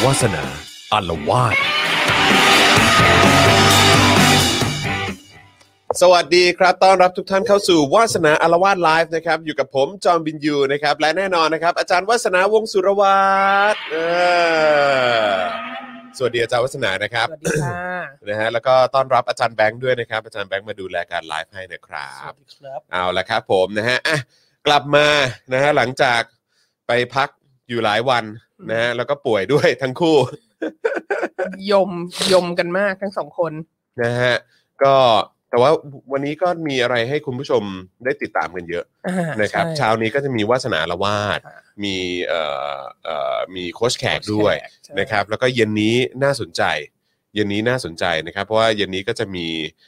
าสนาอาละวาดสวัสดีครับต้อนรับทุกท่านเข้าสู่วาสนาอาละวาดไลฟ์นะครับอยู่กับผมจอห์นวินยูนะครับและแน่นอนนะครับอาจารย์วาสนาวงศ์สุรวัฒน์สวัสดีอาจารย์วาสนานะครับสวัสดีค่ะนะฮะแล้วก็ต้อนรับอาจารย์แบงค์ด้วยนะครับอาจารย์แบงค์มาดูแลการไลฟ์ให้นะครับสวัสดีครับเอาละครับผมนะฮะกลับมานะฮะหลังจากไปพักอยู่หลายวันนะฮะแล้วก็ป่วยด้วยทั้งคู่ยมกันมากทั้งสองคนนะฮะก็แต่ว่าวันนี้ก็มีอะไรให้คุณผู้ชมได้ติดตามกันเยอะนะครับเช้านี้ก็จะมีวาสนาละวาดมีโค้ชแขกด้วยนะครับแล้วก็เย็นนี้น่าสนใจนะครับเพราะว่าเย็นนี้ก็จะมี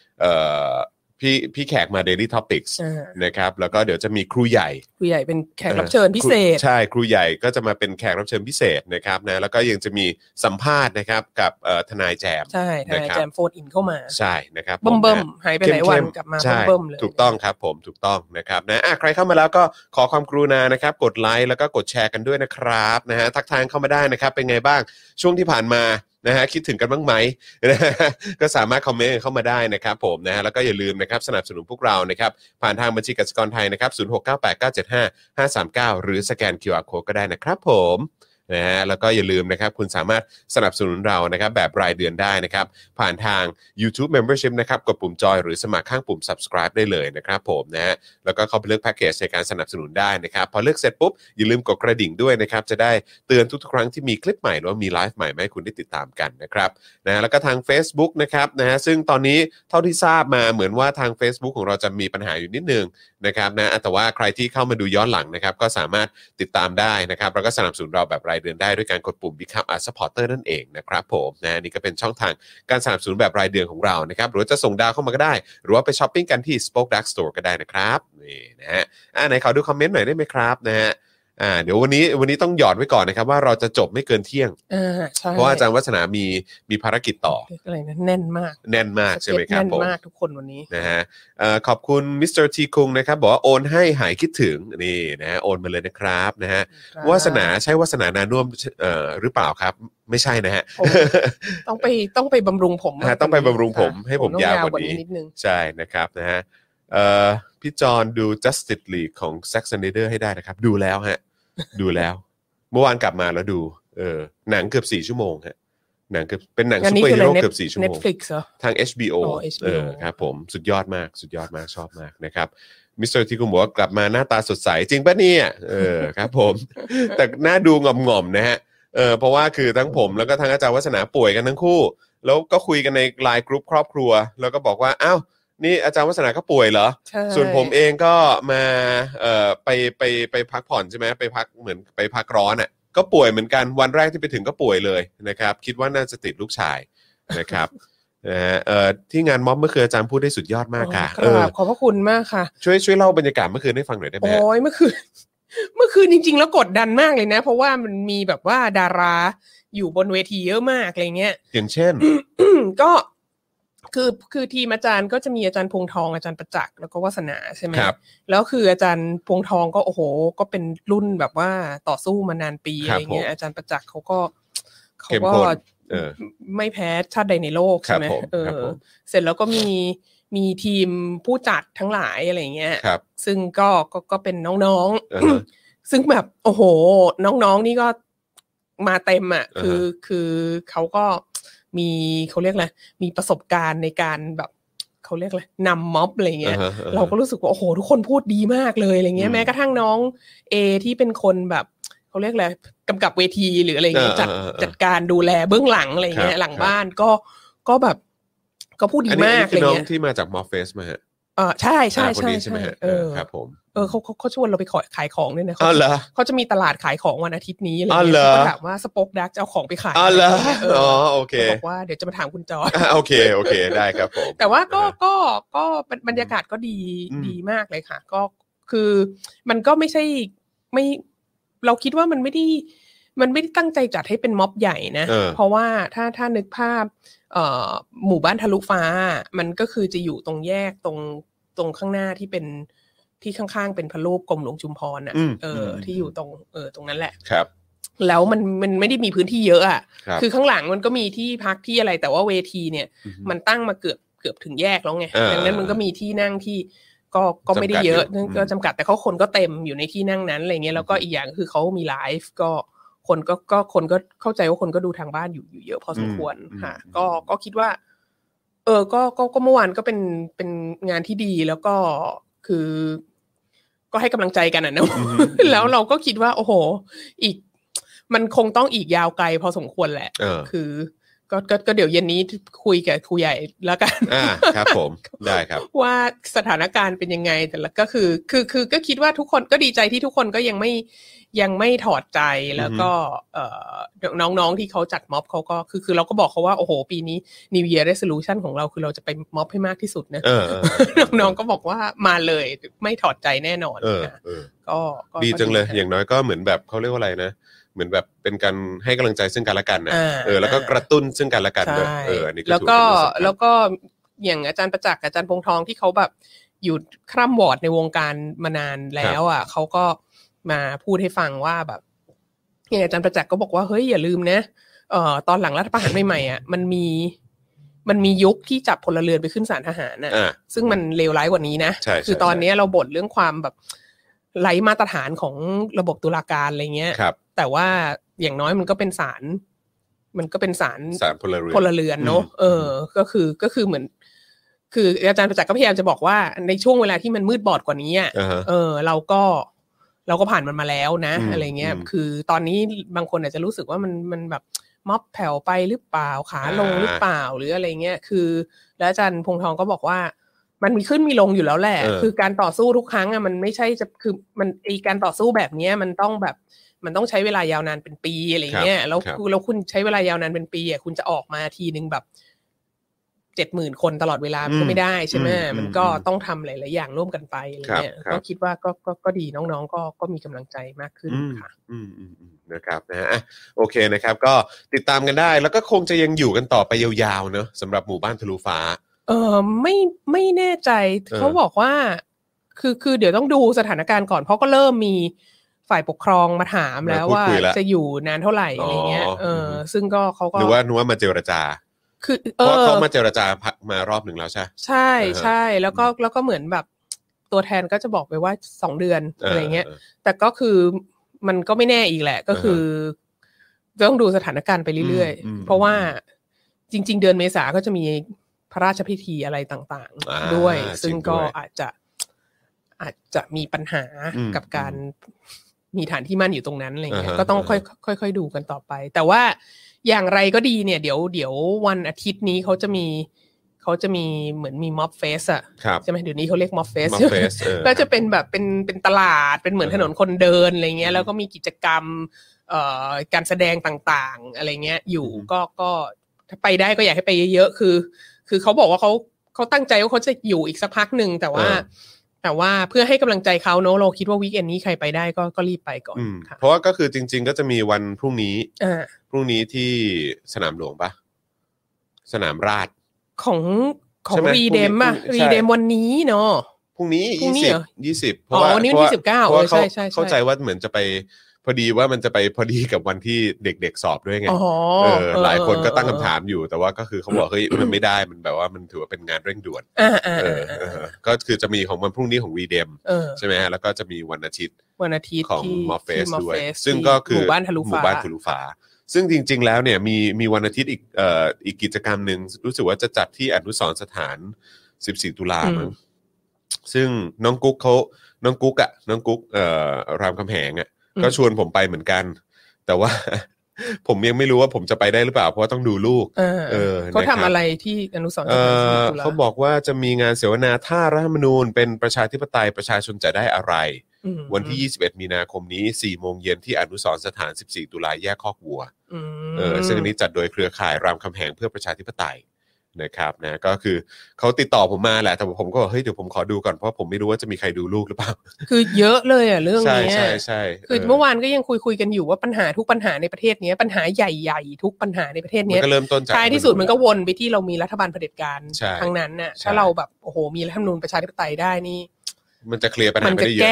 พี่แขกมา Daily Topics นะครับแล้วก็เดี๋ยวจะมีครูใหญ่เป็นแขกรับเชิญพิเศษใช่ครูใหญ่ก็จะมาเป็นแขกรับเชิญพิเศษนะครับนะแล้วก็ยังจะมีสัมภาษณ์นะครับกับทนายแจมใช่ทนายแจมโฟนอินเข้ามาใช่นะครับเบิ่มหายไปหลายวันกลับมาเบิ่มเลยถูกต้องครับผมถูกต้องนะครับนะใครเข้ามาแล้วก็ขอความกรุณานะครับกดไลค์แล้วก็กดแชร์กันด้วยนะครับนะฮะทักทายเข้ามาได้นะครับเป็นไงบ้างช่วงที่ผ่านมานะฮะคิดถึงกันบ้างไหมก็สามารถคอมเมนต์เข้ามาได้นะครับผมนะฮะแล้วก็อย่าลืมนะครับสนับสนุนพวกเรานะครับผ่านทางบัญชีกสิกรไทยนะครับ0698975539หรือสแกน QR Code ก็ได้นะครับผมนะฮะแล้วก็อย่าลืมนะครับคุณสามารถสนับสนุนเรานะครับแบบรายเดือนได้นะครับผ่านทาง YouTube Membership นะครับกดปุ่มจอยหรือสมัครข้างปุ่ม Subscribe ได้เลยนะครับผมนะฮะแล้วก็เข้าไปเลือกแพ็คเกจในการสนับสนุนได้นะครับพอเลือกเสร็จปุ๊บอย่าลืมกดกระดิ่งด้วยนะครับจะได้เตือนทุกๆครั้งที่มีคลิปใหม่หรือว่ามีไลฟ์ใหม่ให้คุณได้ติดตามกันนะครับนะแล้วก็ทาง Facebook นะครับนะฮะซึ่งตอนนี้เท่าที่ทราบมาเหมือนว่าทาง Facebook ของเราจะมีปัญหาอยู่นิดนึงนะครับนะแต่ว่าใครที่เข้ามาดูย้อนหลังนะครับก็สามารถติดตามได้นะครับแล้วก็สนับสนุนเราแบบรายเดือนได้ด้วยการกดปุ่ม Become a Supporter นั่นเองนะครับผมนะนี่ก็เป็นช่องทางการสนับสนุนแบบรายเดือนของเรานะครับหรือว่าจะส่งดาวเข้ามาก็ได้หรือว่าไปช้อปปิ้งกันที่ Spoke Dark Store ก็ได้นะครับนี่นะฮะไหนขอดูคอมเมนต์หน่อยได้ไหมครับนะฮะเดี๋ยววันนี้ต้องหยอดไว้ก่อนนะครับว่าเราจะจบไม่เกินเที่ยงเพราะอาจารย์วัฒนามีภารกิจต่ออะไรนะแน่นมากใช่ไหมครับผมแน่นมากทุกคนวันนี้นะฮะขอบคุณมิสเตอร์ทีคุงนะครับบอกว่าโอนให้หายคิดถึงนี่นะฮะโอนมาเลยนะครับนะฮะวาสนาใช่วาสนานานุ่มหรือเปล่าครับไม่ใช่นะฮะต้องไปบำรุงผมต้องไปบำรุงผมให้ผมยาวกว่านี้ใช่นะครับนะฮะพี่จอนดู Justice League ของ Zack Snyder ให้ได้นะครับดูแล้วฮะดูแล้วเมื่อวานกลับมาแล้วดูหนังเกือบ4ชั่วโมงฮะหนังเป็นหนังซุปเปอร์ฮีโร่เกือบ4ชั่วโมง Netflix เหรอทาง HBO ครับผมสุดยอดมากชอบมากนะครับมิสเตอร์ที่คุณบอกว่ากลับมาหน้าตาสดใสจริงป่ะเนี่ยครับผมแต่หน้าดูง่อมๆนะฮะเพราะว่าคือทั้งผมแล้วก็ทั้งอาจารย์วัฒนาป่วยกันทั้งคู่แล้วก็คุยกันในไลน์กรุ๊ปครอบครัวแล้วก็บอกว่าอ้าวนี่อาจารย์วัฒนาก็ป่วยเหรอส่วนผมเองก็มาไปพักผ่อนใช่ไหมไปพักเหมือนไปพักร้อนอ่ะก็ป่วยเหมือนกันวันแรกที่ไปถึงก็ป่วยเลยนะครับคิดว่าน่าจะติดลูกชายนะครับที่งานม็อบเมื่อคืนอาจารย์พูดได้สุดยอดมากค่ะขอบพระคุณมากค่ะช่วยเล่าบรรยากาศเมื่อคืนให้ฟังหน่อยได้ไหมโอ้ยเมื่อคืนจริงๆแล้วกดดันมากเลยนะเพราะว่ามันมีแบบว่าดาราอยู่บนเวทีเยอะมากอะไรเงี้ยอย่างเช่นก็คือทีมอาจารย์ก็จะมีอาจารย์พงษ์ทองอาจารย์ประจักษ์แล้วก็วาสนาใช่ไหมแล้วคืออาจารย์พงษ์ทองก็โอ้โหก็เป็นรุ่นแบบว่าต่อสู้มานานปีอะไรเงี้ยอาจารย์ประจักษ์เขาก็ไม่แพ้ชาติใดในโลกใช่ไหมเสร็จแล้วก็มีทีมผู้จัดทั้งหลายอะไรเงี้ยซึ่งก็เป็นน้องๆซึ่งแบบโอ้โหน้องๆนี่ก็มาเต็มอ่ะคือเขาก็มีเขาเรียกอะไรมีประสบการณ์ในการแบบเขาเรียกอะไรนำม็อบอะไรเงี้ยเราก็รู้สึกว่าโอ้โหทุกคนพูดดีมากเลยอะไรเงี้ยแม้กระทั่งน้องเอที่เป็นคนแบบเขาเรียกอะไรกำกับเวทีหรืออะไรเงี้ยจัดการดูแลเบื้องหลังอะไรเงี้ยหลังบ้านก็แบบก็พูดดีมากอะไรเงี้ยน้องที่มาจากมอฟเฟสมาฮะใช่ครับผมเขาชวนเราไปขายของด้วยนะเขาจะมีตลาดขายของวันอาทิตย์นี้อะไรเงี้ยเขาถามว่าสป็อกดักจะเอาของไปขายโอเคบอกว่าเดี๋ยวจะมาถามคุณจอโอเคได้ครับผมแต่ว่าก็บรรยากาศก็ดีมากเลยค่ะก็คือมันก็ไม่ใช่ไม่เราคิดว่ามันไม่ได้ตั้งใจจัดให้เป็นม็อบใหญ่นะเพราะว่าถ้านึกภาพหมู่บ้านทะลุฟ้ามันก็คือจะอยู่ตรงแยกตรงข้างหน้าที่เป็นที่ข้างๆเป็นพระรูปกรมหลวงชุมพรน่ะที่อยู่ตรงนั้นแหละครับแล้วมันไม่ได้มีพื้นที่เยอะอ่ะคือข้างหลังมันก็มีที่พักที่อะไรแต่ว่าเวทีเนี่ยมันตั้งมาเกือบถึงแยกแล้วไงดังนั้นมันก็มีที่นั่งที่ก็ไม่ได้เยอะก็จำกัดแต่เขาคนก็เต็มอยู่ในที่นั่งนั้นอะไรเงี้ยแล้วก็อีกอย่างคือเขามีไลฟ์ก็คนก็เข้าใจว่าคนก็ดูทางบ้านอยู่เยอะพอสมควรค่ะก็คิดว่าก็เมื่อวานก็เป็นงานที่ดีแล้วก็คือก็ให้กำลังใจกันนะแล้วเราก็คิดว่าโอ้โหอีกมันคงต้องอีกยาวไกลพอสมควรแหละคือก็เดี๋ยวเย็นนี้คุยกับครูใหญ่แล้วกันครับผมได้ครับว่าสถานการณ์เป็นยังไงแต่ละก็คือก็คิดว่าทุกคนก็ดีใจที่ทุกคนก็ยังไม่ถอดใจแล้วก็น้องๆที่เขาจัดม็อบเขาก็คือเราก็บอกเขาว่าโอ้โหปีนี้ New Year Resolution ของเราคือเราจะไปม็อบให้มากที่สุดนะน้องๆก็บอกว่ามาเลยไม่ถอดใจแน่นอนก็ดีจังเลยอย่างน้อยก็เหมือนแบบเขาเรียกว่าอะไรนะเหมือนแบบเป็นการให้กำลังใจซึ่งกันและกันนะแล้วก็กระตุ้นซึ่งกันและกันด้วยอันนี้แล้วก็อย่างอาจารย์ประจักษ์อาจารย์พงษ์ทองที่เขาแบบอยู่คร่ำวอร์ดในวงการมานานแล้วอ่ะเขาก็มาพูดให้ฟังว่าแบบอย่างอาจารย์ประจักษ์ก็บอกว่าเฮ้ยอย่าลืมนะตอนหลังรัฐประหารใหม่ๆอ่ะมันมียุคที่จับพลเรือนไปขึ้นศาลทหารน่ะซึ่งมันเลวร้ายกว่านี้นะคือตอนนี้เราบ่นเรื่องความแบบไร้มาตรฐานของระบบตุลาการอะไรเงี้ยแต่ว่าอย่างน้อยมันก็เป็นศาลพลเรือนเนอะก็คือเหมือนคืออาจารย์ประจักษ์ก็พยายามจะบอกว่าในช่วงเวลาที่มันมืดบอดกว่านี้เราก็ผ่านมันมาแล้วนะอะไรเงี้ยคือตอนนี้บางคนอาจจะรู้สึกว่ามันแบบม็อบแผ่วไปหรือเปล่าขาลงหรือเปล่าหรืออะไรเงี้ยคือแล้วอาจารย์พงษ์ทองก็บอกว่ามันมีขึ้นมีลงอยู่แล้วแหละคือการต่อสู้ทุกครั้งมันไม่ใช่จะคือมันการต่อสู้แบบนี้มันต้องใช้เวลายาวนานเป็นปีอะไรเงี้ยแล้วคุณใช้เวลายาวนานเป็นปีคุณจะออกมาทีนึงแบบ 70,000 คนตลอดเวลาก็ไม่ได้ใช่ไหมมันก็ต้องทำหลายๆอย่างร่วมกันไปอะไรเงี้ยก็คิดว่าก็ดีน้องๆก็มีกำลังใจมากขึ้นค่ะนะครับนะฮะโอเคนะครับก็ติดตามกันได้แล้วก็คงจะยังอยู่กันต่อไปยาวๆเนอะสำหรับหมู่บ้านทะลุฟ้าไม่แน่ใจเขาบอกว่าคือเดี๋ยวต้องดูสถานการณ์ก่อนเพราะก็เริ่มมีฝ่ายปกครองมาถามแล้วว่าจะอยู่นานเท่าไหร่อะไรเงี้ยซึ่งก็เขาก็หรือว่ามาเจรจาคือเพราะเขามาเจรจามารอบหนึ่งแล้วใช่ใช่แล้วก็เหมือนแบบตัวแทนก็จะบอกไปว่า2 เดือนอะไรเงี้ยแต่ก็คือมันก็ไม่แน่อีกแหละก็คือต้องดูสถานการณ์ไปเรื่อยๆเพราะว่าจริงๆเดือนเมษาก็จะมีพระราชพิธีอะไรต่างๆด้วยซึ่งก็อาจจะมีปัญหากับการมีฐานที่มั่นอยู่ตรงนั้นอะไรเงี้ยก็ต้องค่อยๆดูกันต่อไปแต่ว่าอย่างไรก็ดีเนี่ยเดี๋ยววันอาทิตย์นี้เขาจะมีเหมือนมีม็อบเฟสอะใช่ไหมเดี๋ยวนี้เขาเรียกม็อบเฟสก็จะเป็นแบบเป็นตลาดเป็นเหมือนถนนคนเดินอะไรเงี้ยแล้วก็มีกิจกรรมการแสดงต่างๆอะไรเงี้ยอยู่ก็ถ้าไปได้ก็อยากให้ไปเยอะๆคือเขาบอกว่าเขาตั้งใจว่าเขาจะอยู่อีกสักพักนึงแต่ว่าเพื่อให้กำลังใจเขาเนอะเราคิดว่าวีคเอนด์นี้ใครไปได้ก็รีบไปก่อนเพราะว่าก็คือจริงๆก็จะมีวันพรุ่งนี้ที่สนามหลวงปะสนามราษฎร์ของรีเดมป่ะรีเดมวันนี้เนาะพรุ่งนี้20เพราะว่าวันนี้ที่19ใช่เข้าใจว่าเหมือนจะไปพอดีว่ามันจะไปพอดีกับวันที่เด็กๆสอบด้วยไงหลายคนก็ตั้งคำถามอยู่แต่ว่าก็คือเขาบอกเฮ้ยมันไม่ได้มันแบบว่ามันถือว่าเป็นงานเร่งด่วนก็คือจะมีของวันพรุ่งนี้ของรีเดมใช่ไหมฮะแล้วก็จะมีวันอาทิตย์ของมอฟเฟสด้วยซึ่งก็คือหมู่บ้านทะลุฟ้าซึ่งจริงๆแล้วเนี่ยมีวันอาทิตย์อีกกิจกรรมนึงรู้สึกว่าจะจัดที่อนุสรณ์สถาน14ตุลามั้งซึ่งน้องกุ๊กรามคำแหงก็ชวนผมไปเหมือนกันแต่ว่าผมยังไม่รู้ว่าผมจะไปได้หรือเปล่าเพราะว่าต้องดูลูกเขาทำอะไรที่อนุสรณ์สถาน14ตุลาเขาบอกว่าจะมีงานเสวนาถ้ารัฐธรรมนูญเป็นประชาธิปไตยประชาชนจะได้อะไรวันที่21มีนาคมนี้ 4 โมงเย็นที่อนุสรณ์สถาน14ตุลาแยกคอกวัวซึ่งอันนี้จัดโดยเครือข่ายรามคำแหงเพื่อประชาธิปไตยนะครับนะก็คือเขาติดต่อผมมาแหละแต่ผมก็เฮ้ยเดี๋ยวผมขอดูก่อนเพราะผมไม่รู้ว่าจะมีใครดูลูกหรือเปล่าคือเยอะเลยเรื่องนี้ใช่คือเมื่อวานก็ยังคุยกันอยู่ว่าทุกปัญหาในประเทศนี้ปัญหาใหญ่ๆทุกปัญหาในประเทศนี้ก็เริ่มต้นจากท้ายที่สุดมันก็วนไปที่เรามีรัฐบาลเผด็จการทั้งนั้นน่ะถ้าเราแบบโอ้โหมีรัฐธรรมนูญประชาธิปไตยได้นี่มันจะเคลียร์ปัญหาได้เยอะนะ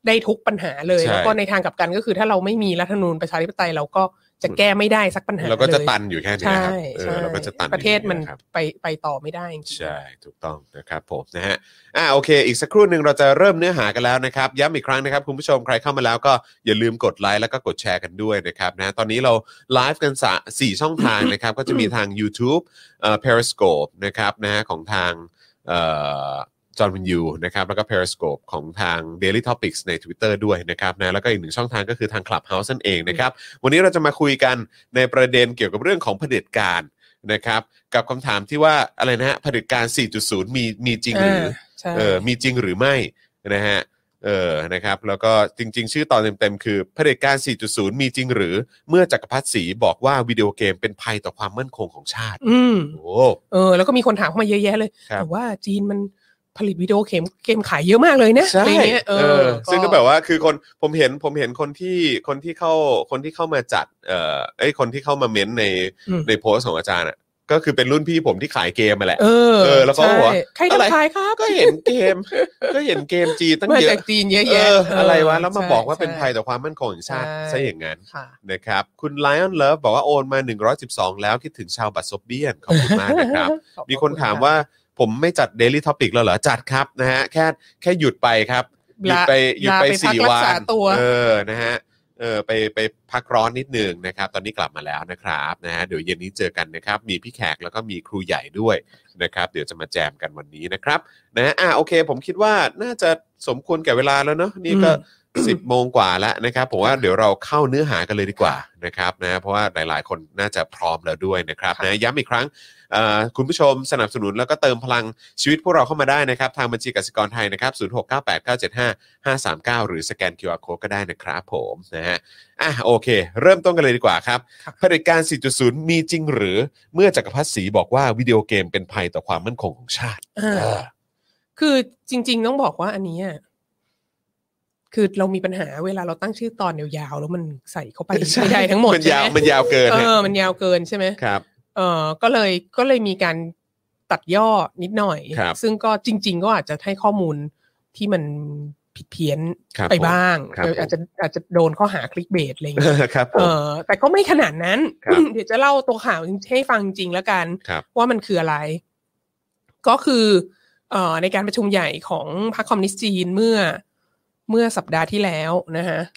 ได้ทุกปัญหาเลยแล้วก็ในทางกลับกันก็คือถ้าเราไม่มีรัฐธรรมนูญประชาธิปไตยเราก็จะแก้ไม่ได้สักปัญหาเลยเราก็จะตันอยู่แค่นี้ครับเราก็จะตันประเทศมันไปต่อไม่ได้ใช่ถูกต้องนะครับผมนะฮะโอเคอีกสักครู่นึงเราจะเริ่มเนื้อหากันแล้วนะครับย้ำอีกครั้งนะครับคุณผู้ชมใครเข้ามาแล้วก็อย่าลืมกดไลค์แล้วก็กดแชร์กันด้วยนะครับนะตอนนี้เราไลฟ์กัน4ช่องทางนะครับก็จะมีทาง YouTube Periscope นะครับนะฮะของทางจอห์นวินยูนะครับแล้วก็ Periscope ของทาง Daily Topics ใน Twitter ด้วยนะครับนะแล้วก็อีกหนึ่งช่องทางก็คือทาง Clubhouse นั่นเองนะครับวันนี้เราจะมาคุยกันในประเด็นเกี่ยวกับเรื่องของเผด็จการนะครับกับคำถามที่ว่าอะไรนะฮะเผด็จการ 4.0 มีจริงหรือมีจริงหรือไม่นะฮะนะครับแล้วก็จริงๆชื่อตอนเต็มๆคือเผด็จการ 4.0 มีจริงหรือเมื่อจักรพรรดิศรีบอกว่าวิดีโอเกมเป็นภัยต่อความมั่นคงของชาติแล้วก็มีคนถามเข้ามาเยอะแยะเลยแต่ว่าจีนมันผลิตวิดีโอเกมขายเยอะมากเลยนะอะไรเงี้ยซึ่งก็แบบว่าคือคนผมเห็นคนที่เข้ามาจัดคนที่เข้ามาเม้นในโพสต์ของอาจารย์อ่ะก็คือเป็นรุ่นพี่ผมที่ขายเกมมาแหละแล้วก็บอกว่าใครจะขายครับก็เห็นเกมจีนตั้งเยอะจากจีนเยอะแยะอะไรวะแล้วมาบอกว่าเป็นภัยต่อความมั่นคงของชาติซะอย่างนั้นนะครับคุณ Lion Love บอกว่าโอนมา112แล้วคิดถึงชาวบัตรซบเบี้ยนขอบคุณมากนะครับมีคนถามว่าผมไม่จัด Daily Topic แล้วเหรอจัดครับนะฮะแค่หยุดไปครับหยุดไป4 วันนะฮะไปพักร้อนนิดนึงนะครับตอนนี้กลับมาแล้วนะครับนะฮะเดี๋ยวเย็นนี้เจอกันนะครับมีพี่แขกแล้วก็มีครูใหญ่ด้วยนะครับเดี๋ยวจะมาแจมกันวันนี้นะครับนะโอเคผมคิดว่าน่าจะสมควรแก่เวลาแล้วเนาะนี่ก็10 โมงกว่าแล้วนะครับผมว่าเดี๋ยวเราเข้าเนื้อหากันเลยดีกว่านะครับนะเพราะว่าหลายๆคนน่าจะพร้อมแล้วด้วยนะครับนะย้ำอีกครั้งคุณผู้ชมสนับสนุนแล้วก็เติมพลังชีวิตพวกเราเข้ามาได้นะครับทางบัญชีกสิกรไทยนะครับ0698975539หรือสแกน QR Code ก็ได้นะครับผมนะฮะโอเคเริ่มต้นกันเลยดีกว่าครับเผด็จการ 4.0 มีจริงหรือเมื่อจักรพรรดิศรีบอกว่าวิดีโอเกมเป็นภัยต่อความมั่นคงของชาติคือจริงๆต้องบอกว่าอันนี้คือเรามีปัญหาเวลาเราตั้งชื่อตอนยาวๆแล้วมันใส่เข้าไปไม่ได้ทั้งหมดมันยาวเกินมันยาวเกินใช่ไหมครับก็เลยมีการตัดย่อนิดหน่อยซึ่งก็จริงๆก็อาจจะให้ข้อมูลที่มันผิดเพี้ยนไปบ้างอาจจะโดนข้อหาคลิกเบสอะไรอย่างเงี้ยแต่ก็ไม่ขนาดนั้นเดี๋ยวจะเล่าตัวข่าวให้ฟังจริงแล้วกันว่ามันคืออะไรก็คือในการประชุมใหญ่ของพรรคคอมมิวนิสต์จีนเมื่อสัปดาห์ที่แล้วนะฮะ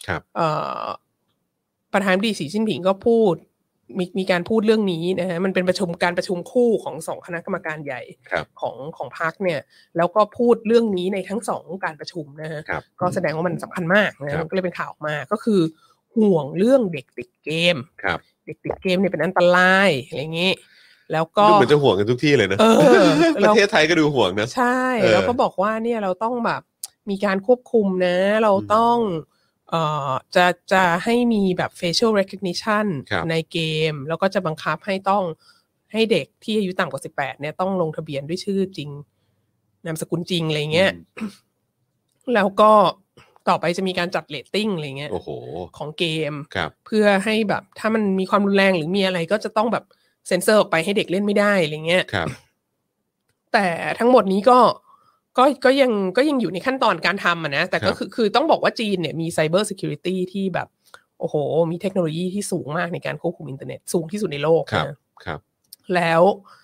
ประธานาธิบดีสีจิ้นผิงก็พูดมีการพูดเรื่องนี้นะฮะมันเป็นการประชุมคู่ของ2คณะกรรมการใหญ่ของพรรคเนี่ยแล้วก็พูดเรื่องนี้ในทั้ง2การประชุมนะฮะก็แสดงว่ามันสำคัญมากนะก็เลยเป็นข่าวออกมาก็คือห่วงเรื่องเด็กติดเกมเด็กติดเกมเนี่ยเป็นอันตรายอะไรอย่างงี้แล้วก็เหมือนจะห่วงกันทุกที่เลยนะประเทศไทยก็ดูห่วงนะใช่แล้วก็บอกว่าเนี่ยเราต้องแบบมีการควบคุมนะเราต้องจะให้มีแบบ facial recognition ในเกมแล้วก็จะบังคับให้เด็กที่อายุต่ำกว่า18เนี่ยต้องลงทะเบียนด้วยชื่อจริงนามสกุลจริงอะไรเงี้ยแล้วก็ต่อไปจะมีการจัดเรตติ้งอะไรเงี้ยของเกมเพื่อให้แบบถ้ามันมีความรุนแรงหรือมีอะไรก็จะต้องแบบเซ็นเซอร์ออกไปให้เด็กเล่นไม่ได้อะไรเงี้ยแต่ทั้งหมดนี้ก็ยังอยู่ในขั้นตอนการทำนะแต่ก็คือต้องบอกว่าจีนเนี่ยมี Cyber Security ที่แบบโอ้โหมีเทคโนโลยีที่สูงมากในการควบคุมอินเทอร์เน็ตสูงที่สุดในโลกนะครับแล้ว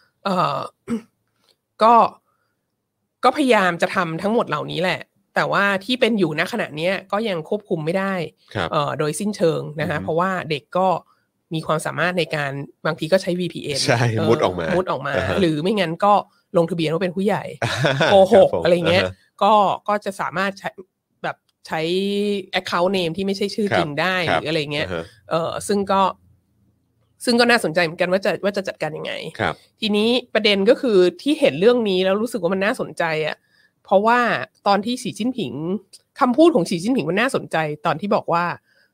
ก็พยายามจะทำทั้งหมดเหล่านี้แหละแต่ว่าที่เป็นอยู่ณขณะนี้ก็ยังควบคุมไม่ได้โดยสิ้นเชิงนะคะเพราะว่าเด็กก็มีความสามารถในการบางทีก็ใช้ VPN ใช่มุดออกมาหรือไม่งั้นก็ลงทะเบียนว่าเป็นผู้ใหญ่โกหกอะไรเงี้ยก็จะสามารถใช้ account name ที่ไม่ใช่ชื่อจริงได้หรืออะไรเงี้ยซึ่งก็น่าสนใจเหมือนกันว่าจะจัดการยังไงทีนี้ประเด็นก็คือที่เห็นเรื่องนี้แล้วรู้สึกว่ามันน่าสนใจอ่ะเพราะว่าตอนที่สีจิ้นผิงคำพูดของสีจิ้นผิงมันน่าสนใจตอนที่บอกว่า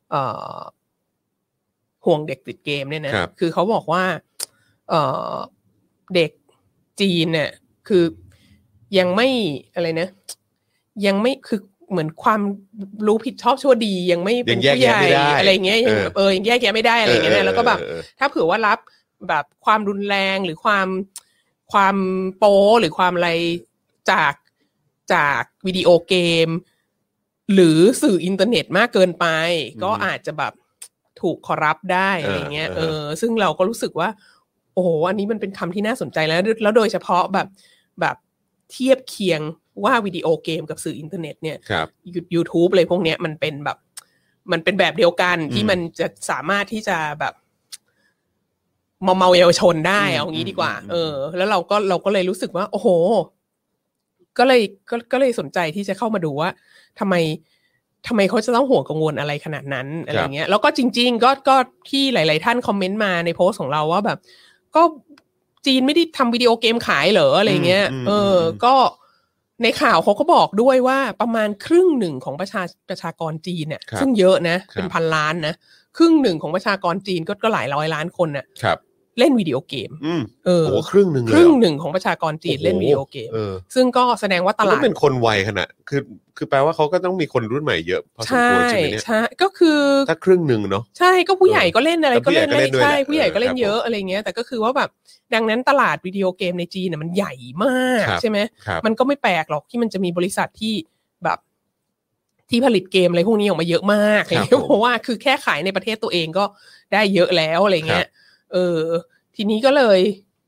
ห่วงเด็กติดเกมเนี่ยนะคือเขาบอกว่าเด็กจีนเนี่ยคือยังไม่อะไรนะยังไม่คือเหมือนความรู้ผิดชอบชั่วดียังไม่เป็นผู้ใหญ่อะไรเงี้ยยังแบบยังแยกแยะไม่ได้อะไรเงี้ยแล้วก็แบบถ้าเผื่อว่ารับแบบความรุนแรงหรือความโป๊หรือความอะไรจากวิดีโอเกมหรือสื่ออินเทอร์เน็ตมากเกินไปก็อาจจะแบบถูกคอร์รัปได้อะไรเงี้ยซึ่งเราก็รู้สึกว่าโอ้โหอันนี้มันเป็นคำที่น่าสนใจแล้วโดยเฉพาะแบบเทียบเคียงว่าวิดีโอเกมกับสื่ออินเทอร์เน็ตเนี่ย YouTube อะไรพวกเนี้ยมันเป็นแบบเดียวกันที่มันจะสามารถที่จะแบบเมาเยาวชนได้เอางี้ดีกว่าแล้วเราก็เลยรู้สึกว่าโอ้โหก็เลยสนใจที่จะเข้ามาดูว่าทำไมเขาจะต้องห่วงกังวลอะไรขนาดนั้นอะไรเงี้ยแล้วก็จริงๆก็ที่หลายๆท่านคอมเมนต์มาในโพสต์ของเราว่าแบบก็จีนไม่ได้ทำวิดีโอเกมขายเหรออะไรเงี้ยก็ในข่าวเขาก็บอกด้วยว่าประมาณครึ่งหนึ่งของประชากรจีนเนี่ยซึ่งเยอะนะเป็นพันล้านนะครึ่งหนึ่งของประชากรจีนก็หลายร้อยล้านคนน่ะเล่นวิดีโอเกมโอ้ครึ่งหนึ่งเลยครึ่งหนึ่งของประชากรจีนเล่นวิดีโอเกมซึ่งก็แสดงว่าตลาดเป็นคนวัยขนาดคือแปลว่าเขาก็ต้องมีคนรุ่นใหม่เยอะพอสมควรใช่ไหมเนี่ยใช่ก็คือถ้าครึ่งหนึ่งเนาะใช่ก็ผู้ใหญ่ก็เล่นอะไรก็เล่นใช่ผู้ใหญ่ก็เล่นเยอะอะไรเงี้ยแต่ก็คือว่าแบบดังนั้นตลาดวิดีโอเกมในจีนเนี่ยมันใหญ่มากใช่ไหมมันก็ไม่แปลกหรอกที่มันจะมีบริษัทที่แบบที่ผลิตเกมอะไรพวกนี้ออกมาเยอะมากเพราะว่าคือแค่ขายในประเทศตัวเองก็ได้เยอะแล้วอะไรเงี้ยทีนี้ก็เลย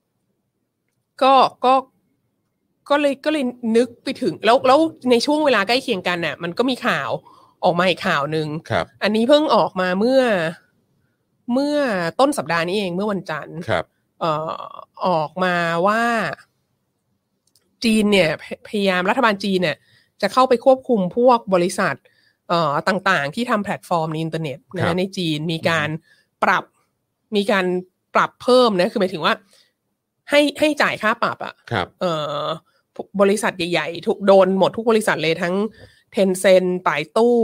ก็เลยนึกไปถึงแล้วในช่วงเวลาใกล้เคียงกันน่ะมันก็มีข่าวออกมาอีกข่าวนึงอันนี้เพิ่งออกมาเมื่อต้นสัปดาห์นี้เองเมื่อวันจันทร์ออกมาว่าจีนเนี่ยพยายามรัฐบาลจีนเนี่ยจะเข้าไปควบคุมพวกบริษัทต่างๆที่ทำแพลตฟอร์มในอินเทอร์เน็ตนะในจีนมีการปรับเพิ่มนะคือหมายถึงว่าให้จ่ายค่าปรับอ่ะบริษัทใหญ่ๆทุกโดนหมดทุกบริษัทเลยทั้ง Tencent ป่ายตู้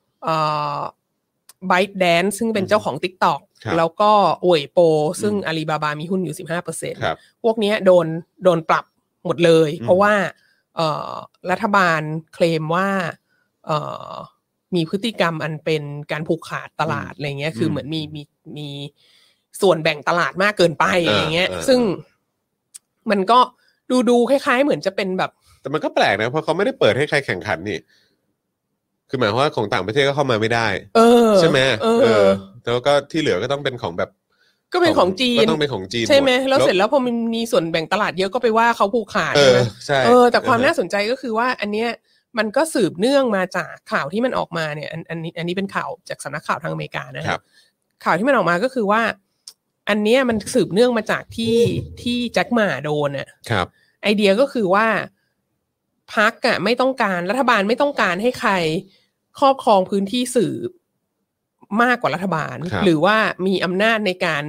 ByteDance ซึ่งเป็นเจ้าของ TikTok แล้วก็อวยโปซึ่ง Alibaba มีหุ้นอยู่ 15% พวกนี้โดนปรับหมดเลยเพราะว่ารัฐบาลเคลมว่ามีพฤติกรรมอันเป็นการผูกขาดตลาดอะไรเงี้ยคือเหมือนมีส่วนแบ่งตลาดมากเกินไปอะไรเงี้ยซึ่งมันก็ดูคล้ายๆเหมือนจะเป็นแบบแต่มันก็แปลกนะเพราะเขาไม่ได้เปิดให้ใครแข่งขันนี่คือหมายความว่าของต่างประเทศก็เข้ามาไม่ได้ใช่ไหมแต่ก็ที่เหลือก็ต้องเป็นของแบบก็เป็นของจีนก็ต้องเป็นของจีนใช่ไหมแล้วเสร็จแล้วพอมันมีส่วนแบ่งตลาดเยอะก็ไปว่าเขาผูกขาดใช่ไหมแต่ความน่าสนใจก็คือว่าอันเนี้ยมันก็สืบเนื่องมาจากข่าวที่มันออกมาเนี่ยอันนี้เป็นข่าวจากสำนักข่าวทางอเมริกานะครับข่าวที่มันออกมาก็คือว่าอันเนี้ยมันสืบเนื่องมาจากที่แจ็คหม่าโดนน่ะไอเดียก็คือว่าพรรคอ่ะไม่ต้องการรัฐบาลไม่ต้องการให้ใครครอบครองพื้นที่สื่อมากกว่ารัฐบาลหรือว่ามีอำนาจในการ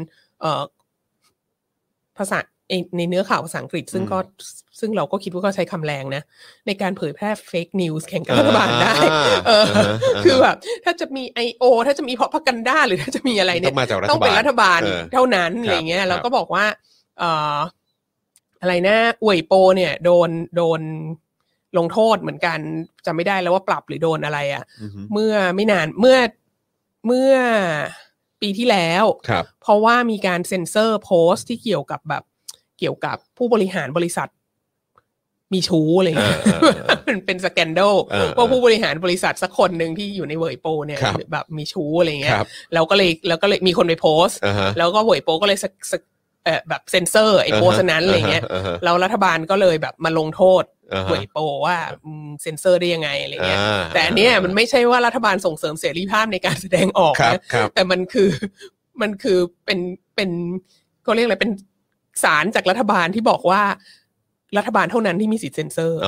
ภาษาในเนื้อข่าวภาษาอังกฤษซึ่งเราก็คิดว่าก็ใช้คำแรงนะในการเผยแพร่เฟกนิวส์แข่งกับรัฐบาลได้คือแบบถ้าจะมี IO ถ้าจะมีพอพักันด้าหรือถ้าจะมีอะไรเนี่ยต้องเป็นรัฐบาลเท่านั้นอะไรเงี้ยเราก็บอกว่าอะไรนะอวยโปเนี่ยโดนลงโทษเหมือนกันจำไม่ได้แล้วว่าปรับหรือโดนอะไรอ่ะเมื่อไม่นานเมื่อปีที่แล้วเพราะว่ามีการเซ็นเซอร์โพสต์ที่เกี่ยวกับผู้บริหารบริษัทมีชู้อะไรเงี้ยเป็นสแกนโดลว่าผู้บริหารบริษัทสักคนหนึ่งที่อยู่ในเวยโปเนี่ยแบบมีชู้อะไรเงี้ยแล้วก็เลยมีคนไปโพสต์แล้วก็เวยโปก็เลยแบบเซ็นเซอร์ไอ้โพสต์นั้นอะไรเงี้ยแล้วรัฐบาลก็เลยแบบมาลงโทษเวยโปว่าเซ็นเซอร์ได้ยังไงอะไรเงี้ยแต่อันเนี้ยมันไม่ใช่ว่ารัฐบาลส่งเสริมเสรีภาพในการแสดงออกนะแต่มันคือเป็นเขาเรียกอะไรเป็นสารจากรัฐบาลที่บอกว่ารัฐบาลเท่านั้นที่มีสิทธิ์เซ็นเซอร์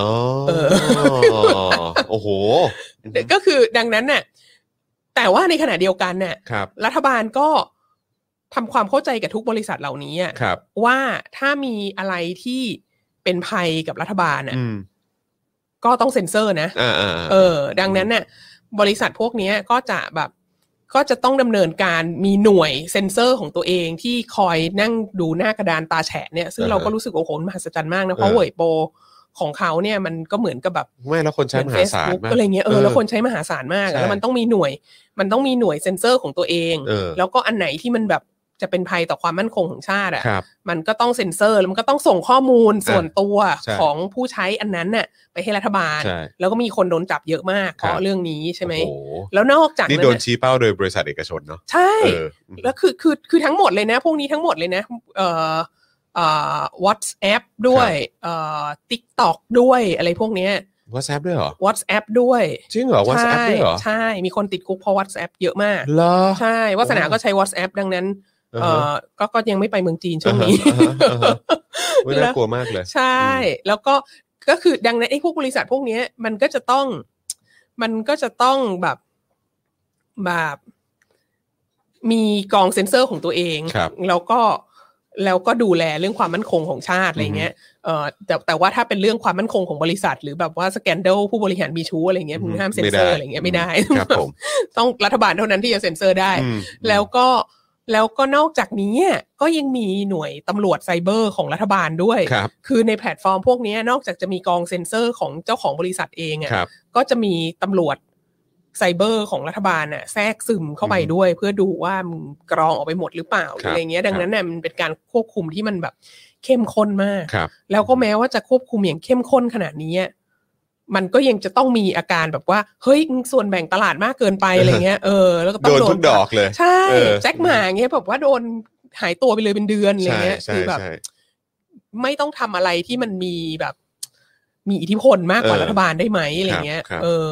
โอ้โหก็คือดังนั้นน่ะแต่ว่าในขณะเดียวกันน่ะรัฐบาลก็ทำความเข้าใจกับทุกบริษัทเหล่านี้ว่าถ้ามีอะไรที่เป็นภัยกับรัฐบาลน่ะก็ต้องเซ็นเซอร์นะดังนั้นน่ะบริษัทพวกนี้ก็จะต้องดำเนินการมีหน่วยเซ็นเซอร์ของตัวเองที่คอยนั่งดูหน้ากระดานตาแฉะเนี่ยซึ่งเราก็รู้สึกโอ้โหมหัศจรรย์มากนะเพราะเว่ยโปของเขาเนี่ยมันก็เหมือนกับแบบไม่แล้วคนใช้มหาศาลมากอะไรเงี้ยแล้วคนใช้มหาศาลมากแล้วมันต้องมีหน่วยเซ็นเซอร์ของตัวเองแล้วก็อันไหนที่มันแบบจะเป็นภัยต่อความมั่นคงของชาติอ่ะมันก็ต้องเซ็นเซอร์แล้วมันก็ต้องส่งข้อมูลส่วนตัวของผู้ใช้อันนั้นน่ะไปให้รัฐบาลแล้วก็มีคนโดนจับเยอะมากเพราะเรื่องนี้ใช่ไหมแล้วนอกจากนี่โดนชี้เป้าโดยบริษัทเอกชนเนาะใช่แล้วคือทั้งหมดเลยนะพวกนี้ทั้งหมดเลยนะWhatsApp ด้วยTikTok ด้วยอะไรพวกเนี้ย WhatsApp ด้วยเหรอ WhatsApp ด้วยจริงเหรอ WhatsApp ด้วยเหรอใช่มีคนติดคุกเพราะ WhatsApp เยอะมากเหรอใช่วาสนาก็ใช้ WhatsApp ดังนั้นก็ยังไม่ไปเมืองจีนช่วงนี้น่ากลัวมากเลยใช่แล้วก็คือดังนั้นไอ้พวกบริษัทพวกนี้มันก็จะต้องแบบมีกองเซ็นเซอร์ของตัวเองแล้วก็ดูแลเรื่องความมั่นคงของชาติอะไรเงี้ยแต่ว่าถ้าเป็นเรื่องความมั่นคงของบริษัทหรือแบบว่าสแกนเดลผู้บริหารมีชู้อะไรเงี้ยคุณห้ามเซ็นเซอร์อะไรเงี้ยไม่ได้ต้องรัฐบาลเท่านั้นที่จะเซ็นเซอร์ได้แล้วก็นอกจากนี้ก็ยังมีหน่วยตำรวจไซเบอร์ของรัฐบาลด้วยคือในแพลตฟอร์มพวกนี้นอกจากจะมีกองเซ็นเซอร์ของเจ้าของบริษัทเองก็จะมีตำรวจไซเบอร์ของรัฐบาลแทรกซึมเข้าไปด้วยเพื่อดูว่ามันกรองออกไปหมดหรือเปล่าอะไรเงี้ยดังนั้นมันเป็นการควบคุมที่มันแบบเข้มข้นมากแล้วก็แม้ว่าจะควบคุมอย่างเข้มข้นขนาดนี้มันก็ยังจะต้องมีอาการแบบว่าเฮ้ยส่วนแบ่งตลาดมากเกินไปอะไรเงี้ยแล้วก็ต้องโดนทุกดอกเลยใช่แจ็คหม่าเงี้ยแบบว่าโดนหายตัวไปเลยเป็นเดือนอะไรเงี้ยคือแบบไม่ต้องทำอะไรที่มันมีแบบมีอิทธิพลมากกว่ารัฐบาลได้ไหมอะไรเงี้ย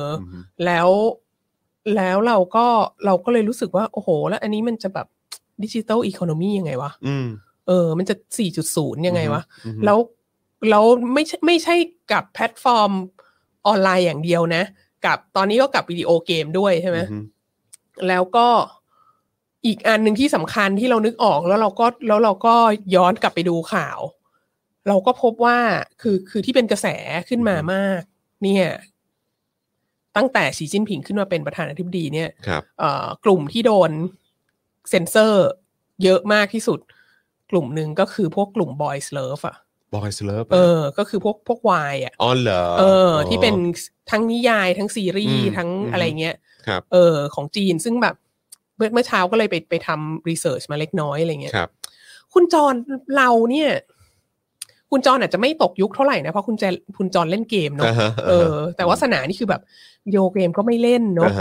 แล้วเราก็เลยรู้สึกว่าโอ้โหแล้วอันนี้มันจะแบบดิจิทัลอีโคโนมียังไงวะมันจะ 4.0 ยังไงวะแล้วไม่ใช่กับแพลตฟอร์มออนไลน์อย่างเดียวนะกับตอนนี้ก็กับวิดีโอเกมด้วยใช่ไหมแล้วก็อีกอันนึงที่สำคัญที่เรานึกออกแล้วเราก็ย้อนกลับไปดูข่าวเราก็พบว่าคือที่เป็นกระแสขึ้นมามากเนี่ยตั้งแต่สีจิ้นผิงขึ้นมาเป็นประธานาธิบดีเนี่ยกลุ่มที่โดนเซ็นเซอร์เยอะมากที่สุดกลุ่มหนึ่งก็คือพวกกลุ่ม Boys Love Boys Love ก็คือพวกวายอ๋อเหรอที่เป็นทั้งนิยายทั้งซีรีส์ทั้งอะไรเงี้ยของจีนซึ่งแบบเมื่อเช้าก็เลยไปทำรีเสิร์ชมาเล็กน้อยอะไรเงี้ยคุณจรเราเนี่ยคุณจรอาจจะไม่ตกยุคเท่าไหร่นะเพราะคุณจรเล่นเกมเนาะแต่ว่าสนานี่คือแบบโยเกมก็ไม่เล่นเนาะ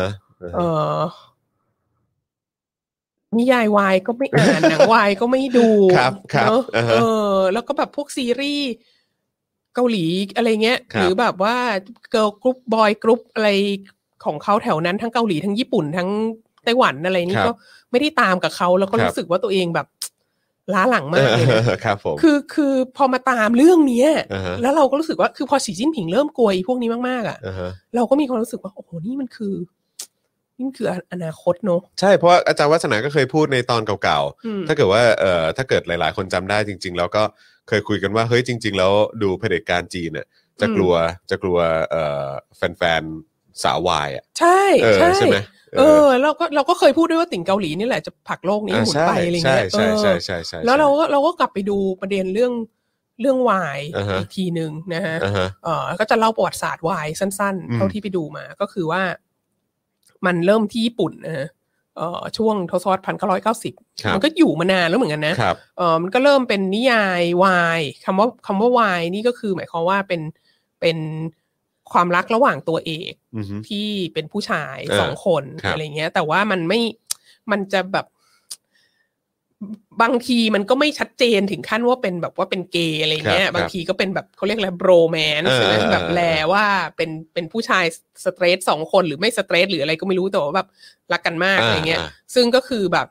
นิยายวายก็ไม่อ่านหนังวายก็ไม่ดูเนาะแล้วก็แบบพวกซีรีส์เกาหลีอะไรเงี้ยหรือแบบว่าเกิร์ลกรุ๊ปบอยกรุ๊ปอะไรของเขาแถวนั้นทั้งเกาหลีทั้งญี่ปุ่นทั้งไต้หวันอะไรนี่ก็ไม่ได้ตามกับเขาแล้วก็รู้สึกว่าตัวเองแบบล้าหลังมากเลยครับผมคือพอมาตามเรื่องนี้แล้วเราก็รู้สึกว่าคือพอสีจิ้นผิงเริ่มกลัวพวกนี้มากๆเราก็มีความรู้สึกว่าโอ้โหนี่มันคืออนาคตเนอะใช่เพราะอาจารย์วัฒนาก็เคยพูดในตอนเก่าๆถ้าเกิดว่าถ้าเกิดหลายๆคนจำได้จริงๆแล้วก็เคยคุยกันว่าเฮ้ยจริงๆแล้วดูเผด็จการจีนน่ะจะกลัวแฟนๆสาววายอ่ะใช่ใช่ไหมเราก็เคยพูดด้วยว่าติ่งเกาหลีนี่แหละจะผลักโลกนี้หมุนไปอะไรเงี้ยใช่แล้วเราก็กลับไปดูประเด็นเรื่องวายอีกทีนึงนะฮะก็จะเล่าประวัติศาสตร์วายสั้นๆเท่าที่ไปดูมาก็คือว่ามันเริ่มที่ญี่ปุ่นนะช่วงทศวรรษ1990มันก็อยู่มานานแล้วเหมือนกันนะมันก็เริ่มเป็นนิยายวายคำว่าวายนี่ก็คือหมายความว่าเป็นความรักระหว่างตัวเอกที่เป็นผู้ชาย2คนอะไรเงี้ยแต่ว่ามันจะแบบบางทีมันก็ไม่ชัดเจนถึงขั้นว่าเป็นแบบว่าเป็นเกย์อะไรเงี้ยบางทีก็เป็นแบบเขาเรียกอะไรโรแมนซ์แบบแลว่าเป็นผู้ชายสเตรท2คนหรือไม่สเตรทหรืออะไรก็ไม่รู้แต่ว่าแบบรักกันมากอะไรเงี้ยซึ่งก็คือแบบ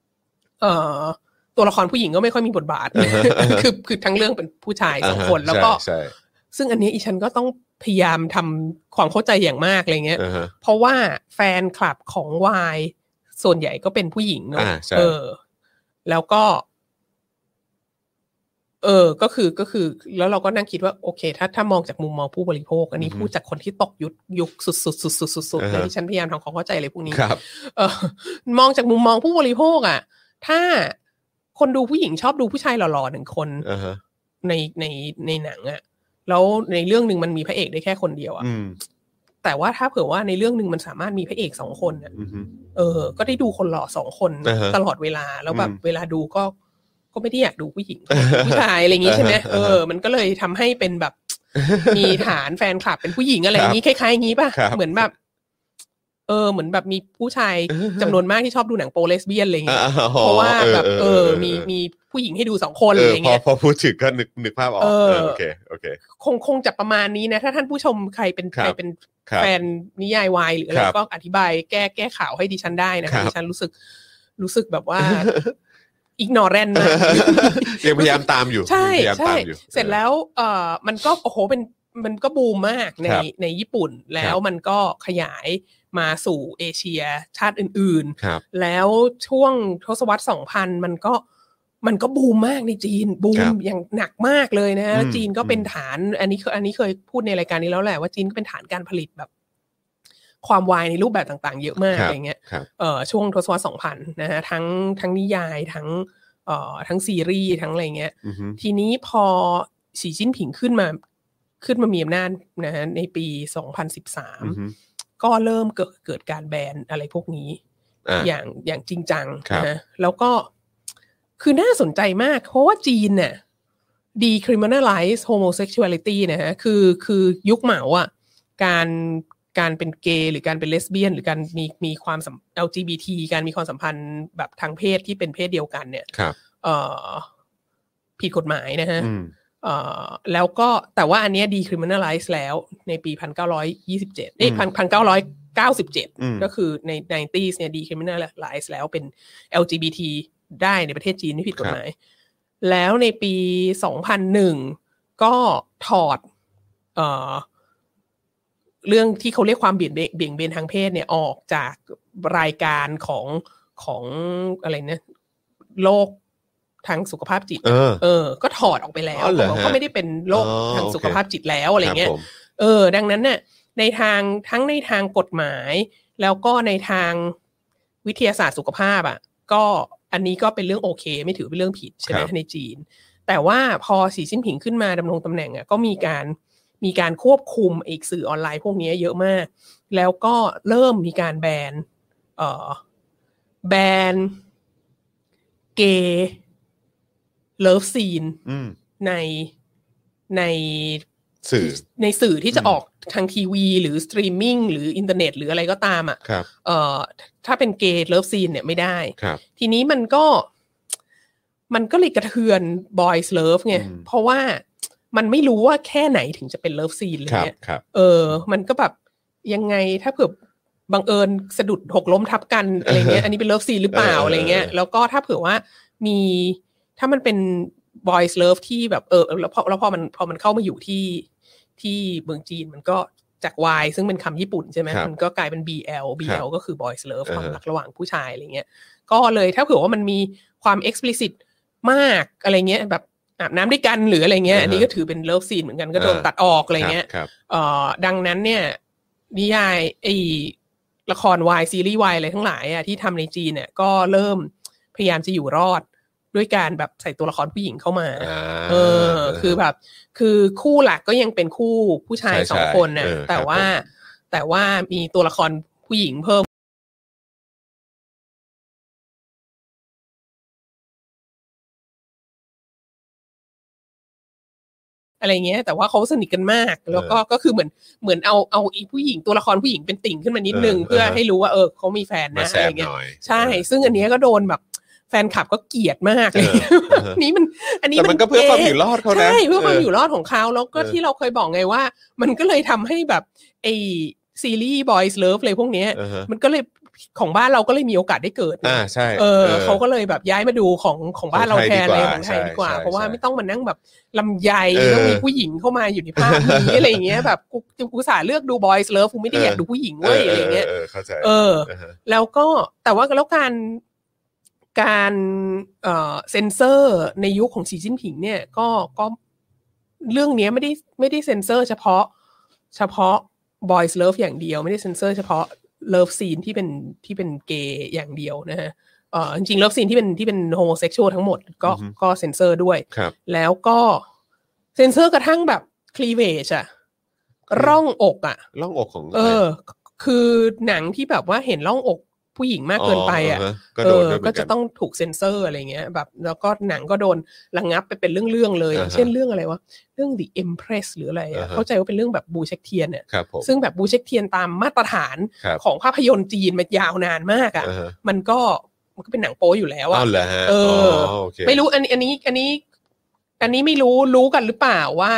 ตัวละครผู้หญิงก็ไม่ค่อยมีบทบาทคือทั้งเรื่องเป็นผู้ชาย2คนแล้วก็ซึ่งอันนี้อีฉันก็ต้องพยายามทำความเข้าใจอย่างมากอะไรเงี้ยเพราะว่าแฟนคลับของวายส่วนใหญ่ก็เป็นผู้หญิงเนาะแล้วก็ก็คือแล้วเราก็นั่งคิดว่าโอเคถ้ามองจากมุมมองผู้บริโภคอันนี้พูดจากคนที่ตกยุคสุดๆเลยที่ฉันพยายามทำความเข้าใจเลยพวกนี้มองจากมุมมองผู้บริโภคอ่ะถ้าคนดูผู้หญิงชอบดูผู้ชายหล่อๆ1คนในหนังอ่ะแล้วในเรื่องนึงมันมีพระเอกได้แค่คนเดียวอ่ะแต่ว่าถ้าเผื่อว่าในเรื่องนึงมันสามารถมีพระเอก2คนเนี่ยก็ได้ดูคนหล่อ2คนตลอดเวลาแล้วแบบเวลาดูก็ไม่ได้อยากดูผู้หญิงผู้ชายอะไรอย่างงี้ใช่ไหมมันก็เลยทำให้เป็นแบบมีฐานแฟนคลับเป็นผู้หญิงอะไรอย่างงี้คล้ายๆอย่างงี้ป่ะเหมือนแบบเหมือนแบบมีผู้ชายจำนวนมากที่ชอบดูหนังโปเลสเบี้ยนอะไรอย่างเงี้ยเพราะว่าแบบมีผู้หญิงให้ดู2คนอะไรอย่างเงี้ยพอพูดถึงก็นึกภาพออกโอเคคงจะประมาณนี้นะถ้าท่านผู้ชมใครเป็นแฟนนิยายวายหรืออะไรก็อธิบายแก้ข่าวให้ดิฉันได้นะคะดิฉันรู้สึกแบบว่าignorant มากยังพยายามตามอยู่ใช่เสร็จแล้วมันก็โอ้โหมันก็บูมมากในญี่ปุ่นแล้วมันก็ขยายมาสู่เอเชียชาติอื่นๆแล้วช่วงทศวรรษ 2000 มันก็บูมมากในจีนบูมอย่างหนักมากเลยนะจีนก็เป็นฐานอันนี้เคยพูดในรายการนี้แล้วแหละว่าจีนก็เป็นฐานการผลิตแบบความวายในรูปแบบต่างๆเยอะมากอย่างเงี้ยช่วงทศวรรษ 2000 นะฮะทั้งนิยายทั้งซีรีส์ทั้งอะไรเงี้ยทีนี้พอสีจิ้นผิงขึ้นมามีอำนาจนะฮะในปี 2013 ก็เริ่มเกิดการแบนอะไรพวกนี้อย่างจริงจังนะฮะแล้วก็คือน่าสนใจมากเพราะว่าจีนเนี่ย decriminalize homosexuality นะฮะคือยุคเหมาอ่ะการเป็นเกย์หรือการเป็นเลสเบี้ยนหรือการมีความLGBT การมีความสัมพันธ์แบบทางเพศที่เป็นเพศเดียวกันเนี่ยผิดกฎหมายนะฮะแล้วก็แต่ว่าอันเนี้ย decriminalize แล้วในปี 1927 1997 ก็คือใน 90s เนี่ย decriminalize แล้วเป็น LGBT ได้ในประเทศจีนไม่ผิดกฎหมายแล้วในปี 2001 ก็ถอดเรื่องที่เขาเรียกความเบี่ยงเบนทางเพศเนี่ยออกจากรายการของอะไรเนี่ยโรคทางสุขภาพจิตก็ถอดออกไปแล้วก็ไม่ได้เป็นโรคทางสุขภาพจิตแล้วอะไรเงี้ยดังนั้นเนี่ยทั้งในทางกฎหมายแล้วก็ในทางวิทยาศาสตร์สุขภาพอ่ะก็อันนี้ก็เป็นเรื่องโอเคไม่ถือเป็นเรื่องผิดใช่ไหมในจีนแต่ว่าพอสีจิ้นผิงขึ้นมาดำรงตำแหน่งอ่ะก็มีการควบคุมอีกสื่อออนไลน์พวกนี้เยอะมากแล้วก็เริ่มมีการแบนเกย์เลิฟซีนในสื่อที่จะออกทางทีวีหรือสตรีมมิ่งหรืออินเทอร์เน็ตหรืออะไรก็ตามอ่ะถ้าเป็นเกย์เลิฟซีนเนี่ยไม่ได้ทีนี้มันก็เลยกระเทือนบอยส์เลิฟไงเพราะว่ามันไม่รู้ว่าแค่ไหนถึงจะเป็นเลิฟซีนเลยเนี่ยมันก็แบบยังไงถ้าเผื่อบังเอิญสะดุดหกล้มทับกันอะไรเงี้ยอันนี้เป็นเลิฟซีนหรือเปล่าอะไรเงี้ยแล้วก็ถ้าเผื่อว่าถ้ามันเป็นบอยส์เลิฟที่แบบแล้วพอมันเข้ามาอยู่ที่เมืองจีนมันก็จาก Y ซึ่งเป็นคำญี่ปุ่นใช่ไหมมันก็กลายเป็น BL ก็คือ boys love ความรักระหว่างผู้ชายอะไรเงี้ยก็เลยถ้าเผื่อว่ามันมีความ explicit มากอะไรเงี้ยแบบอาบน้ำด้วยกันหรืออะไรเงี้ยอันนี้ก็ถือเป็น love scene เหมือนกันก็โดนตัดออกอะไรเงี้ยดังนั้นเนี่ยนิยายละคร Y ซีรีส์ Y อะไรทั้งหลายอ่ะที่ทำในจีนเนี่ยก็เริ่มพยายามจะอยู่รอดด้วยการแบบใส่ตัวละครผู้หญิงเข้ามาคือแบบคือคู่หลักก็ยังเป็นคู่ผู้ชาย2คนน่ะแต่ว่ามีตัวละครผู้หญิงเพิ่มอะไรเงี้ยแต่ว่าเขาสนิทกันมากแล้วก็คือเหมือนเอาอีผู้หญิงตัวละครผู้หญิงเป็นติ่งขึ้นมานิดนึงเพื่อให้รู้ว่าเขามีแฟนนะอะไรเงี้ยใช่ซึ่งอันนี้ก็โดนแบบแฟนคลับก็เกลียดมากเลยอันนี้มันก็เพื่อความอยู่รอดเขานะใช่เพื่อความอยู่รอดของเขาแล้วก็ที่เราเคยบอกไงว่ามันก็เลยทำให้แบบไอซีรีส์ Boys Love อะไรพวกนี้มันก็เลยของบ้านเราก็เลยมีโอกาสได้เกิดใช่เขาก็เลยแบบย้ายมาดูของบ้านเราแทนเลยของไทยดีกว่าเพราะว่าไม่ต้องมานั่งแบบลำไยต้องมีผู้หญิงเข้ามาอยู่ในภาพนี้อะไรเงี้ยแบบกูอุตส่าห์เลือกดู Boys Love กูไม่ได้อยากดูผู้หญิงเว้ยอะไรเงี้ยแล้วก็แต่ว่าแล้วการเซ็นเซอร์ในยุคของสีจิ้นผิงเนี่ยก็เรื่องนี้ไม่ได้เซ็นเซอร์เฉพาะ boys love อย่างเดียวไม่ได้เซ็นเซอร์เฉพาะ love scene ที่เป็นเกย์อย่างเดียวนะฮะจริงๆ love scene ที่เป็น homosexual ทั้งหมดก็เซ็นเซอร์ด้วยแล้วก็เซ็นเซอร์กระทั่งแบบ cleavage อะร่องอกอ่ะร่องอกของคือหนังที่แบบว่าเห็นร่องอกผู้หญิงมากเกินไปอ่ะก็จะต้องถูกเซ็นเซอร์อะไรเงี้ยแบบแล้วก็หนังก็โดนระงับไปเป็นเรื่องเลยเช่นเรื่องอะไรวะเรื่อง The Empress หรืออะไรอ่ะเข้าใจว่าเป็นเรื่องแบบบูเช็คเทียนเนี่ยซึ่งแบบบูเช็คเทียนตามมาตรฐานของภาพยนตร์จีนมายาวนานมากอ่ะมันก็เป็นหนังโป๊อยู่แล้วอ่ะไม่รู้อันนี้ไม่รู้กันหรือเปล่าว่า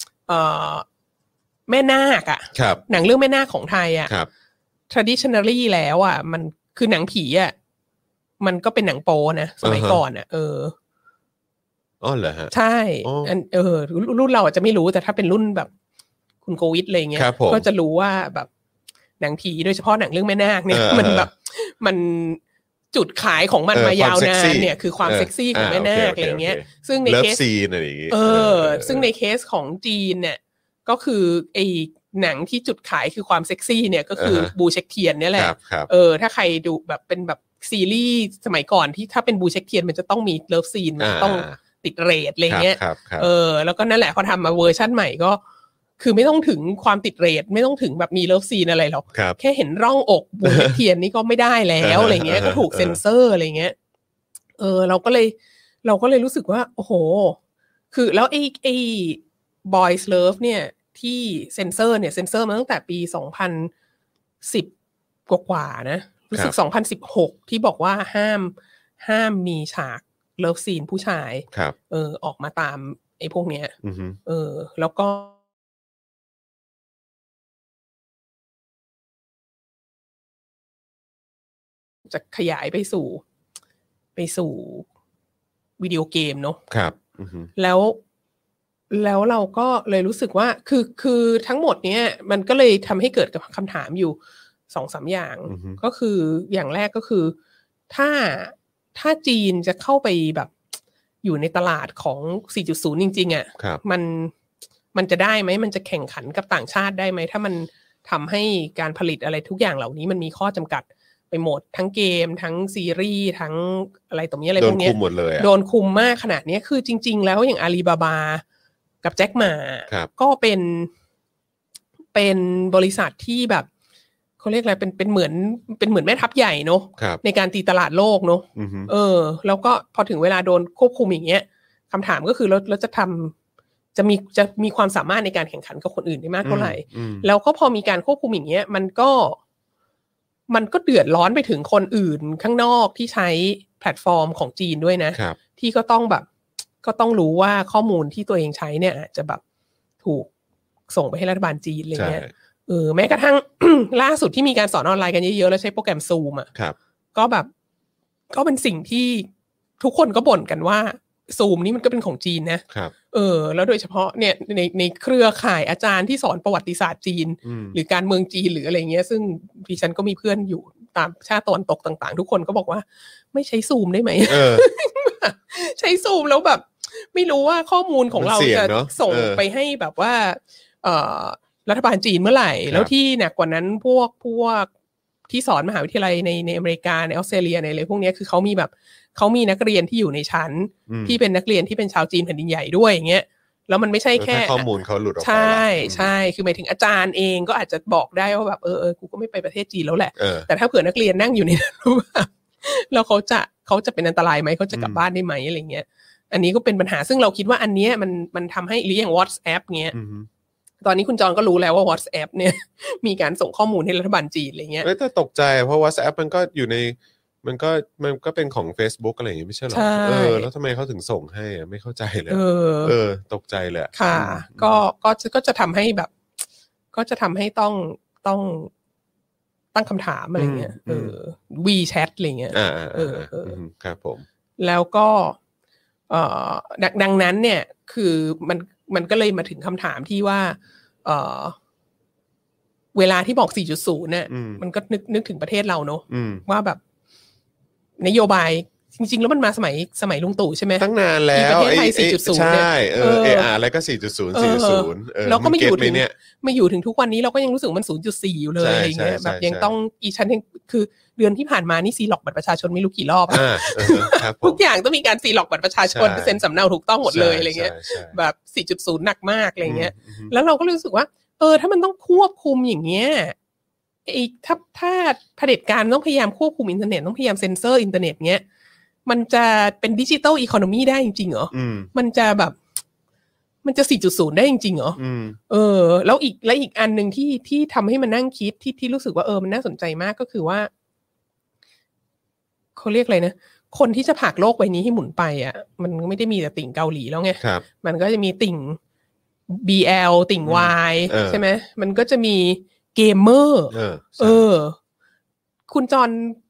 แม่นาคอ่ะหนังเรื่องแม่นาคของไทยอ่ะ traditionally แล้วอ่ะมันคือหนังผีอ่ะมันก็เป็นหนังโป๊นะสมัยก่อนอ่ะอ๋อเหรอฮะใช่รุ่นเราอาจจะไม่รู้แต่ถ้าเป็นรุ่นแบบคุณโควิดอะไรเงี้ยก็จะรู้ว่าแบบหนังผีโดยเฉพาะหนังเรื่องแม่นาคเนี่ยมันแบบมันจุดขายของมันมายาวนานเนี่ยคือความเซ็กซี่ของแม่นาคอะไรเงี้ยซึ่งในเคสซึ่งในเคสของจีนเนี่ยก็คือไอ้หนังที่จุดขายคือความเซ็กซี่เนี่ยก็คือบูเช็คเทียนเนี่ยแหละถ้าใครดูแบบเป็นแบบซีรีส์สมัยก่อนที่ถ้าเป็นบูเช็คเทียนมันจะต้องมีเลิฟซีนมันต้องติดเรทอะไรเงี้ยแล้วก็นั่นแหละพอทำมาเวอร์ชั่นใหม่ก็คือไม่ต้องถึงความติดเรทไม่ต้องถึงแบบมีเลิฟซีนอะไรหรอกแค่เห็นร่องอกบูเช็คเทียนนี่ก็ไม่ได้แล้วอะไรเงี้ยก็ถูกเซ็นเซอร์อะไรเงี้ยเราก็เลยรู้สึกว่าโอ้โหคือแล้วไอ้ Boys Love เนี่ยที่เซ็นเซอร์มาตั้งแต่ปี2010กว่าๆนะรู้สึก2016ที่บอกว่าห้ามมีฉากเลิฟซีนผู้ชายออกมาตามไอ้พวกเนี้ยแล้วก็จะขยายไปสู่วิดีโอเกมเนาะครับแล้วเราก็เลยรู้สึกว่าคือทั้งหมดเนี้ยมันก็เลยทำให้เกิดคำถามอยู่ 2-3 อย่างก็คืออย่างแรกก็คือถ้าจีนจะเข้าไปแบบอยู่ในตลาดของ 4.0 จริงๆอ่ะมันจะได้ไหมมันจะแข่งขันกับต่างชาติได้ไหมถ้ามันทำให้การผลิตอะไรทุกอย่างเหล่านี้มันมีข้อจำกัดไปหมดทั้งเกมทั้งซีรีส์ทั้งอะไรตรงนี้อะไรพวกนี้โดนคุมมากขนาดนี้คือจริงๆแล้วอย่างอาลีบาบากับแจ็คหม่าก็เป็นบริษัทที่แบบเขาเรียกอะไรเป็นเหมือนแม่ทัพใหญ่เนาะในการตีตลาดโลกเนาะแล้วก็พอถึงเวลาโดนควบคุมอย่างเงี้ยคำถามก็คือเราจะมีความสามารถในการแข่งขันกับคนอื่นได้มากเท่าไหร่แล้วก็พอมีการควบคุมอย่างเงี้ยมันก็เดือดร้อนไปถึงคนอื่นข้างนอกที่ใช้แพลตฟอร์มของจีนด้วยนะที่ก็ต้องรู้ว่าข้อมูลที่ตัวเองใช้เนี่ยอาจจะแบบถูกส่งไปให้รัฐบาลจีนอะไรเงี้ยแม้กระทั่ง ล่าสุดที่มีการสอนออนไลน์กันเยอะๆแล้วใช้โปรแกรม Zoom อ่ะก็เป็นสิ่งที่ทุกคนก็บ่นกันว่า Zoom นี่มันก็เป็นของจีนนะแล้วโดยเฉพาะเนี่ยในเครือข่ายอาจารย์ที่สอนประวัติศาสตร์จีนหรือการเมืองจีนหรืออะไรเงี้ยซึ่งดิฉันก็มีเพื่อนอยู่ตามชาติตะวันตกต่างๆทุกคนก็บอกว่าไม่ใช้ Zoom ได้ไหม ใช้ Zoom แล้วแบบไม่รู้ว่าข้อมูลของเราจะส่งไปให้แบบว่ารัฐบาลจีนเมื่อไหร่แล้วที่หนักกว่านั้นพวกที่สอนมหาวิทยาลัยในอเมริกาในออสเตรเลียในอะไรพวกนี้คือเขามีนักเรียนที่อยู่ในชั้นที่เป็นนักเรียนที่เป็นชาวจีนแผ่นดินใหญ่ด้วยอย่างเงี้ยแล้วมันไม่ใช่แค่ข้อมูลเขาหลุดออกไปใช่คือหมายถึงอาจารย์เองก็อาจจะบอกได้ว่าแบบกูก็ไม่ไปประเทศจีนแล้วแหละแต่ถ้าเผื่อนักเรียนนั่งอยู่ในนั้นแล้วเขาจะเป็นอันตรายไหมเขาจะกลับบ้านได้ไหมอะไรเงี้ยอันนี้ก็เป็นปัญหาซึ่งเราคิดว่าอันเนี้ยมันทำให้หรืออย่าง WhatsApp เงี้ยตอนนี้คุณจอนก็รู้แล้วว่า WhatsApp เนี่ยมีการส่งข้อมูลให้รัฐบาลจีนอะไรเงี้ยแต่ตกใจเพราะ WhatsApp มันก็อยู่ในมันก็เป็นของ Facebook อะไรอย่างงี้ไม่ใช่หรอแล้วทำไมเขาถึงส่งให้ไม่เข้าใจเลยตกใจเลยค่ะก็จะทำให้แบบก็จะทำให้ต้องตั้งคำถามอะไรเงี้ยWeChat อะไรเงี้ยครับผมแล้วก็ดังนั้นเนี่ยคือมันก็เลยมาถึงคำถามที่ว่าเวลาที่บอก 4.0 เนี่ยมันก็นึกถึงประเทศเราเนอะว่าแบบนโยบายจริงๆแล้วมันมาสมัยลุงตู่ใช่ไหมตั้งนานแล้วประเทศไทย 4.0 ใช่อะไรก็ 4.0 เราก็ไม่อยู่ถึงทุกวันนี้เราก็ยังรู้สึกมัน 0.4 อยู่เลยอะไรเงี้ยแบบยังต้องฉันคือเดือนที่ผ่านมานี่ซีล็อกบัตรประชาชนไม่รู้กี่รอบทุกอย่างต้องมีการซีล็อกบัตรประชาชนเซ็นสำเนาถูกต้องหมดเลยอะไรเงี้ยแบบ 4.0 หนักมากอะไรเงี้ยแล้วเราก็รู้สึกว่าถ้ามันต้องควบคุมอย่างเงี้ยถ้าเผด็จการต้องพยายามควบคุมอินเทอร์เน็ตต้องพยายามเซ็นเซอร์อินเทอร์เน็ตเงี้ยมันจะเป็นดิจิตอลอีโคโนมีได้จริงๆเหรอมันจะแบบมันจะ 4.0 ได้จริงๆเหรอแล้วอีกอันนึงที่ทำให้มันนั่งคิดที่รู้สึกว่ามันน่าสนใจมากก็คือว่าเขาเรียกอะไรนะคนที่จะผลักโลกใบนี้ให้หมุนไปอ่ะมันไม่ได้มีแต่ติ่งเกาหลีแล้วไงมันก็จะมีติ่ง BL ติ่ง Y ใช่ไหมมันก็จะมีเกมเมอร์คุณจอน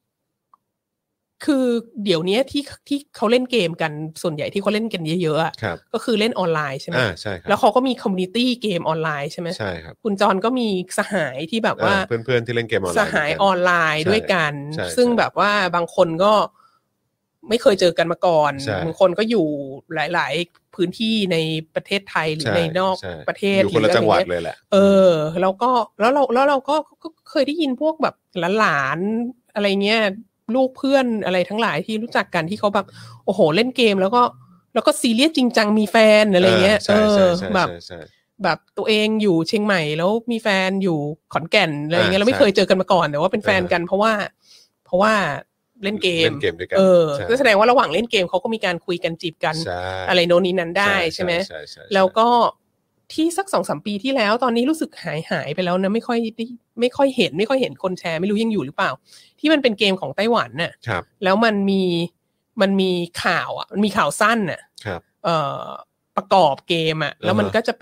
คือเดี๋ยวนี้ที่เขาเล่นเกมกันส่วนใหญ่ที่เขาเล่นกันเยอะๆก็คือเล่นออนไลน์ใช่ไหมใช่ครับแล้วเขาก็มีคอมมูนิตี้เกมออนไลน์ใช่ไหมใช่ครับคุณจอนก็มีสหายที่แบบว่าเพื่อนๆที่เล่นเกมออนไลน์สหายออนไลน์ด้วยกันซึ่งแบบว่าบางคนก็ไม่เคยเจอกันมาก่อนบางคนก็อยู่หลายๆพื้นที่ในประเทศไทยหรือในนอกประเทศอยู่คนละจังหวัดเลยแหละแล้วเราก็เคยได้ยินพวกแบบหลานๆอะไรเงี้ยลูกเพื่อนอะไรทั้งหลายที่รู้จักกันที่เขาแบบโอ้โหเล่นเกมแล้วก็ซีเรียสจริงจังมีแฟนอะไรเงี้ยแบบตัวเองอยู่เชียงใหม่แล้วมีแฟนอยู่ขอนแก่นอะไรเงี้ยแล้วไม่เคยเจอกันมาก่อนแต่ว่าเป็นแฟนกันเพราะว่าเล่นเกมด้วยกันก็แสดงว่าระหว่างเล่นเกมเขาก็มีการคุยกันจีบกันอะไรโน่นนี้นั้นได้ใช่ไหมแล้วก็ที่สัก 2-3 ปีที่แล้วตอนนี้รู้สึกหายไปแล้วนะไม่ค่อยเห็นคนแชร์ไม่รู้ยังอยู่หรือเปล่าที่มันเป็นเกมของไต้หวันน่ะแล้วมันมีข่าวมันมีข่าวสั้นน่ะประกอบเกมอ่ะแล้วมันก็จะ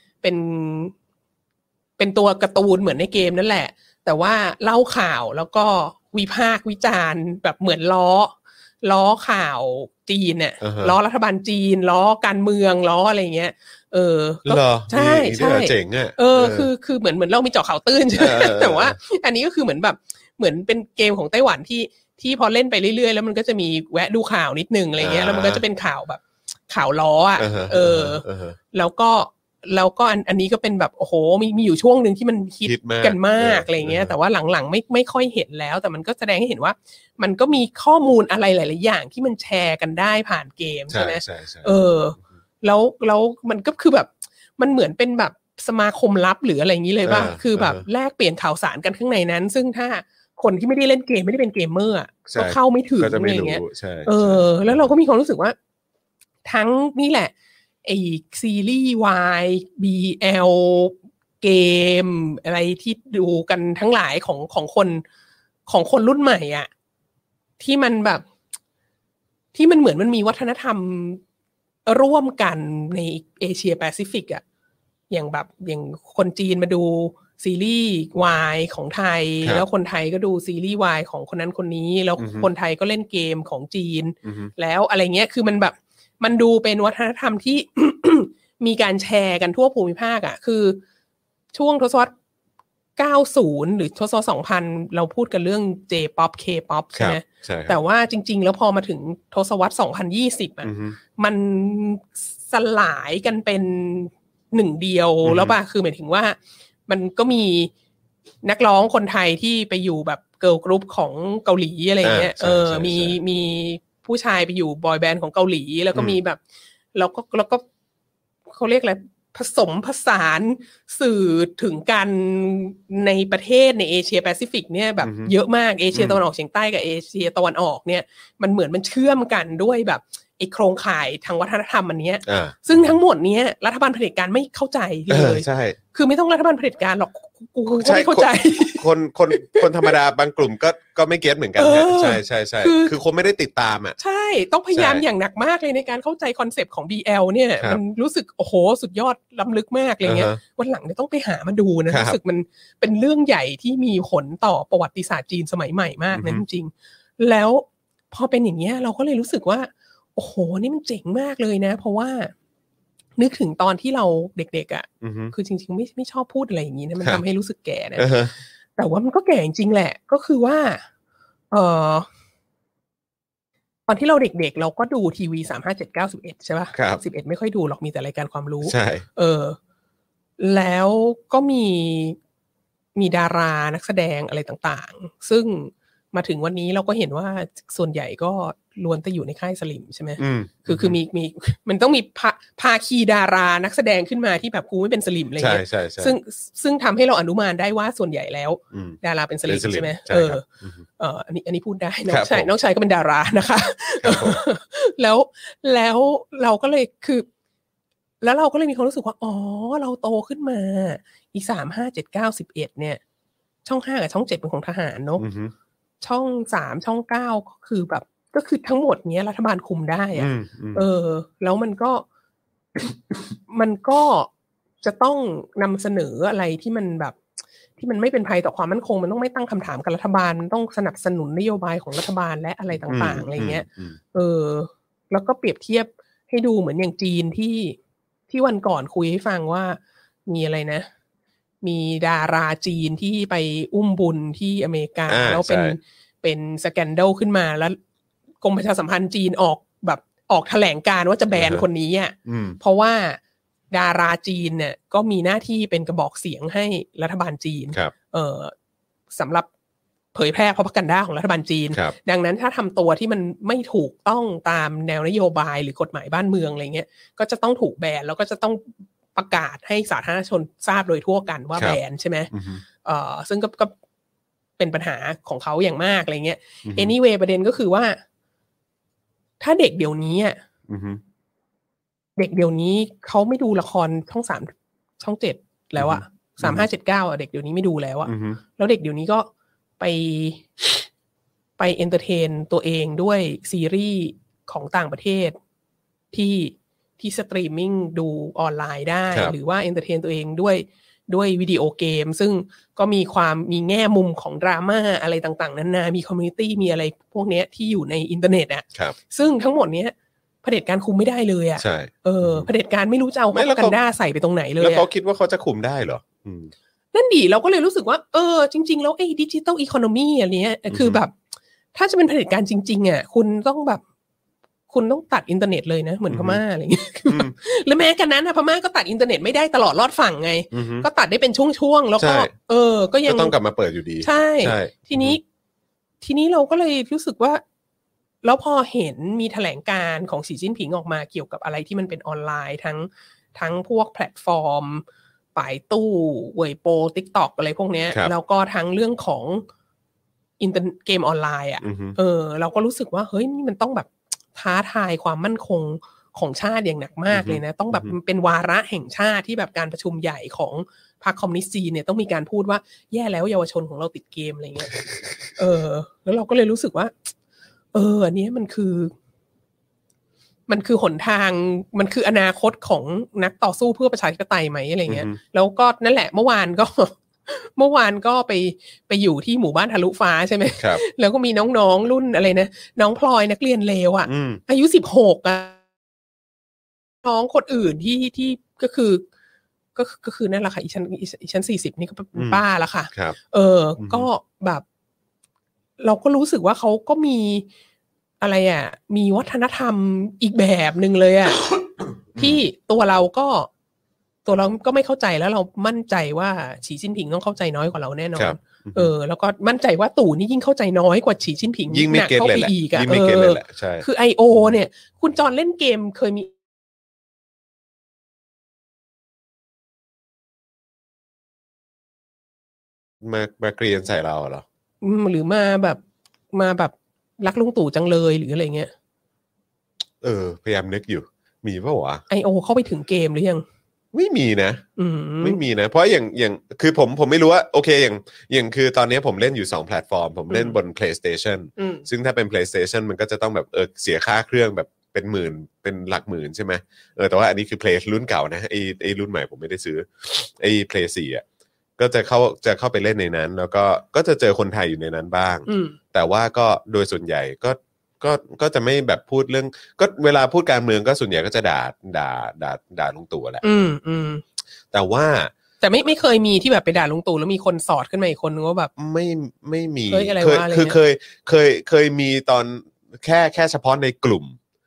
เป็นตัวการ์ตูนเหมือนในเกมนั่นแหละแต่ว่าเล่าข่าวแล้วก็วิพากษ์วิจารณ์แบบเหมือนล้อข่าวจีนเนี่ยล้อรัฐบาลจีนล้อการเมืองล้ออะไรเงี้ยก็ใช่เจ๋งอ่ะคือเหมือนเรามีเจาะข่าวตื้นใช่ไหมแต่ว่าอันนี้ก็คือเหมือนเป็นเกมของไต้หวันที่พอเล่นไปเรื่อยๆแล้วมันก็จะมีแวะดูข่าวนิดนึงอะไรเงี้ยแล้วมันก็จะเป็นข่าวแบบข่าวล้ออ่ะแล้วก็อันนี้ก็เป็นแบบโอ้โหมีอยู่ช่วงนึงที่มันฮิตกันมากอะไรเงี้ยแต่ว่าหลังๆไม่ค่อยเห็นแล้วแต่มันก็แสดงให้เห็นว่ามันก็มีข้อมูลอะไรหลายๆอย่างที่มันแชร์กันได้ผ่านเกมใช่ไหมแล้วมันก็คือแบบมันเหมือนเป็นแบบสมาคมลับหรืออะไรอย่างนี้เลยป่ะคือแบบแลกเปลี่ยนข่าวสารกันข้างในนั้นซึ่งถ้าคนที่ไม่ได้เล่นเกมไม่ได้เป็นเกมเมอร์ก็เข้าไม่ถึงอะไรเงี้ยแล้วเราก็มีความรู้สึกว่าทั้งนี่แหละไอซีรีส์ Y BL เกมอะไรที่ดูกันทั้งหลายของคนรุ่นใหม่อ่ะที่มันแบบที่มันเหมือนมันมีวัฒนธรรมร่วมกันในเอเชียแปซิฟิกอ่ะอย่างคนจีนมาดูซีรีส์ Y ของไทยแล้วคนไทยก็ดูซีรีส์ Y ของคนนั้นคนนี้แล้วคนไทยก็เล่นเกมของจีนแล้วอะไรเงี้ยคือมันแบบมันดูเป็นวัฒนธรรมที่ มีการแชร์กันทั่วภูมิภาคอ่ะคือช่วงทศวรรษ90หรือทศวรรษ2000เราพูดกันเรื่อง J-pop K-pop ใช่ไหมแต่ว่าจริงๆแล้วพอมาถึงทศวรรษ2020อ่ะมันสลายกันเป็นหนึ่งเดียวแล้วป่ะคือหมายถึงว่ามันก็มีนักร้องคนไทยที่ไปอยู่แบบเกิร์ลกรุ๊ปของเกาหลีอะไรเงี้ยมีผู้ชายไปอยู่บอยแบนด์ของเกาหลีแล้วก็มีแบบแล้วก็เขาเรียกอะไรผสมผสานสื่อถึงกันในประเทศในเอเชียแปซิฟิกเนี่ยแบบเยอะมากเอเชียตะวันออกเฉียงใต้กับเอเชียตะวันออกเนี่ยมันเหมือนมันเชื่อมกันด้วยแบบไอ้โครงข่ายทางวัฒนธรรมอันเนี้ยซึ่งทั้งหมดเนี้ยรัฐบาลเผด็จการไม่เข้าใจเลยใช่คือไม่ต้องรัฐบาลเผด็จการหรอกกูก็ไม่เข้าใจคนธรรมดาบางกลุ่มก็ไม่เก็ตเหมือนกันนะใช่คือคนไม่ได้ติดตามอ่ะใช่ต้องพยายามอย่างหนักมากเลยในการเข้าใจคอนเซปต์ของ BL เนี่ยมันรู้สึกโอ้โหสุดยอดล้ำลึกมากอะไรเงี้ยวันหลังเนี่ยต้องไปหามาดูนะรู้สึกมันเป็นเรื่องใหญ่ที่มีผลต่อประวัติศาสตร์จีนสมัยใหม่มากนะจริงๆแล้วพอเป็นอย่างเงี้ยเราก็เลยรู้สึกว่าโอ้โหนี่มันเจ๋งมากเลยนะเพราะว่านึกถึงตอนที่เราเด็กๆอ่ะคือจริงๆไม่ชอบพูดอะไรอย่างนี้นะมันทำให้รู้สึกแก่นะแต่ว่ามันก็แก่จริงแหละก็คือว่าตอนที่เราเด็กๆเราก็ดูทีวี35791ใช่ป่ะ11ไม่ค่อยดูหรอกมีแต่รายการความรู้ใช่แล้วก็มีดารานักแสดงอะไรต่างๆซึ่งมาถึงวันนี้เราก็เห็นว่าส่วนใหญ่ก็ล้วนแต่อยู่ในค่ายสลิมใช่ไหมคือมีมันต้องมีภาคีดารานักแสดงขึ้นมาที่แบบกูไม่เป็นสลิมอะไรเงี้ยซึ่งทำให้เราอนุมานได้ว่าส่วนใหญ่แล้วดาราเป็นสลิมใช่ไหมอันนี้พูดได้น้องชายก็เป็นดารานะคะแล้วเราก็เลยคือแล้วเราก็เลยมีความรู้สึกว่าอ๋อเราโตขึ้นมาอีก3 5 7 9 11เนี่ยช่อง5กับช่อง7เป็นของทหารเนาะช่อง3ช่อง9ก็คือแบบก็คือทั้งหมดเนี้ยรัฐบาลคุมได้อ่ะแล้วมันก็จะต้องนำเสนออะไรที่มันแบบที่มันไม่เป็นภัยต่อความมั่นคงมันต้องไม่ตั้งคำถามกับรัฐบาลมันต้องสนับสนุนนโยบายของรัฐบาลและอะไรต่างๆอะไรเงี้ยแล้วก็เปรียบเทียบให้ดูเหมือนอย่างจีนที่วันก่อนคุยให้ฟังว่ามีอะไรนะมีดาราจีนที่ไปอุ้มบุญที่อเมริกาแล้วเป็นสแกนเดลขึ้นมาแล้วกรมประชาสัมพันธ์จีนออกแถลงการว่าจะแบนคนนี้อ่ะเพราะว่าดาราจีนเนี่ยก็มีหน้าที่เป็นกระบอกเสียงให้รัฐบาลจีนสำหรับเผยแพร่propagandaของรัฐบาลจีนดังนั้นถ้าทำตัวที่มันไม่ถูกต้องตามแนวนโยบายหรือกฎหมายบ้านเมืองอะไรเงี้ยก็จะต้องถูกแบนแล้วก็จะต้องประกาศให้สาธารณชนทราบโดยทั่วกันว่าแบนใช่ไหมซึ่งก็เป็นปัญหาของเขาอย่างมากอะไรเงี้ย anyway ประเด็นก็คือว่าถ้าเด็กเดี๋ยวนี้เด็กเดี๋ยวนี้เขาไม่ดูละครช่อง3ช่อง7แล้วอะ3 5 7 9อะเด็กเดี๋ยวนี้ไม่ดูแล้วอะแล้วเด็กเดี๋ยวนี้ก็ไปเอนเตอร์เทนตัวเองด้วยซีรีส์ของต่างประเทศที่สตรีมมิ่งดูออนไลน์ได้หรือว่าเอนเตอร์เทนตัวเองด้วยวิดีโอเกมซึ่งก็มีแง่มุมของดราม่าอะไรต่างๆนานามีคอมมูนิตี้มีอะไรพวกนี้ที่อยู่ในอินเทอร์เน็ตอ่ะซึ่งทั้งหมดเนี้ยเผด็จการคุมไม่ได้เลยอ่ะเผด็จการไม่รู้จะเอาโปรพาแกนด้าใส่ไปตรงไหนเลยแล้วเขาคิดว่าเขาจะคุมได้เหรอนั่นดิเราก็เลยรู้สึกว่าจริงๆแล้วไอ้ดิจิทัลอีโคโนมีอันเนี้ยคือแบบถ้าจะเป็นเผด็จการจริงๆอ่ะคุณต้องตัดอินเทอร์เน็ตเลยนะเหมือนพม่าอะไรอย่างเงี้ยหรือแม้กันนั้นนะพม่าก็ตัดอินเทอร์เน็ตไม่ได้ตลอดรอดฝั่งไงก็ตัดได้เป็นช่วงๆแล้วก็ก็ยังต้องกลับมาเปิดอยู่ดีใช่ทีนี้เราก็เลยรู้สึกว่าแล้วพอเห็นมีแถลงการของสีจิ้นผิงออกมาเกี่ยวกับอะไรที่มันเป็นออนไลน์ทั้งพวกแพลตฟอร์มป่ายตู้เว่ยโป TikTok อะไรพวกเนี้ยแล้วก็ทั้งเรื่องของเกมออนไลน์อ่ะเราก็รู้สึกว่าเฮ้ยนี่มันต้องแบบท้าทายความมั่นคงของชาติอย่างหนักมากเลยนะต้องแบบเป็นวาระแห่งชาติที่แบบการประชุมใหญ่ของพรรคคอมมิวนิสต์จีนเนี่ยต้องมีการพูดว่าแย่แล้วเยาวชนของเราติดเกมอะไรเงี้ยแล้วเราก็เลยรู้สึกว่าอันนี้มันคือหนทางมันคืออนาคตของนักต่อสู้เพื่อประชาธิปไตยไหมอะไรเงี้ยแล้วก็นั่นแหละเมื่อวานก็ไปอยู่ที่หมู่บ้านทะลุฟ้าใช่ไหมแล้วก็มีน้องๆรุ่นอะไรนะน้องพลอยนักเรียนเลวอ่ะอายุ16อ่ะน้องคนอื่นที่ก็คือนั่นแหละค่ะอีชั้น40นี่ก็เป็นป้าแล้วค่ะก็แบบเราก็รู้สึกว่าเขาก็มีอะไรอ่ะมีวัฒนธรรมอีกแบบนึงเลยอ่ะ ที่ตัวเราก็ไม่เข้าใจแล้วเรามั่นใจว่าฉีจิ้นผิงต้องเข้าใจน้อยกว่าเราแน่นอนแล้วก็มั่นใจว่าตู่นี่ยิ่งเข้าใจน้อยกว่าฉีจิ้นผิงยิ่งไม่เก็ตเลยแหละยิ่งไม่เก็ตเลยแหละใช่คือ IO เนี่ยคุณจอนเล่นเกมเคยมีมาเกรียนใส่เราเหรอหรือมาแบบรักลุงตู่จังเลยหรืออะไรเงี้ยพยายามนึกอยู่มีป่ะวะ IO เข้าไปถึงเกมหรือยังไม่มีนะไม่มีนะเพราะอย่างคือผมไม่รู้ว่าโอเคอย่างคือตอนนี้ผมเล่นอยู่2แพลตฟอร์มผมเล่นบน PlayStation ซึ่งถ้าเป็น PlayStation มันก็จะต้องแบบเสียค่าเครื่องแบบเป็นหมื่นเป็นหลักหมื่นใช่ไหมแต่ว่าอันนี้คือ Play รุ่นเก่านะไอ้รุ่นใหม่ผมไม่ได้ซื้อไอ้ Play 4อ่ะก็จะเข้าไปเล่นในนั้นแล้วก็จะเจอคนไทยอยู่ในนั้นบ้างแต่ว่าก็โดยส่วนใหญ่ก็จะไม่แบบพูดเรื่องก็เวลาพูดการเมืองก็ส่วนใหญ่ก็จะด่าลุงตู่แหละแต่ว่าแต่ไม่เคยมีที่แบบไปด่าลุงตู่แล้วมีคนสอดขึ้นมาอีกคนนึงว่าแบบไม่มีเคยเคยมีตอนแค่เฉพาะในกลุ่ม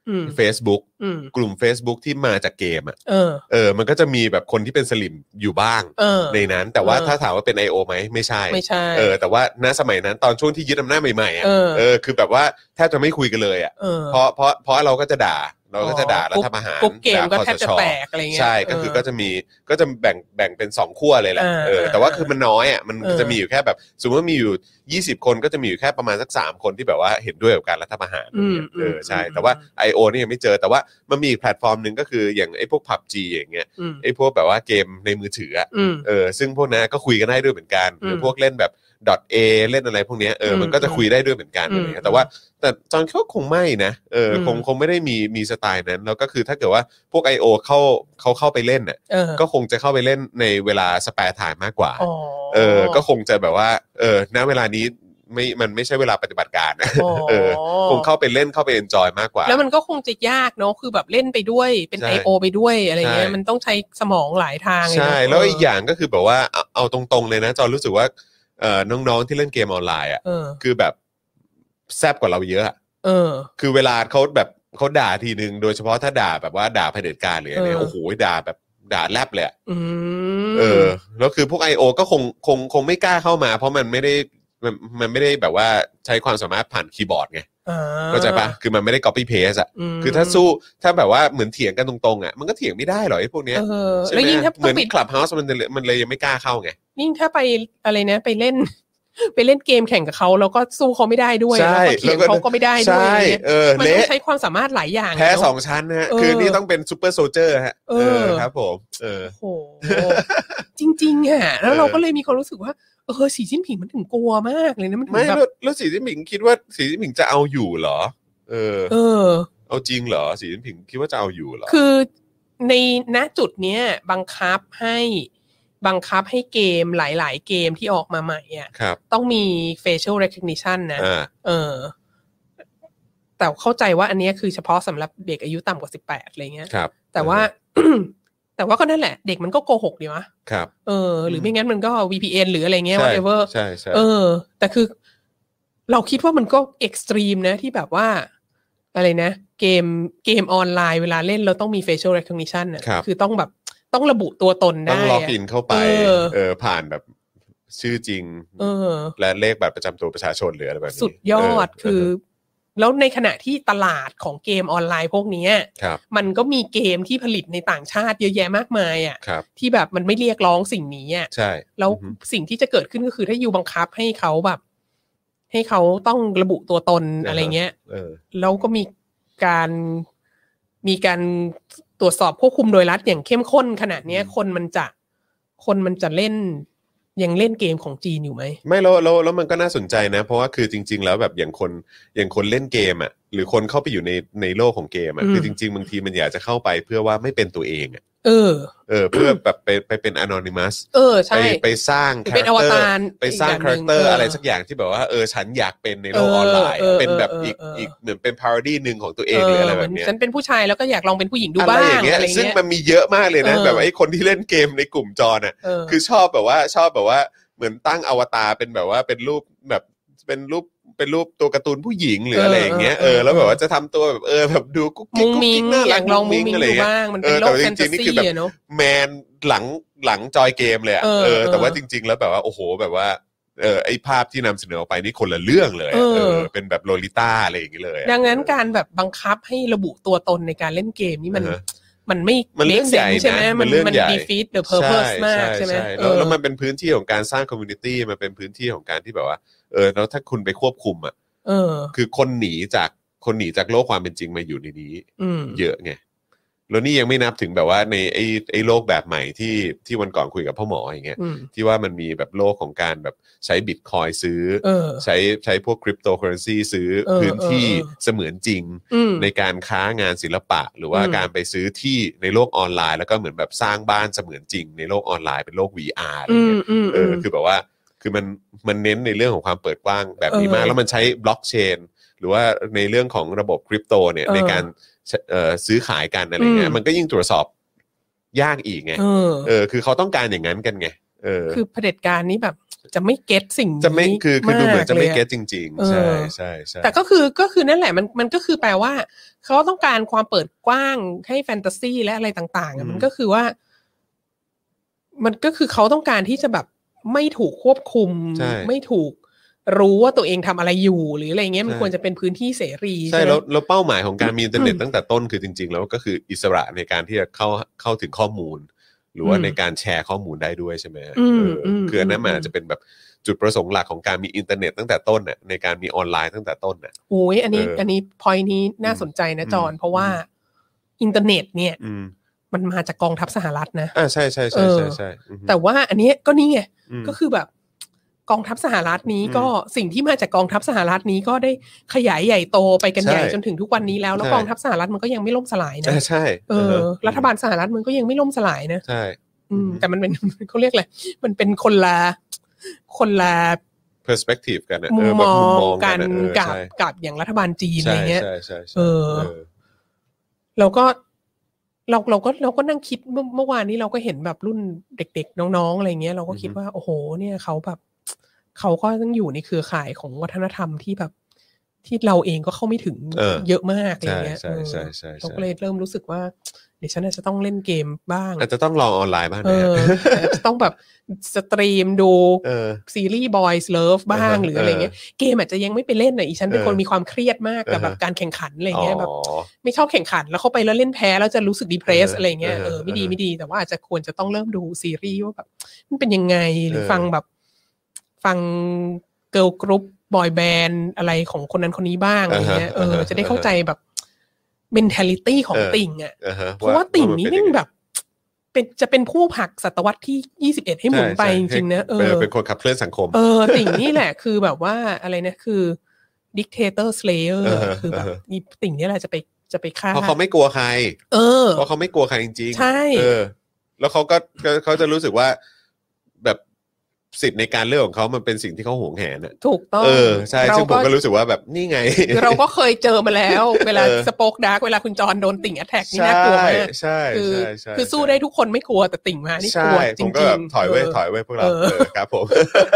Facebook กลุ่ม Facebook ที่มาจากเกมอ่ะมันก็จะมีแบบคนที่เป็นสลิมอยู่บ้างในนั้นแต่ว่าถ้าถามว่าเป็น IO ไหมไม่ใช่แต่ว่าณสมัยนั้นตอนช่วงที่ยึดอำนาจใหม่ๆอ่ะคือแบบว่าแทบจะไม่คุยกันเลยอ่ะเพราะเราก็จะด่ารัฐประหารเกมก็แทบจะแตกอะไรเงี้ยใช่ก็คือก็จะแบ่งเป็น2ขั้วเลยแหละแต่ว่าคือมันน้อยอ่ะมันจะมีอยู่แค่แบบสมมติว่ามีอยู่20คนก็จะมีอยู่แค่ประมาณสัก3คนที่แบบว่าเห็นด้วยกับการรัฐประหารใช่แต่ว่า IO นี่ยังไม่เจอแต่ว่ามันมีแพลตฟอร์มนึงก็คืออย่างไอ้พวก PUBG อย่างเงี้ยไอ้พวกแบบว่าเกมในมือถืออ่ะซึ่งพวกนั้นก็คุยกันได้ด้วยเหมือนกันหรือพวกเล่นแบบ.a เล่นอะไรพวกนี้มันก็จะคุยได้ด้วยเหมือนกันแต่จอนเขาคงไม่นะคงไม่ได้มีสไตล์นั้นแล้วก็คือถ้าเกิดว่าพวก IO เข้าไปเล่นน่ะก็คงจะเข้าไปเล่นในเวลาสแปร์ไทม์มากกว่าก็คงจะแบบว่าณเวลานี้มันไม่ใช่เวลาปฏิบัติการนะคงเข้าไปเล่นเข้าไปเอนจอยมากกว่าแล้วมันก็คงจะยากเนาะคือแบบเล่นไปด้วยเป็น IO ไปด้วยอะไรเงี้ยมันต้องใช้สมองหลายทางใช่แล้วอีกอย่างก็คือแบบว่าเอาตรงๆเลยนะจอนรู้สึกว่าน้องๆที่เล่นเกมออนไลน์อ่ะคือแบบแซ่บกว่าเราเยอะคือเวลาเขาแบบเขาด่าทีนึงโดยเฉพาะถ้าด่าแบบว่าด่าเผด็จการหรืออะไรโอ้โหด่าแบบด่าแลบเลยแล้วคือพวก IO ก็คงไม่กล้าเข้ามาเพราะมันไม่ได้แบบว่าใช้ความสามารถผ่านคีย์บอร์ดไงเข้าใจปะคือมันไม่ได้ copy paste อ่ะคือถ้าแบบว่าเหมือนเถียงกันตรงๆอ่ะมันก็เถียงไม่ได้หรอกไอ้พวกเนี้ยใช่ไหมเหมือนคลับเฮาส์มันเลยยังไม่กล้าเข้าไงยิ่งถ้าไปอะไรนะไปเล่นเกมแข่งกับเขาแล้วก็สู้เขาไม่ได้ด้วยแล้วก็เถียงเขาก็ไม่ได้ด้วยมันต้องใช้ความสามารถหลายอย่างแพ้2ชั้นนะฮะคือนี่ต้องเป็นซูเปอร์โซลเจอร์ฮะครับผมโอ้โหจริงๆอ่ะแล้วเราก็เลยมีความรู้สึกว่าสีจิ้นผิงมันถึงกลัวมากเลยนะมันไม่แล้วสีจิ้นผิงคิดว่าสีจิ้นผิงจะเอาอยู่เหรอเอาจริงเหรอสีจิ้นผิงคิดว่าจะเอาอยู่เหรอคือในณจุดเนี้ยบังคับให้เกมหลายๆเกมที่ออกมาใหม่อ่ะต้องมี facial recognition นะแต่เข้าใจว่าอันนี้คือเฉพาะสำหรับเด็กอายุต่ำกว่า18อะไรเงี้ยแต่ว่า แต่ว่าก็นั่นแหละเด็กมันก็โกหกดีวะหรือไม่งั้นมันก็ VPN หรืออะไรเงี้ย whatever ใช่แต่คือเราคิดว่ามันก็เอ็กซ์ตรีมนะที่แบบว่าอะไรนะเกมออนไลน์เวลาเล่นเราต้องมี facial recognition น่ะคือต้องระบุตัวตนได้ต้องล็อกอินเข้าไปผ่านแบบชื่อจริงและเลขบัตรประจำตัวประชาชนหรืออะไรแบบนี้สุดยอดคือแล้วในขณะที่ตลาดของเกมออนไลน์พวกนี้มันก็มีเกมที่ผลิตในต่างชาติเยอะแยะมากมายอ่ะที่แบบมันไม่เรียกร้องสิ่งนี้อ่ะใช่แล้วสิ่งที่จะเกิดขึ้นก็คือถ้าอยู่บังคับให้เขาแบบให้เขาต้องระบุตัวตนอะไรเงี้ยแล้วก็มีการตรวจสอบควบคุมโดยรัฐอย่างเข้มข้นขนาดนี้คนมันจะเล่นยังเล่นเกมของจีนอยู่ไหมไม่แล้วมันก็น่าสนใจนะเพราะว่าคือจริงๆแล้วแบบอย่างคนเล่นเกมอ่ะหรือคนเข้าไปอยู่ในโลกของเกมอ่ะคือจริงๆบางทีมันอยากจะเข้าไปเพื่อว่าไม่เป็นตัวเองอ่ะเพื่อแบบไปเป็น anonymous ใช่ไปสร้างเป็นอวตารไปสร้างคาแรคเตอร์อะไรสักอย่างที่แบบว่าฉันอยากเป็นในโลกออนไลน์เป็นแบบอีกเหมือนเป็น parody นึงของตัวเองหรืออะไรแบบเนี้ยฉันเป็นผู้ชายแล้วก็อยากลองเป็นผู้หญิงดูบ้างอะไรอย่างเงี้ยซึ่งมันมีเยอะมากเลยนะแบบไอ้คนที่เล่นเกมในกลุ่มจอน่ะคือชอบแบบว่าเหมือนตั้งอวตารเป็นแบบว่าเป็นรูปแบบเป็นรูปตัวการ์ตูนผู้หญิงหรืออะไรอย่างเงี้ยแล้วแบบว่าจะทำตัวแบบแบบดูกุ๊กกิ๊กน่ารักลองมุ้งมิ้งอะไรบ้างมันเป็นโลกแฟนตาซีเนาะแมนหลังจอยเกมเลยแต่ว่าจริงๆแล้วแบบว่าโอ้โหแบบว่าไอ้ภาพที่นำเสนอออกไปนี่คนละเรื่องเลยเป็นแบบโลลิต้าอะไรอย่างเงี้ยเลยดังนั้นการแบบบังคับให้ระบุตัวตนในการเล่นเกมนี่มันไม่เรื่องใหญ่ใช่ไหมมัน defeat the purpose มากใช่ไหมแล้วมันเป็นพื้นที่ของการสร้าง community มันเป็นพื้นที่ของการที่แบบว่าแล้วถ้าคุณไปควบคุมอ่ะคือคนหนีจากโลกความเป็นจริงมาอยู่ในนี้เยอะไงแล้วนี่ยังไม่นับถึงแบบว่าในไอ้โลกแบบใหม่ที่วันก่อนคุยกับพ่อหมออย่างเงี้ยที่ว่ามันมีแบบโลกของการแบบใช้บิตคอยซื้อใช้พวกคริปโตเคอเรนซีซื้อพื้นที่เสมือนจริงในการค้างานศิลปะหรือว่าการไปซื้อที่ในโลกออนไลน์แล้วก็เหมือนแบบสร้างบ้านเสมือนจริงในโลกออนไลน์เป็นโลก VR อะไรเงี้ยคือแบบว่าคือมันเน้นในเรื่องของความเปิดกว้างแบบนี้มากแล้วมันใช้บล็อกเชนหรือว่าในเรื่องของระบบคริปโตเนี่ยในการซื้อขายกันอะไรเงี้ยมันก็ยิ่งตรวจสอบยากอีกไงคือเขาต้องการอย่างนั้นกันไงคือเผด็จการนี้แบบจะไม่เก็ตสิ่งนี้จะไม่คือดูเหมือนจะไม่เก็ตจริงๆใช่ใช่ใช่แต่ก็คือนั่นแหละมันก็คือแปลว่าเขาต้องการความเปิดกว้างให้แฟนตาซีและอะไรต่างๆมันก็คือว่ามันก็คือเขาต้องการที่จะแบบไม่ถูกควบคุมไม่ถูกรู้ว่าตัวเองทำอะไรอยู่หรืออะไรเงี้ยมันควรจะเป็นพื้นที่เสรีใช่แล้วเป้าหมายของการมีอินเทอร์เน็ตตั้งแต่ต้นคือจริงๆแล้วก็คืออิสระในการที่จะเข้าถึงข้อมูลหรือว่าในการแชร์ข้อมูลได้ด้วยใช่ไหมคืออันนั้นมันอาจจะเป็นแบบจุดประสงค์หลักของการมีอินเทอร์เน็ตตั้งแต่ต้นน่ะในการมีออนไลน์ตั้งแต่ต้นน่ะโอ้ยอันนี้พอยนี้น่าสนใจนะจอนเพราะว่าอินเทอร์เน็ตเนี่ยมันมาจากกองทัพสหรัฐนะใช่ใช่ใช่ใช่แต่ว่าอันนี้ก็นี่ไงก็คือแบบกองทัพสหรัฐนี้ก็สิ่งที่มาจากกองทัพสหรัฐนี้ก็ได้ขยายใหญ่โตไปกันใหญ่จนถึงทุกวันนี้แล้วกองทัพสหรัฐมันก็ยังไม่ล่มสลายนะใช่รัฐบาลสหรัฐมันก็ยังไม่ล่มสลายนะใช่แต่มันเป็นเขาเรียกอะไรมันเป็นคนละ perspective กันมุมมองกันกับอย่างรัฐบาลจีนอะไรเงี้ยเราก็นั่งคิดเมื่อวานนี้เราก็เห็นแบบรุ่นเด็กๆน้องๆอะไรเงี้ยเราก็คิดว่าโอ้โหเนี่ยเขาแบบเขาก็ต้องอยู่ในเครือข่ายของวัฒนธรรมที่แบบที่เราเองก็เข้าไม่ถึงเยอะมากอะไรเงี้ยเราก็เลยเริ่มรู้สึกว่าเดี๋ยวฉันอาจจะต้องเล่นเกมบ้างอาจจะต้องลองออนไลน์บ้างนะจะต้องแบบสตรีมดูซีรีส์ Boys Love บ้างหรืออะไรเงี้ยเกมอาจจะยังไม่ไปเล่นอีฉันเป็นคนมีความเครียดมากกับแบบการแข่งขันอะไรเงี้ยแบบไม่ชอบแข่งขันแล้วเข้าไปแล้วเล่นแพ้แล้วจะรู้สึกดีเพรสอะไรเงี้ยไม่ดีแต่ว่าอาจจะควรจะต้องเริ่มดูซีรีส์ว่าแบบมันเป็นยังไงหรือฟังเกิร์ลกรุ๊ปบอยแบนด์อะไรของคนนั้นคนนี้บ้างอะไรเงี้ยจะได้เข้าใจแบบmentality ของติ่งอ่ะเพราะว่าติ่งนี่ยิ่งแบบจะเป็นผู้ผลักศตวรรษที่21ให้หมุนไปจริงๆนะเป็นคนขับเคลื่อนสังคมติ่งนี่แหละคือแบบว่าอะไรนะคือ dictator slayer คือแบบติ่งนี่แหละจะไปฆ่าเพราะเขาไม่กลัวใครเพราะเขาไม่กลัวใครจริงๆใช่แล้วเขาจะรู้สึกว่าแบบสิทธิ์ในการเลือกของเขามันเป็นสิ่งที่เขาหวงแหนถูกต้องใช่ซึ่งผมก็รู้สึกว่าแบบนี่ไงเราก็เคยเจอมาแล้วเวลาสป็อกดาร์กเวลาคุณจอนโดนติ่งแอทแทกนี่น่ากลัวมากใช่คือสู้ได้ทุกคนไม่กลัวแต่ติ่งมานี่กลัวจริงๆถอยไว้พวกเราครับผม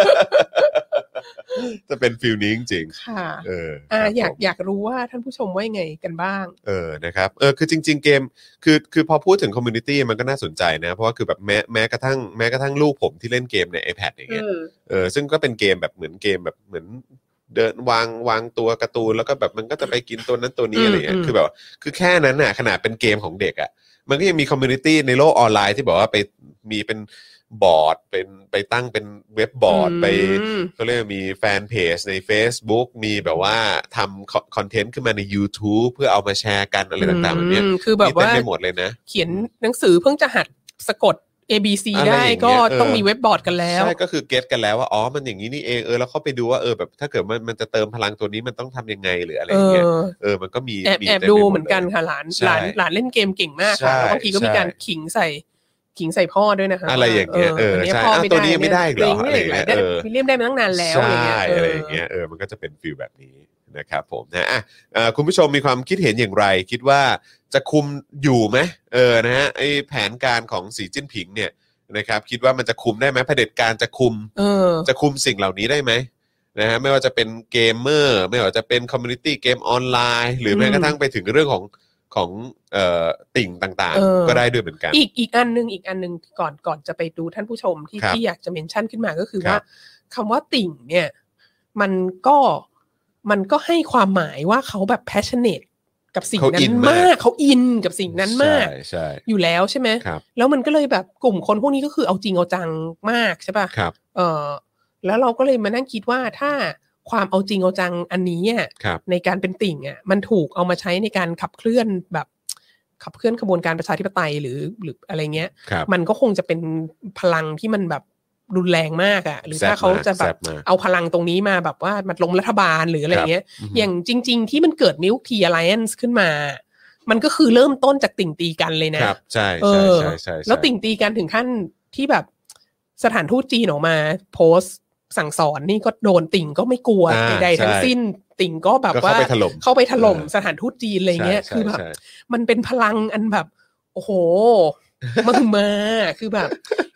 จะเป็นฟีลนี้จริงๆค่ะอยากรู้ว่าท่านผู้ชมว่ายังไงกันบ้างนะครับคือจริงๆเกมคือพอพูดถึงคอมมูนิตี้มันก็น่าสนใจนะเพราะว่าคือแบบแม้กระทั่งลูกผมที่เล่นเกมใน iPad อย่างเงี้ยซึ่งก็เป็นเกมแบบเหมือนเกมแบบเหมือนเดินวางตัวการ์ตูนแล้วก็แบบมันก็จะไปกินตัวนั้นตัวนี้อะไรเงี้ยคือแบบคือแค่นั้นน่ะขนาดเป็นเกมของเด็กอ่ะมันก็ยังมีคอมมูนิตี้ในโลกออนไลน์ที่บอกว่าไปมีเป็นบอร์ดไปตั้งเป็นเว็บบอร์ดไปก็เรียกมีแฟนเพจใน Facebook มีแบบว่าทำคอนเทนต์ขึ้นมาใน YouTube เพื่อเอามาแชร์กันอะไรต่างๆแบบนี้คือแบบว่าไม่หมดเลยนะเขียนหนังสือเพิ่งจะหัดสะกดABC ได้ก็ต้องมีเว็บบอร์ดกันแล้วใช่ก็คือเก็ตกันแล้วว่าอ๋อมันอย่างนี้นี่เองแล้วเข้าไปดูว่าแบบถ้าเกิดมันจะเติมพลังตัวนี้มันต้องทำยังไงหรืออะไรอย่างเงี้ยมันก็มีแอบดูเหมือนกันค่ะหลานเล่นเกมเก่งมากค่ะแล้วบางทีก็มีการขิงใส่พ่อด้วยนะคะอะไรอย่างเงี้ยใช่ตัวนี้ไม่ได้หรออะไรอย่างเงี้ยวิลเลียมได้มาตั้งนานแล้วอะไรอย่างเงี้ยมันก็จะเป็นฟีลแบบนี้นะครับผมนะคุณผู้ชมมีความคิดเห็นอย่างไรคิดว่าจะคุมอยู่ไหมนะฮะไอแผนการของสีจิ้นผิงเนี่ยนะครับคิดว่ามันจะคุมได้ไหมเผด็จการจะคุมสิ่งเหล่านี้ได้ไหมนะฮะไม่ว่าจะเป็นเกมเมอร์ไม่ว่าจะเป็นคอมมูนิตี้เกมออนไลน์หรือแม้กระทั่งไปถึงเรื่องของติ่งต่างๆก็ได้ด้วยเหมือนกันอีกอันนึงก่อนจะไปดูท่านผู้ชมที่อยากจะเมนชั่นขึ้นมาก็คือว่าคำว่าติ่งเนี่ยมันก็ให้ความหมายว่าเขาแบบ passionate กับสิ่งนั้นมากเขาอินกับสิ่งนั้นมากอยู่แล้วใช่ไหมแล้วมันก็เลยแบบกลุ่มคนพวกนี้ก็คือเอาจริงเอาจังมากใช่ป่ะแล้วเราก็เลยมานั่งคิดว่าถ้าความเอาจริงเอาจังอันนี้ในการเป็นติ่งมันถูกเอามาใช้ในการขับเคลื่อนขบวนการประชาธิปไตยหรืออะไรเงี้ยมันก็คงจะเป็นพลังที่มันแบบรุนแรงมากหรือถ้าเขาจะแบบเอาพลังตรงนี้มาแบบว่ามันล้มรัฐบาลหรืออะไรเงี้ยอย่างจริงๆที่มันเกิด Milk Tea Alliance ขึ้นมามันก็คือเริ่มต้นจากติ่งตีกันเลยนะใช่แล้วติ่งตีกันถึงขั้นที่แบบสถานทูตจีนออกมาโพสต์สั่งสอนนี่ก็โดนติ่งก็ไม่กลัวใดๆทั้งสิ้นติ่งก็แบบว่าเข้าไปถล่มสถานทูตจีนอะไรเงี้ยคือแบบมันเป็นพลังอันแบบโอ้โหมาคือแบบ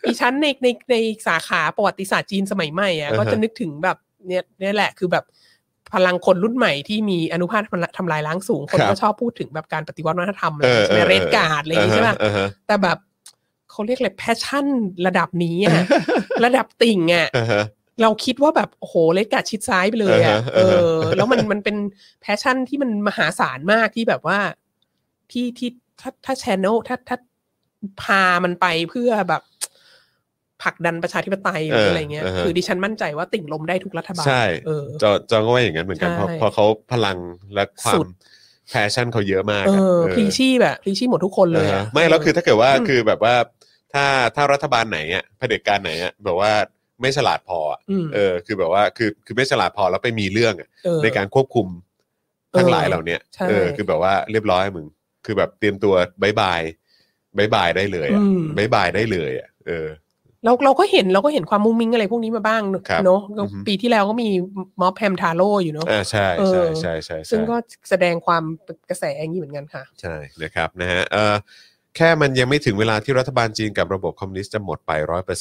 ดิฉันในสาขาประวัติศาสตร์จีนสมัยใหม่อ่ะก็จะนึกถึงแบบเนี่ยแหละคือแบบพลังคนรุ่นใหม่ที่มีอนุภาคทำลายล้างสูงคนก็ชอบพูดถึงแบบการปฏิวัติวัฒนธรรมอะไรใช่ไหมเรดการ์ดอะไรอย่างนี้ใช่ป่ะแต่แบบเขาเรียกอะไรแพชชั่นระดับนี้อ่ะระดับติ่งอ่ะเราคิดว่าแบบโอ้โหเรดการ์ดชิดซ้ายไปเลยอ่ะแล้วมันเป็นแพชชั่นที่มันมหาศาลมากที่แบบว่าที่ถ้า channel ถ้าพามันไปเพื่อแบบผลักดันประชาธิปไตยหรืออะไรเงี้ยคือดิฉันมั่นใจว่าติ่งลมได้ทุกรัฐบาลใช่จองก็ว่าอย่างนั้นเหมือนกันเพราะเขาพลังและความแพชชั่นเขาเยอะมากพลีชี่แบบพลีชี่หมดทุกคนเลยไม่แล้วคือถ้าเกิดว่าคือแบบว่าถ้ารัฐบาลไหนอ่ะเผด็จการไหนอ่ะแบบว่าไม่ฉลาดพอคือแบบว่าคือไม่ฉลาดพอแล้วไปมีเรื่องในการควบคุมทั้งหลายเหล่านี้คือแบบว่าเรียบร้อยมึงคือแบบเตรียมตัวบายบายได้เลยบายบายได้เลยเราก็เห็นความมุ้งมิ้งอะไรพวกนี้มาบ้างเนาะปีที่แล้วก็มีม็อบแฮมทาโร่อยู่เนาะใช่ซึ่งก็แสดงความกระแสอย่างนี้เหมือนกันค่ะใช่นะครับนะฮะแค่มันยังไม่ถึงเวลาที่รัฐบาลจีนกับระบบคอมมิวนิสต์จะหมดไป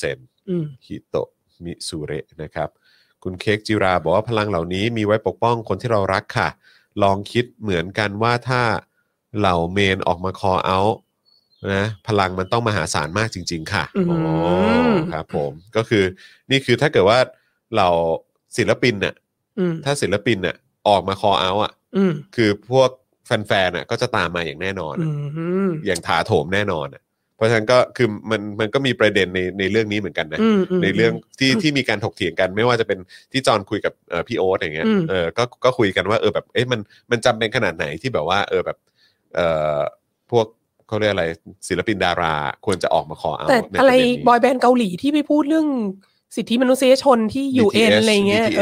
100% ฮิโตะมิซูเระนะครับคุณเค้กจิราบอกว่าพลังเหล่านี้มีไว้ปกป้องคนที่เรารักค่ะลองคิดเหมือนกันว่าถ้าเหล่าเมนออกมาคอเอาท์นะพลังมันต้องมหาศาลมากจริงๆค่ะอ๋อครับผมก็คือนี่คือถ้าเกิดว่าเราศิลปินเนี่ยถ้าศิลปินเนี่ยออกมาคอเอาท์อ่ะคือพวกแฟนๆน่ะก็จะตามมาอย่างแน่นอนอย่างถาโถมแน่นอนเพราะฉะนั้นก็คือมันก็มีประเด็นในเรื่องนี้เหมือนกันนะในเรื่องที่มีการถกเถียงกันไม่ว่าจะเป็นที่จอนคุยกับพี่โอ๊ตอย่างเงี้ยก็คุยกันว่าแบบมันจำเป็นขนาดไหนที่แบบว่าแบบพวกเขาเรียกอะไรศิลปินดาราควรจะออกมาขอเอาแต่อะไรบอยแบนด์เกาหลีที่ไปพูดเรื่องสิทธิมนุษยชนที่ UN อะไรเงี้ย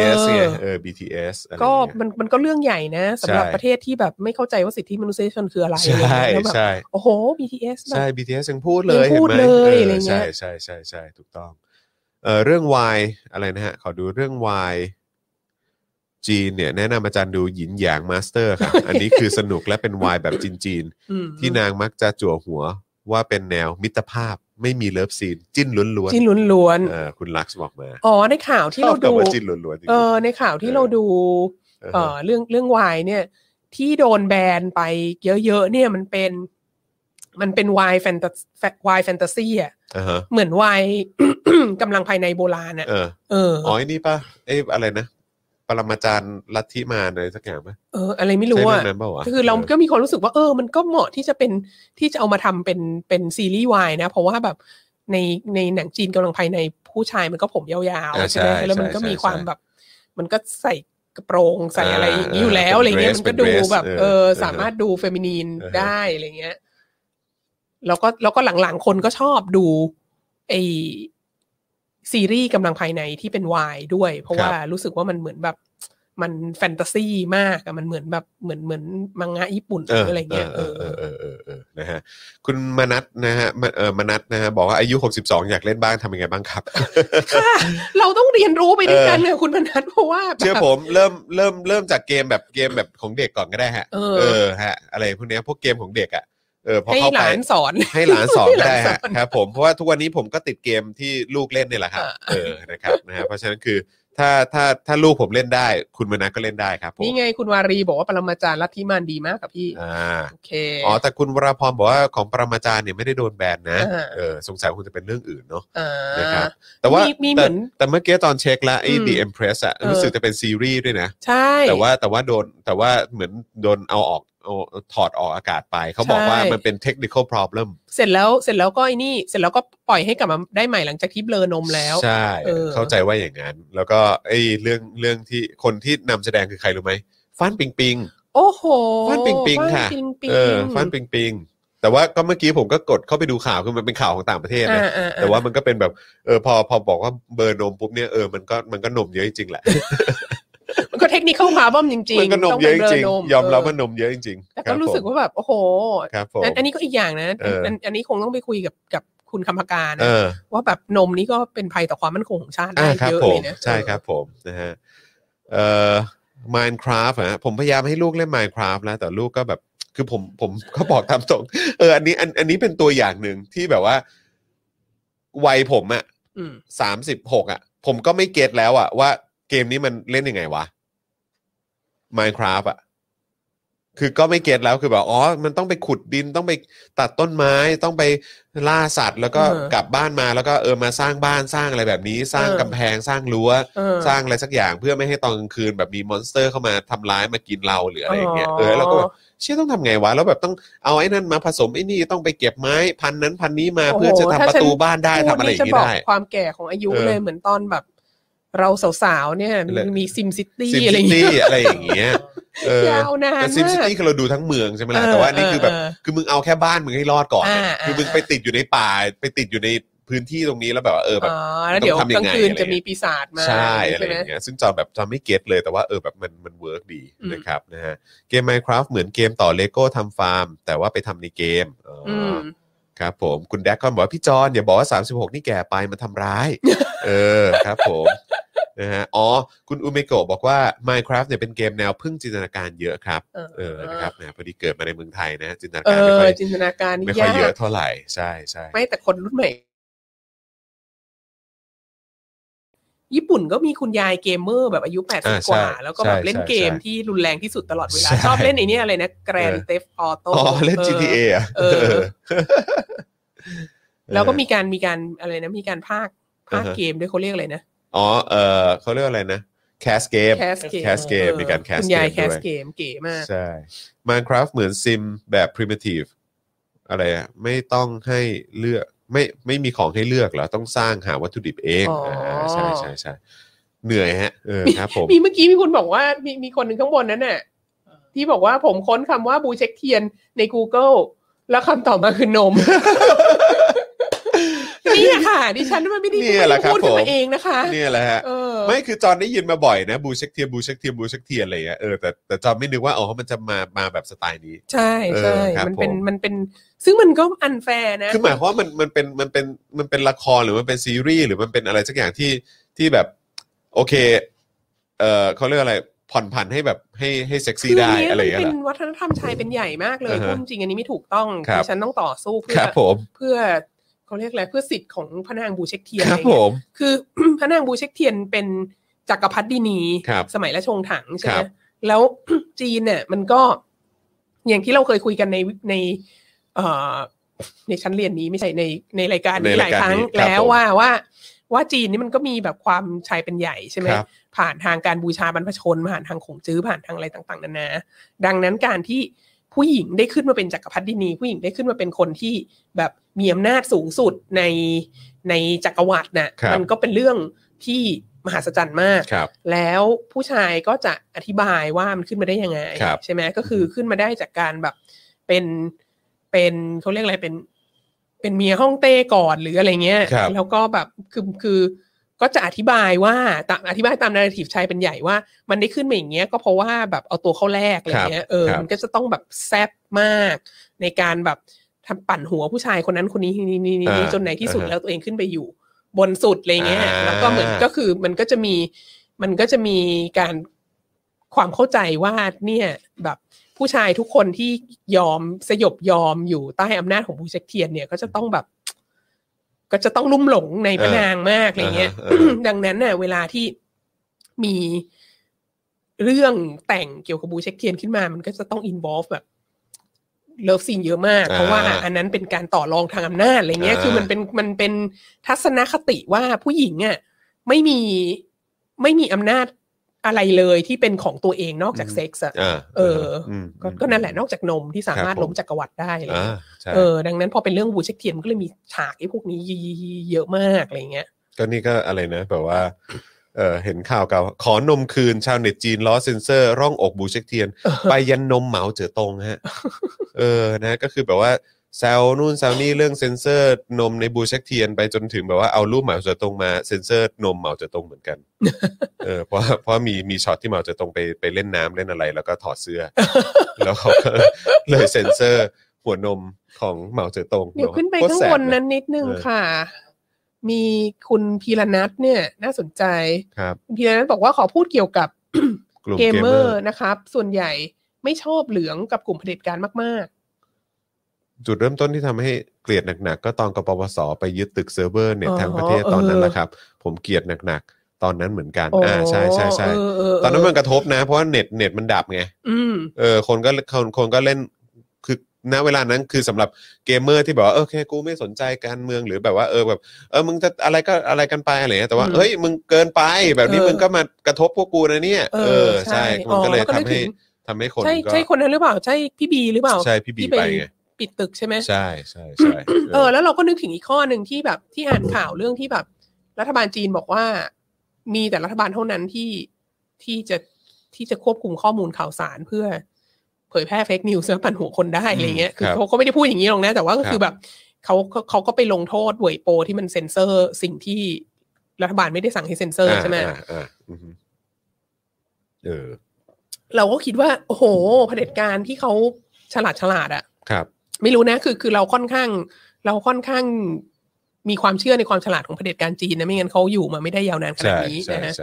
BTS ก็มันก็เรื่องใหญ่นะสำหรับประเทศที่แบบไม่เข้าใจว่าสิทธิมนุษยชนคืออะไรแล้วแบบโอ้โห BTS ใช่ BTS ยังพูดเลยเห็นไหมอะไรเงี้ยใช่ถูกต้องเรื่อง Y อะไรนะฮะขอดูเรื่อง Yจีนเนี่ยแนะนำอาจารย์ดูหยินหยางมาสเตอร์ค่ะอันนี้คือสนุกและเป็นวายแบบจีนๆที่นางมักจะจั่วหัวว่าเป็นแนวมิตรภาพไม่มีเลิฟซีนจิ้นล้วนคุณลักซ์บอกมาอ๋อในข่าวที่เราดูจิ้นล้วนๆในข่าวที่เราดูเรื่องวายเนี่ยที่โดนแบนไปเยอะๆเนี่ยมันเป็นวายแฟนตาซีอ่ะเหมือนวายกำลังภายในโบราณอ่ะอ๋อนี่ป่ะอะไรนะปรมาจารย์ลัทธิมาอะไรสักอย่างป่ะอะไรไม่รู้อ่ะคือเราก็มีความรู้สึกว่ามันก็เหมาะที่จะเอามาทำเป็นซีรีส์วายนะเพราะว่าแบบในหนังจีนกำลังภายในผู้ชายมันก็ผมยาวๆใช่ไหมแล้วมันก็มีความแบบมันก็ใส่กระโปรงใส่อะไรอย่างนี้อยู่แล้วอะไรเงี้ยมันก็ดูแบบสามารถดูเฟมินีนได้อะไรเงี้ยแล้วก็หลังๆคนก็ชอบดูไอซีรีส์กำลังภายในที่เป็นวายด้วยเพราะว่ารู้สึกว่ามันเหมือนแบบมันแฟนตาซีมากอะมันเหมือนแบบเหมือนมังงะญี่ปุ่นอะไรเงี้ยนะฮะคุณมนัทนะฮะมนัทนะฮะบอกว่าอายุ62อยากเล่นบ้างทำยังไงบ้างครับค่ะเราต้องเรียนรู้ไปด้วยกันเนี่ยคุณมนัทเพราะว่าเชื่อผมเริ่มจากเกมแบบของเด็กก่อนก็ได้ฮะฮะอะไรพวกนี้พวกเกมของเด็กอ่ะพอเข้าไปให้หลานสอนก็ได้ครับผมเพราะว่าทุกวันนี้ผมก็ติดเกมที่ลูกเล่นนี่แหละครับนะครับนะฮะเพราะฉะนั้นคือถ้าลูกผมเล่นได้คุณมนัสก็เล่นได้ครับผมนี่ไงคุณวารีบอกว่าปรมาจารย์ลัทธิมารดีมากกับพี่โอเคแต่คุณวราพรบอกว่าของปรมาจารย์เนี่ยไม่ได้โดนแบนนะสงสัยคงจะเป็นเรื่องอื่นเนาะนะครับแต่ว่าแต่เมื่อกี้ตอนเช็คแล้วไอ้ The Empress อ่ะรู้สึกจะเป็นซีรีส์ด้วยนะใช่แต่ว่าเหมือนโดนเอาถอดออกอากาศไปเขาบอกว่ามันเป็น technical problem เสร็จแล้วก็เสร็จแล้วก็ปล่อยให้กลับมาได้ใหม่หลังจากที่เบลอนมแล้วใช่เข้าใจว่าอย่างนั้นแล้วก็ไอ้เรื่องที่คนที่นำแสดงคือใครรู้ไหมฟ้านปิงปิงโอ้โหฟ้านปิงปิงค่ะฟ้านปิงปิงแต่ว่าก็เมื่อกี้ผมก็กดเข้าไปดูข่าวคือมันเป็นข่าวของต่างประเทศนะแต่ว่ามันก็เป็นแบบพอบอกว่าเบอร์นมปุ๊บเนี่ยมันก็นมเยอะจริงๆแหละมันก็เทคนิคเข้าพาบ้อมจริงๆมันก็นมเยอะจริงๆยอมรับว่านมเยอะจริงๆแต่ก็รู้สึกว่าแบบโอ้โหอันนี้ก็อีกอย่างนะอันนี้คงต้องไปคุยกับคุณคำพกานะว่าแบบนมนี้ก็เป็นภัยต่อความมั่นคงของชาติได้เยอะเลยนะใช่ครับผมนะฮะMinecraft อ่ะผมพยายามให้ลูกเล่น Minecraft แล้วแต่ลูกก็แบบคือผมก็บอกตามตรงอันนี้เป็นตัวอย่างหนึ่งที่แบบว่าวัยผมอ่ะ36อ่ะผมก็ไม่เก็ตแล้วอ่ะว่าเกมนี้มันเล่นยังไงวะ Minecraft อ่ะคือก็ไม่เก็ตแล้วคือแบบอ๋อมันต้องไปขุดดินต้องไปตัดต้นไม้ต้องไปล่าสัตว์แล้วก็กลับบ้านมาแล้วก็มาสร้างบ้านสร้างอะไรแบบนี้สร้างกำแพงสร้างรั้วสร้างอะไรสักอย่างเพื่อไม่ให้ตอนกลางคืนแบบมีมอนสเตอร์เข้ามาทำร้ายมากินเราหรืออะไรอย่างเงี้ยแล้วก็แบบเชื่อต้องทำไงวะแล้วแบบต้องเอาไอ้นั่นมาผสมไอ้นี่ต้องไปเก็บไม้พันนั้นพันนี้มาเพื่อจะทำประตูบ้านได้ทำอะไรอย่างงี้ได้ความแก่ของอายุเลยเหมือนตอนแบบเราสาวๆเนี่ยมีซิมซิตี้อะไรอย่างเงี้ยยาวนานมากซิมซิตี้คือเราดูทั้งเมืองใช่ไหมล่ะแต่ว่านี่คือแบบคือมึงเอาแค่บ้านมึงให้รอดก่อนคือมึงไปติดอยู่ในป่าไปติดอยู่ในพื้นที่ตรงนี้แล้วแบบแบบแล้วเดี๋ยวกลางคืนจะมีปีศาจมาใช่อะไรอย่างเงี้ยซึ่งจอแบบจอไม่เก็ตเลยแต่ว่าแบบมันเวิร์กดีนะครับนะฮะเกม Minecraft เหมือนเกมต่อเลโก้ทำฟาร์มแต่ว่าไปทำในเกมครับผมคุณแดกก็บอกว่าพี่จอนอย่าบอกว่า36นี่แก่ไปมันทำร้ายครับผมนะฮะอ๋อคุณอุเมโกะบอกว่า Minecraft เนี่ยเป็นเกมแนวพึ่งจินตนาการเยอะครับนะครับนะพอดีเกิดมาในเมืองไทยนะจินตนาการไม่ค่อยจินตนาการไม่ค่อยเยอะเท่าไหร่ใช่ใช่ไม่แต่คนรุ่นใหม่ญี่ปุ่นก็มีคุณยายเกมเมอร์แบบอายุ80กว่าแล้วก็แบบเล่นเกมที่รุนแรงที่สุดตลอดเวลาชอบเล่นไอ้นี่อะไรนะ Grand Theft Auto เล่น GTA อ่ะแล้วก็มีการอะไรนะมีการภาคเกมด้วยเขาเรียกอะไรนะเขาเรียกอะไรนะแคสเกมมีการแคสเกมด้วยคุณยายแคสเกมเก๋มากใช่ Minecraft เหมือนซิมแบบ primitive อะไรอ่ะไม่ต้องให้เลือกไม่มีของให้เลือกเหรอต้องสร้างหาวัตถุดิบเองใช่เหนื่อยฮะครับผมมีเมื่อกี้มีคนบอกว่ามีคนหนึ่งข้างบนนั้นน่ะที่บอกว่าผมค้นคำว่าบูเช็คเทียนใน Google แล้วคำตอบมาคือนมนี่ค่ะดิฉันไม่ได้พูดขึ้นมาเองนะคะนี่แหละฮะไม่คือจอนได้ยินมาบ่อยนะบูเช็คเทียนอะไรเงี้ยแต่จอนไม่นึกว่ามันจะมาแบบสไตล์นี้ใช่มันเป็นซึ่งมันก็อันแฟร์นะคือหมายความว่ามันเป็นละครหรือมันเป็นซีรีส์หรือมันเป็นอะไรสักอย่างที่แบบโอเคเขาเรียกอะไรผ่อนผันให้แบบให้เซ็กซี่ได้อะไรอย่างเงี้ยเป็นวัฒนธรรมชายเป็นใหญ่มากเลยพูดจริงอันนี้ไม่ถูกต้องดิฉันต้องต่อสู้เพื่อเขาเรียกอะไรเพื่อสิทธิ์ของพระนางบูเช็คเทียนอะไรเงี้ยคือพระนางบูเช็คเทียนเป็นจักรพรรดินีสมัยราชวงศ์ถังใช่ไหมแล้วจีนเนี่ยมันก็อย่างที่เราเคยคุยกันในชั้นเรียนนี้ไม่ใช่ในรายการนี้หลายครั้งแล้วว่าจีนนี่มันก็มีแบบความชายเป็นใหญ่ใช่ไหมผ่านทางการบูชาบรรพชนผ่านทางขงจื้อผ่านทางอะไรต่างๆนานาดังนั้นการที่ผู้หญิงได้ขึ้นมาเป็นจักรพรรดินีผู้หญิงได้ขึ้นมาเป็นคนที่แบบมีอำนาจสูงสุดในจักรวรรดิน่ะมันก็เป็นเรื่องที่มหัศจรรย์มากแล้วผู้ชายก็จะอธิบายว่ามันขึ้นมาได้ยังไงใช่ไหมก็คือขึ้นมาได้จากการแบบเป็นเขาเรียกอะไรเป็นเมียฮ่องเต้ก่อนหรืออะไรเงี้ยแล้วก็แบบคือก็จะอธิบายตามนาราทีฟชายเป็นใหญ่ว่ามันได้ขึ้นมาอย่างเงี้ยก็เพราะว่าแบบเอาตัวเข้าแลกอะไรเงี้ยมันก็จะต้องแบบแซ่บมากในการแบบทำปั่นหัวผู้ชายคนนั้นคนนี้นี่จนในที่สุดแล้วตัวเองขึ้นไปอยู่บนสุดอะไรเงี้ยแล้วก็เหมือนก็คือมันก็จะมีการความเข้าใจว่าเนี่ยแบบผู้ชายทุกคนที่สยบยอมอยู่ใต้อำนาจของบูเช็คเทียนเนี่ยก็จะต้องลุ่มหลงในพระนางมากอะไรเงี้ยดังนั้นน่ะเวลาที่มีเรื่องแต่งเกี่ยวกับบูเช็คเทียนขึ้นมามันก็จะต้องอินวอล์ฟแบบเลิฟซีนเยอะมากเพราะว่าอันนั้นเป็นการต่อรองทางอำนาจอะไรเงี้ยคือมันเป็นทัศนคติว่าผู้หญิงอ่ะไม่มีอำนาจอะไรเลยที่เป็นของตัวเองนอกจากเซ็กส์ก็นั่นแหละนอกจากนมที่สามารถล้มจักรวรรดิได้เลยดังนั้นพอเป็นเรื่องบูเช็คเทียนมันก็เลยมีฉากไอ้พวกนี้เยอะมากอะไรเงี้ยก็นี่ก็อะไรนะแบบว่าเห็นข่าวเก่าขอนมคืนชาวเน็ตจีนล้อเซ็นเซอร์ร่องอกบูเช็คเทียนไปยันนมเหมาเจ๋อตงฮะนะก็คือแบบว่าแซวนู่นแซวนี่เรื่องเซ็นเซอร์นมในบูเช็คเทียนไปจนถึงแบบว่าเอารูปเหมาเจ๋อตงมาเซ็นเซอร์นมเหมาเจ๋อตงเหมือนกันเพราะมีช็อตที่เหมาเจ๋อตงไปเล่นน้ำเล่นอะไรแล้วก็ถอดเสื้อแล้วเขาเลยเซ็นเซอร์หัวนมของเหมาเจ๋อตงเดี๋ยวขึ้นไปข้างบนนั้นนิดนึงค่ะมีคุณพีรนัทเนี่ยน่าสนใจคุณพีรนัทบอกว่าขอพูดเกี่ยวกับเกมเมอร์นะครับส่วนใหญ่ไม่ชอบเหลืองกับกลุ่มเผด็จการมากจุดเริ่มต้นที่ทำให้เกลียดหนักๆก็ตอนกปปสไปยึดตึกเซิร์ฟเวอร์เน็ตทั้งประเทศตอนนั้นแหละครับผมเกลียดหนักๆตอนนั้นเหมือนกันใช่ตอนนั้นมันกระทบนะเพราะว่าเน็ตมันดับไงคนก็เล่นคือณเวลานั้นคือสำหรับเกมเมอร์ที่แบบว่าโอเคกูไม่สนใจการเมืองหรือแบบว่าแบบมึงจะอะไรก็อะไรกันไปอะไรเงี้ยแต่ว่าเฮ้ยมึงเกินไปแบบนี้มึงก็มากระทบพวกกูนะเนี่ยใช่มันก็เลยทำให้คนก็ใช่คนนั้นหรือเปล่าใช่พี่บีหรือเปล่าใช่พี่บีไปไงปิดตึกใช่ไหมใช่แล้วเราก็นึกถึงอีกข้อหนึ่งที่แบบที่อ่านข่าวเรื่องที่แบบรัฐบาลจีนบอกว่ามีแต่รัฐบาลเท่านั้นที่จะควบคุมข้อมูลข่าวสารเพื่อเผยแพร่เฟกนิวส์และปั่นหัวคนได้อะไรเงี้ยคือเขาก็ไม่ได้พูดอย่างนี้หรอกนะแต่ว่าก็คือแบบเขาก็ไปลงโทษเว่ยโปที่มันเซ็นเซอร์สิ่งที่รัฐบาลไม่ได้สั่งให้เซ็นเซอร์ใช่ไหมเราก็คิดว่าโอ้โหเผด็จการที่เขาฉลาดอ่ะครับไม่รู้นะคือเราค่อนข้างมีความเชื่อในความฉลาดของเผด็จการจีนนะไม่งั้นเขาอยู่มาไม่ได้ยาวนานขนาดนี้นะฮะ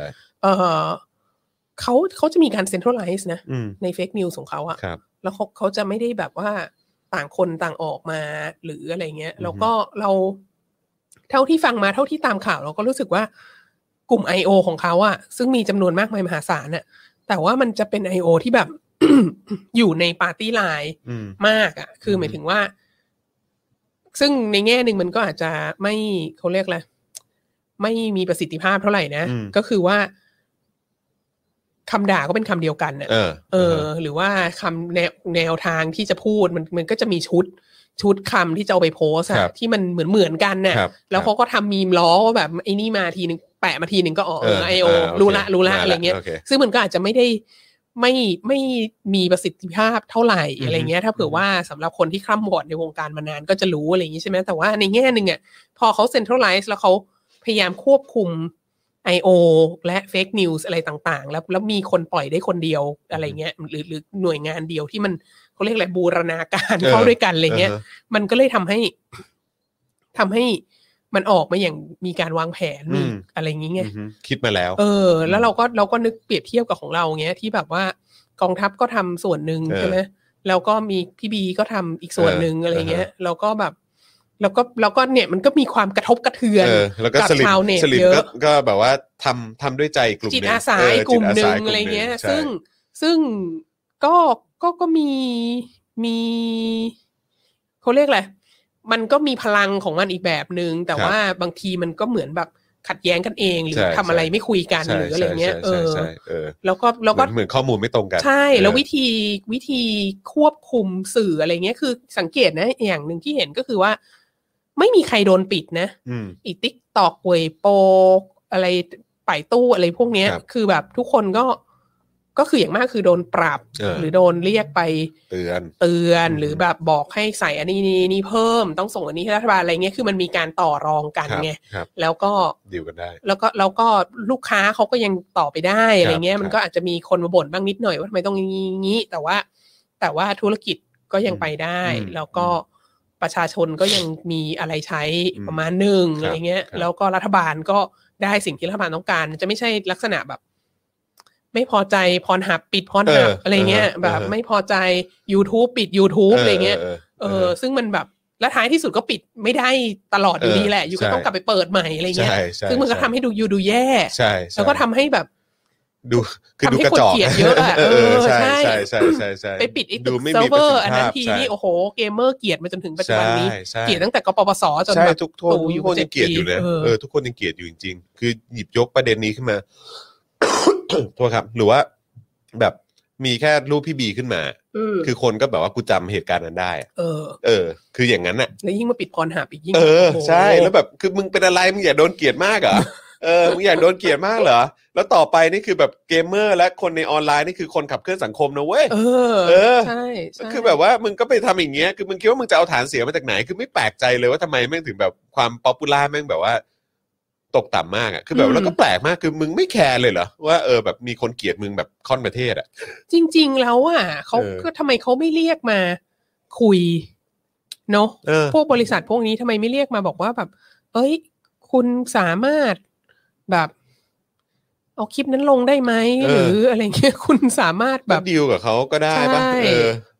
เขาจะมีการเซ็นทรัลไลซ์นะในเฟกนิวส์ของเขาอะแล้วเขาจะไม่ได้แบบว่าต่างคนต่างออกมาหรืออะไรเงี้ยแล้วก็เราเท่าที่ฟังมาเท่าที่ตามข่าวเราก็รู้สึกว่ากลุ่ม I.O. ของเขาอะซึ่งมีจำนวนมากมายมหาศาลอะแต่ว่ามันจะเป็น I.O. ที่แบบ อยู่ในปาร์ตี้ไลน์มากอ่ะคือหมายถึงว่าซึ่งในแง่หนึ่งมันก็อาจจะไม่เขาเรียกอะไรไม่มีประสิทธิภาพเท่าไหร่นะก็คือว่าคำด่าก็เป็นคำเดียวกันน่ะหรือว่าคำแนวทางที่จะพูดมันก็จะมีชุดคำที่จะเอาไปโพสอะที่มันเหมือนกันน่ะแล้วเขาก็ทำมีมล้อว่าแบบไอ้นี่มาทีนึงแปะมาทีนึงก็I.O. รู้ละอะไรเงี้ยซึ่งมันก็อาจจะไม่ได้ไม่มีประสิทธิภาพเท่าไหร่อะไรเงี้ยถ้าเผื่อว่าสำหรับคนที่คร่ำวอดในวงการมานานก็จะรู้อะไรอย่างงี้ใช่ไหมแต่ว่าในแง่นึงอ่ะพอเขาเซ็นทรัลไลซ์แล้วเขาพยายามควบคุม I.O. และเฟกนิวส์อะไรต่างๆแล้วมีคนปล่อยได้คนเดียวอะไรเงี้ยหรือหน่วยงานเดียวที่มันเขาเรียกอะไรบูรณาการเข้าด้วยกันอะไรเงี้ยมันก็เลยทำให้มันออกมาอย่างมีการวางแผนมีอะไรอย่างเงี้ยคิดมาแล้วแล้วเราก็นึกเปรียบเทียบกับของเราเงี้ยที่แบบว่ากองทัพก็ทำส่วนหนึ่งใช่ไหมแล้วก็มีพี่บีก็ทำอีกส่วนหนึ่งอะไรเงี้ยแล้วก็แบบแล้วก็เนี่ยมันก็มีความกระทบกระเทือนกับชาวเน็ตเยอะก็แบบว่าทำด้วยใจกลุ่มจิตอาสากลุ่มนึงอะไรเงี้ยซึ่งก็มีเขาเรียกอะไรมันก็มีพลังของมันอีกแบบนึงแต่ว่าบางทีมันก็เหมือนแบบขัดแย้งกันเองหรือทำอะไรไม่คุยกันหรืออะไรเงี้ยแล้วก็เหมือนข้อมูลไม่ตรงกันใช่แล้ววิธีควบคุมสื่ออะไรเงี้ยคือสังเกตนะอย่างนึงที่เห็นก็คือว่าไม่มีใครโดนปิดนะอี TikTok เว่ยโปอะไรป่ายตู้อะไรพวกเนี้ยคือแบบทุกคนก็คืออย่างมากคือโดนปรับหรือโดนเรียกไปเตือนหรือแบบบอกให้ใส่อันนี้เพิ่มต้องส่งอันนี้ให้รัฐบาลอะไรเงี้ยคือมันมีการต่อรองกันไงแล้วก็ดีลกันได้แล้วก็ลูกค้าเขาก็ยังต่อไปได้อะไรเงี้ยมันก็อาจจะมีคนมาบ่นบ้างนิดหน่อยว่าทำไมต้องงี้แต่ว่าธุรกิจก็ยังไปได้แล้วก็ประชาชนก็ยังมีอะไรใช้ประมาณนึงอะไรเงี้ยแล้วก็รัฐบาลก็ได้สิ่งที่รัฐบาลต้องการจะไม่ใช่ลักษณะแบบไม่พอใจพรหับปิดพรหับอะไรเงี้ยแบบไม่พอใจ YouTube ปิด YouTube อะไรเงี้ยซึ่งมันแบบและท้ายที่สุดก็ปิดไม่ได้ตลอดอยู่ดีแหละอยู่ก็ต้องกลับไปเปิดใหม่อะไรเงี้ยซึ่งมันก็ทำให้ดูแย่แล้วก็ทำให้แบบดูคือดูกระจอกเกลียดเยอะอ่ะใช่ไปปิดไอ้ตึกเซิร์ฟเวอร์อันนั้นทีนี่โอ้โหเกมเมอร์เกลียดมาจนถึงปัจจุบันนี้เกลียดตั้งแต่กปปสจนแบบทุกคนยังเกลียดอยู่นะทุกคนยังเกลียดอยู่จริงๆคือหยิบยกประเด็นนี้ขึ้นมาโทษครับหรือว่าแบบมีแค่รูปพี่บีขึ้นมาคือคนก็แบบว่ากูจำเหตุการณ์นั้นได้คืออย่างนั้นน่ะแล้วยิ่งมาปิดพรหับอีกยิ่งใช่แล้วแบบคือมึงเป็นอะไรมึงอยากโดนเกลียดมากเหรอมึงอยากโดนเกลียดมากเหรอแล้วต่อไปนี่คือแบบเกมเมอร์และคนในออนไลน์นี่คือคนขับเคลื่อนสังคมนะเว้ยใช่คือแบบว่ามึงก็ไปทำอย่างเงี้ยคือมึงคิดว่ามึงจะเอาฐานเสียงมาจากไหนคือไม่แปลกใจเลยว่าทำไมแม่งถึงแบบความป๊อปปูล่าแม่งแบบว่าตกต่ำมากอ่ะคือแบบแล้วก็แปลกมากคือมึงไม่แคร์เลยเหรอว่าแบบมีคนเกลียดมึงแบบค่อนประเทศอ่ะจริงๆแล้วอ่ะเขาก็ทำไมเขาไม่เรียกมาคุยเนาะพวกบริษัทพวกนี้ทำไมไม่เรียกมาบอกว่าแบบเอ้ยคุณสามารถแบบเอาคลิปนั้นลงได้ไหมหรืออะไรเงี้ยคุณสามารถแบบดีลกับเขาก็ได้ป่ะ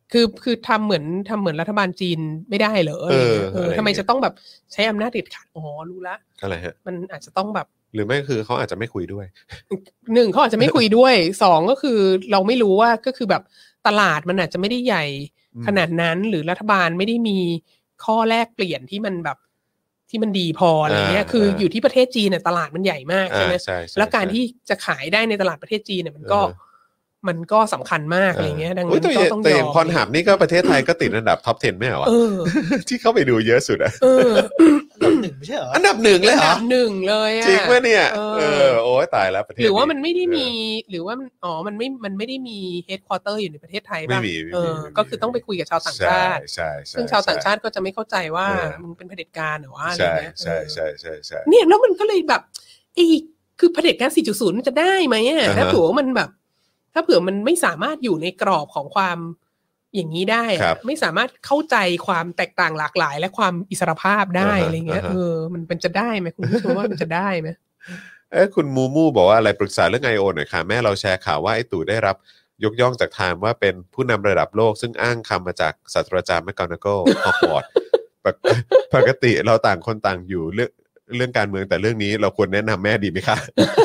คือทำเหมือนรัฐบาลจีนไม่ได้เหรอทำไมจะต้องแบบใช้อำนาจเด็ดขาดอ๋อรู้ละอะไรฮะมันอาจจะต้องแบบหรือไม่คือเขาอาจจะไม่คุยด้วย 1เขาอาจจะไม่คุยด้วย2ก็คือเราไม่รู้ว่าก็คือแบบตลาดมันอาจจะไม่ได้ใหญ่ขนาดนั้นหรือรัฐบาลไม่ได้มีข้อแลกเปลี่ยนที่มันแบบที่มันดีพออะไรเงี้ยคืออยู่ที่ประเทศจีนเนี่ยตลาดมันใหญ่มากใช่ไหมแล้วการที่จะขายได้ในตลาดประเทศจีนเนี่ยมันก็สำคัญมากอะไรเงี้ยดังนั้นก็ต้องยอมพรหับนี่ก็ประเทศไทยก็ติดอันดับท็อป 10ไม่เหรอวะที่เข้าไปดูเยอะสุดอ่ะอันดับ 1ไม่ใช่เหรออันดับ 1เลยเหรออันดับ 1เลยอ่ะจริงป่ะเนี่ยโอ้ยตายแล้วประเทศหรือว่ามันไม่ได้มีหรือว่ามันไม่ได้มีเฮดควอเตอร์อยู่ในประเทศไทยป่ะก็คือต้องไปคุยกับชาวต่างชาติซึ่งชาวต่างชาติก็จะไม่เข้าใจว่ามึงเป็นเผด็จการหรือว่าอะไรเงี้ยใช่เนี่ยแล้วมันก็เลยแบบคือเผด็จการ 4.0 มันจะได้ไหมอ่ะถ้าเผื่อว่ามันแบบถ้าเผื่อมันไม่สามารถอยู่ในกรอบของความอย่างนี้ได้ไม่สามารถเข้าใจความแตกต่างหลากหลายและความอิสรภาพได้อะไรเงี้ยมันเป็นจะได้ไหมคุณผู้ชมว่ามันจะได้ไหมคุณมูมูบอกว่าอะไรปรึกษาเรื่อง IO หน่อยค่ะแม่เราแชร์ข่าวว่าไอ้ตู่ได้รับยกย่องจากไทม์ว่าเป็นผู้นำระดับโลกซึ่งอ้างคำมาจากศาสตราจารย์แมคกอนาโกลฮอกวอตส์ปกติเราต่างคนต่างอยู่เรื่องการเมืองแต่เรื่องนี้เราควรแนะนำแม่ดีไหมคะ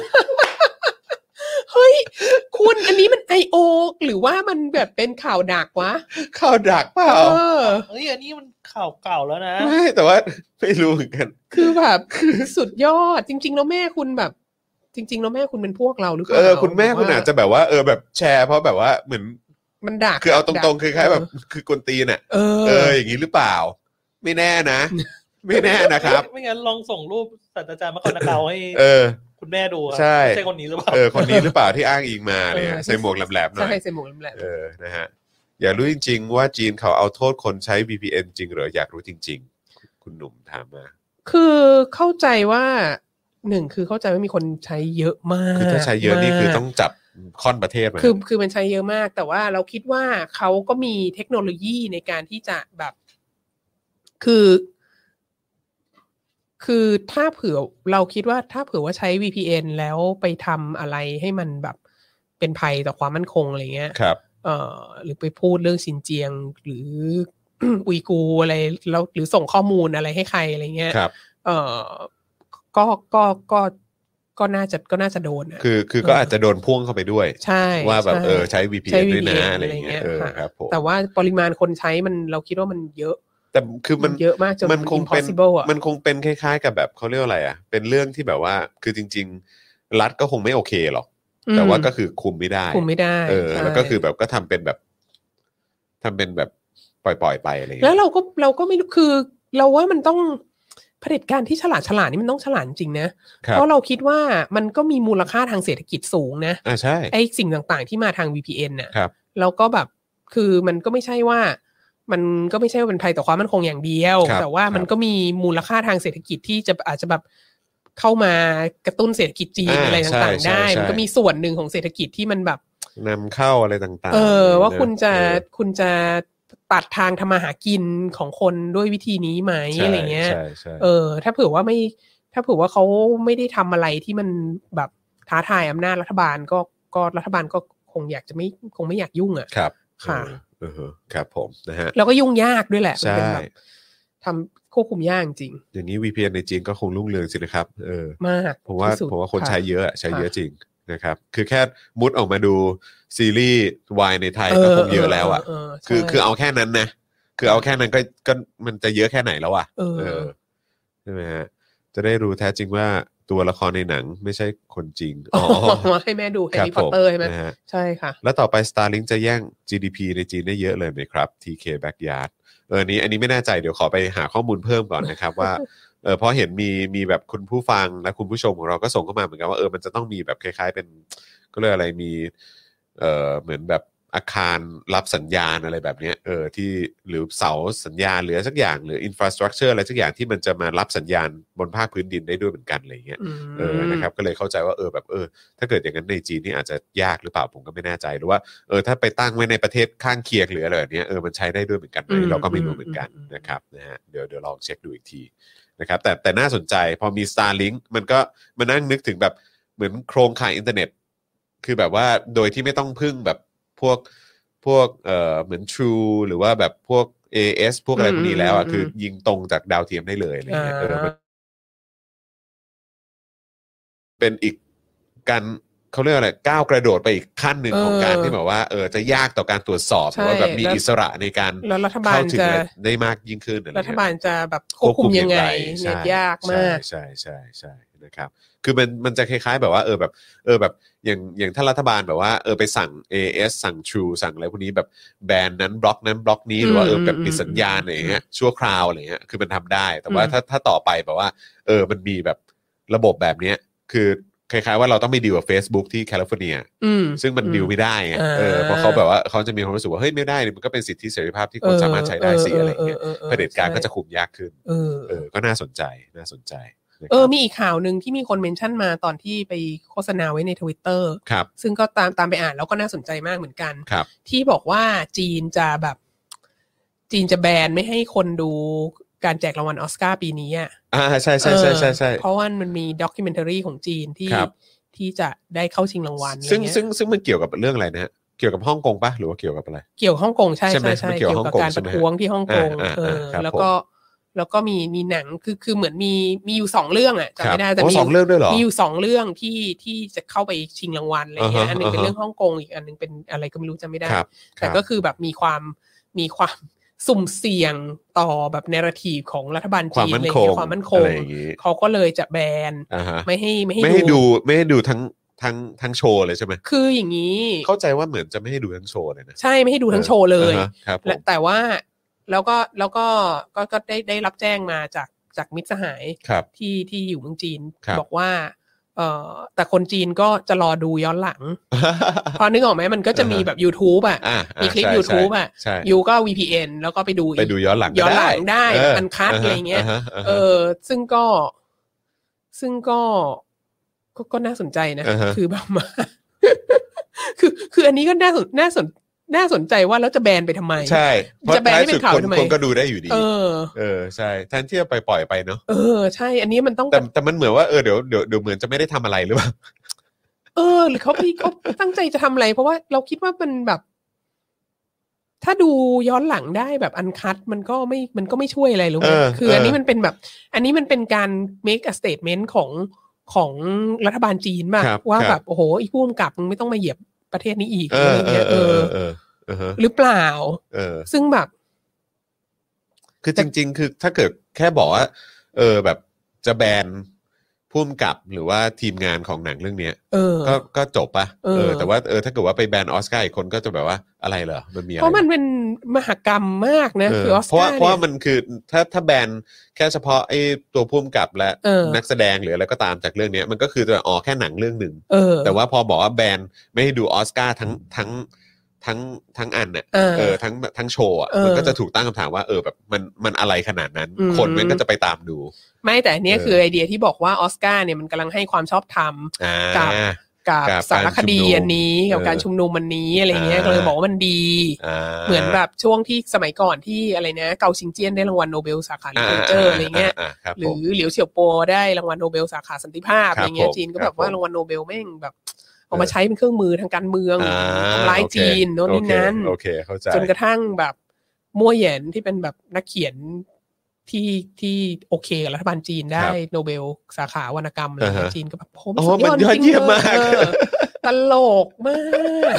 เฮ้ยคุณอันนี้มัน IO หรือว่ามันแบบเป็นข่าวดักวะข่าวดักเปล่าเฮ้ยอันนี้มันข่าวเก่าแล้วนะไม่แต่ว่าไม่รู้เหมือนกันคือแบบสุดยอดจริงๆแล้วแม่คุณแบบจริงๆแล้วแม่คุณเป็นพวกเราหรือเปล่าคุณแม่คุณอาจจะแบบว่าแบบแชร์เพราะแบบว่าเหมือนมันดักคือเอาตรงๆคือคล้ายแบบคือกวนตีนอย่างนี้หรือเปล่าไม่แน่นะไม่แน่นะครับไม่งั้นลองส่งรูปศาสตราจารย์มคอนาเกาให้คุณแม่ดูใช่คนนี้หรือเปล่าคนนี้หรือเปล่าที่อ้างอิงมาเนี่ยใส่หมวกแหลมๆหน่อยใช่ใส่หมวกแหลมๆนะฮะอยากรู้จริงๆว่าจีนเขาเอาโทษคนใช้ VPN จริงหรืออยากรู้จริงๆคุณหนุ่มถามมาคือเข้าใจว่า1คือเข้าใจว่ามีคนใช้เยอะมากคือถ้าใช้เยอะนี่คือต้องจับค่อนประเทศมาคือมันใช้เยอะมากแต่ว่าเราคิดว่าเขาก็มีเทคโนโลยีในการที่จะแบบคือถ้าเผื่อเราคิดว่าถ้าเผื่อว่าใช้ VPN แล้วไปทำอะไรให้มันแบบเป็นภัยต่อความมั่นคงอะไรเงี้ยครับหรือไปพูดเรื่องซินเจียงหรือ อุยกูอะไรแล้วหรือส่งข้อมูลอะไรให้ใครอะไรเงี้ยก็น่าจะโดนคือก็อาจจะโดนพ่วงเข้าไปด้วยใช่ว่าแบบใช้ VPN ด้วยนะอะไรเงี้ยครับผมแต่ว่าปริมาณคนใช้มันเราคิดว่ามันเยอะแต่คือมันเยอะมากจนมันคงเป็นคล้ายๆกับแบบเขาเรียกอะไรอ่ะเป็นเรื่องที่แบบว่าคือจริงๆรัฐก็คงไม่โอเคหรอกแต่ว่าก็คือคุมไม่ได้แล้วก็คือแบบก็ทำเป็นแบบปล่อยไปอะไรอย่างเงี้ยแล้วเราก็ไม่รู้คือเราว่ามันต้องเผด็จการที่ฉลาดนี่มันต้องฉลาดจริงนะเพราะเราคิดว่ามันก็มีมูลค่าทางเศรษฐกิจสูงนะใช่ไอ้สิ่งต่างๆที่มาทาง VPN น่ะแล้วก็แบบคือมันก็ไม่ใช่ว่าเป็นภัยต่อความมั่นคงอย่างเดียวแต่ว่ามันก็มีมูลค่าทางเศรษฐกิจที่จะอาจจะแบบเข้ามากระตุ้นเศรษฐกิจจีนอะไรต่างๆได้มันก็มีส่วนหนึ่งของเศรษฐกิจที่มันแบบนำเข้าอะไรต่างๆว่าคุณจะตัดทางทำมาหากินของคนด้วยวิธีนี้ไหมอะไรเงี้ยถ้าเผื่อว่าเขาไม่ได้ทำอะไรที่มันแบบท้าทายอำนาจรัฐบาลก็รัฐบาลก็คงไม่อยากยุ่งอ่ะครับค่ะครับผมนะฮะแล้วก็ยุ่งยากด้วยแหละมันเป็นแบบทำควบคุมยากจริงอย่างนี้ VPN ในจีนก็คงรุ่งเรืองสินะครับมากผมว่าคนใช้เยอะจริงนะครับคือแค่มุดออกมาดูซีรีส์วายในไทยก็คงเยอะแล้วอ่ะคือเอาแค่นั้นนะคือเอาแค่นั้นก็มันจะเยอะแค่ไหนแล้วอ่ะใช่ไหมฮะจะได้รู้แท้จริงว่าตัวละครในหนังไม่ใช่คนจริงมาให้แม่ดูแฮร์รี่พอตเตอร์ใช่ไหมใช่ค่ะแล้วต่อไป Starlink จะแย่ง GDP ในจีนได้เยอะเลยไหมครับ TK Backyard อันนี้ไม่แน่ใจเดี๋ยวขอไปหาข้อมูลเพิ่มก่อนนะครับว่าเพราะเห็นมีแบบคุณผู้ฟังและคุณผู้ชมของเราก็ส่งเข้ามาเหมือนกันว่ามันจะต้องมีแบบคล้ายๆเป็นก็เรียกอะไรมีเหมือนแบบอาคารรับสัญญาณอะไรแบบนี้ที่หรือเสาสัญญาณหรือสักอย่างหรืออินฟราสตรัคเจอร์อะไรสักอย่างที่มันจะมารับสัญญาณบนภาคพื้นดินได้ด้วยเหมือนกันอะไรเงี้ยนะครับก็เลยเข้าใจว่าแบบถ้าเกิดอย่างนั้นในจีนนี่อาจจะยากหรือเปล่าผมก็ไม่แน่ใจหรือว่าถ้าไปตั้งไว้ในประเทศข้างเคียงหรืออะไรแบบนี้มันใช้ได้ด้วยเหมือนกันไหมเราก็ไม่รู้เหมือนกันนะครับนะฮะเดี๋ยวลองเช็คดูอีกทีนะครับแต่น่าสนใจพอมี Starlink มันก็มานั่งนึกถึงแบบเหมือนโครงข่ายอินเทอร์เน็ตคือแบบว่าโดยที่ไม่ต้องพึ่งแบบพวกพวกเหมือน True หรือว่าแบบพวก AS พวกอะไรพวกนี้แล้วอ่ะคือยิงตรงจากดาวเทียมได้เลยอะไรเงี้ยเป็นอีกการเขาเรียกอะไรก้าวกระโดดไปอีกขั้นหนึ่งของการที่แบบว่าจะยากต่อการตรวจสอบหรือว่าแบบมีอิสระในการเข้าถึงได้มากยิ่งขึ้นรัฐบาลจะแบบควบคุมยังไงเนี่ยยากมากใช่นะครับคือมันจะคล้ายๆแบบว่าแบบอย่างถ้ารัฐบาลแบบว่าไปสั่ง AS สั่ง True สั่งอะไรพวกนี้แบบแบนนั้นบล็อกนั้นบล็อกนี้หรือว่าแบบปิดสัญญาณอะไรอย่างเงี้ยชั่วคราวอะไรเงี้ยคือมันทำได้แต่ว่าถ้าต่อไปแบบว่ามันมีแบบระบบแบบเนี้ยคือคล้ายๆว่าเราต้องไปดีลกับ Facebook ที่แคลิฟอร์เนียซึ่งมันดีลไม่ได้ไงเพราะเขาแบบว่าเขาจะมีความรู้สึกว่าเฮ้ยไม่ได้มันก็เป็นสิทธิเสรีภาพที่คนสามารถใช้ได้สิอะไรเงี้ยเผด็จการก็จะคุมยากขึ้นก็น่าสนใจมีอีกข่าวนึงที่มีคนเมนชั่นมาตอนที่ไปโฆษณาไว้ใน Twitter ซึ่งก็ตามไปอ่านแล้วก็น่าสนใจมากเหมือนกันที่บอกว่าจีนจะแบนไม่ให้คนดูการแจกรางวัลออสการ์ปีนี้อ่ะใช่เพราะว่ามันมีด็อกิเมนทารีของจีนที่จะได้เข้าชิงรางวัลซึ่งมันเกี่ยวกับเรื่องอะไรนะฮะเกี่ยวกับฮ่องกงปะหรือว่าเกี่ยวกับอะไรเกี่ยวฮ่องกงใช่เกี่ยวกับการประท้วงที่ฮ่องกงแล้วก็มีหนังคือเหมือนมีอยู่2เรื่องอ่ะจำไม่ได้แต่มี2เรื่องด้วยเหรอมีอยู่2เรื่องที่จะเข้าไปชิงรางวัลอะไรเงี้ยอันนึงเป็นเรื่องฮ่องกงอีกอันนึงเป็นอะไรก็ไม่รู้จำไม่ได้แต่ก็คือแบบมีความสุ่มเสี่ยงต่อแบบเนราทีฟของรัฐบาลจีนอะไรเงี้ยความมั่นคงเขาก็เลยจะแบนไม่ให้ดูทั้งโชว์เลยใช่ไหมคืออย่างนี้เข้าใจว่าเหมือนจะไม่ให้ดูทั้งโชว์เลยนะใช่ไม่ให้ดูทั้งโชว์เลยแต่ว่าแล้วก็ได้รับแจ้งมาจากมิตรสหายที่อยู่เมืองจีนบอกว่าแต่คนจีนก็จะรอดูย้อนหลังพอนึกออกไหมมันก็จะมีแบบ YouTube อ่ะมีคลิป YouTube อ่ะยูก็ VPN แล้วก็ไปดูย้อนหลังได้อันคัทอะไรเงี้ยซึ่งก็น่าสนใจนะคือแบบมาคืออันนี้ก็น่าสนใจว่าแล้วจะแบนไปทำไมใช่จะแบนให้เป็นข่าวทำไมคนก็ดูได้อยู่ดีใช่แทนที่จะไปปล่อยไปเนาะใช่อันนี้มันต้องแต่มันเหมือนว่าเดี๋ยวเหมือนจะไม่ได้ทำอะไรหรือเปล่าหรือเขาตั้งใจจะทำอะไรเพราะว่าเราคิดว่ามันแบบถ้าดูย้อนหลังได้แบบอันคัทมันก็ไม่ช่วยอะไรหรือไหมคืออันนี้มันเป็นแบบอันนี้มันเป็นการ make a statement ของรัฐบาลจีนมากว่าแบบโอ้โหอีผู้กำกับมึงไม่ต้องมาเหยียบประเทศนี้อีกอะไรเงี้ยหรือเปล่าซึ่งแบบคือจริงๆคือถ้าเกิดแค่บอกว่าแบบจะแบนผู้กำกับหรือว่าทีมงานของหนังเรื่องนี้ก็จบป่ะแต่ว่าถ้าเกิดว่าไปแบนออสการ์อีกคนก็จะแบบว่าอะไรเหรอมันมีอะไรเพราะมันเป็นมหกรรมมากนะคือออสการ์เพราะว่ามันคือถ้าแบนแค่เฉพาะไอ้ตัวผู้กำกับและนักแสดงหรืออะไรก็ตามจากเรื่องนี้มันก็คือจะแค่หนังเรื่องนึงแต่ว่าพอบอกว่าแบนไม่ให้ดูออสการ์ทั้งอันเนี่ยทั้งโชว์อ่ะมันก็จะถูกตั้งคำถามว่าแบบมันอะไรขนาดนั้นคนมันก็จะไปตามดูไม่แต่เนี้ยคือไอเดียที่บอกว่าออสการ์เนี่ยมันกำลังให้ความชอบธรรมกับสารคดีอันนี้กับการชุมนุมวันนี้อะไรเงี้ยก็เลยบอกว่ามันดีเหมือนแบบช่วงที่สมัยก่อนที่อะไรนะเกาชิงเจี้ยนได้รางวัลโนเบลสาขาลิเทเรเจอร์อะไรเงี้ยหรือเหลียวเฉียวโปได้รางวัลโนเบลสาขาสันติภาพอะไรเงี้ยจีนก็แบบว่ารางวัลโนเบลแม่งแบบเอามาใช้เป็นเครื่องมือทางการเมืองทำร้ายจีนโน่นนี่นั่นจนกระทั่งแบบมั่วเหยินที่เป็นแบบนักเขียนที่โอเคกับรัฐบาลจีนได้โนเบลสาขาวรรณกรรมอะไรจีนก็แบบโอ้มันยอดเยี่ยมมากตลกมาก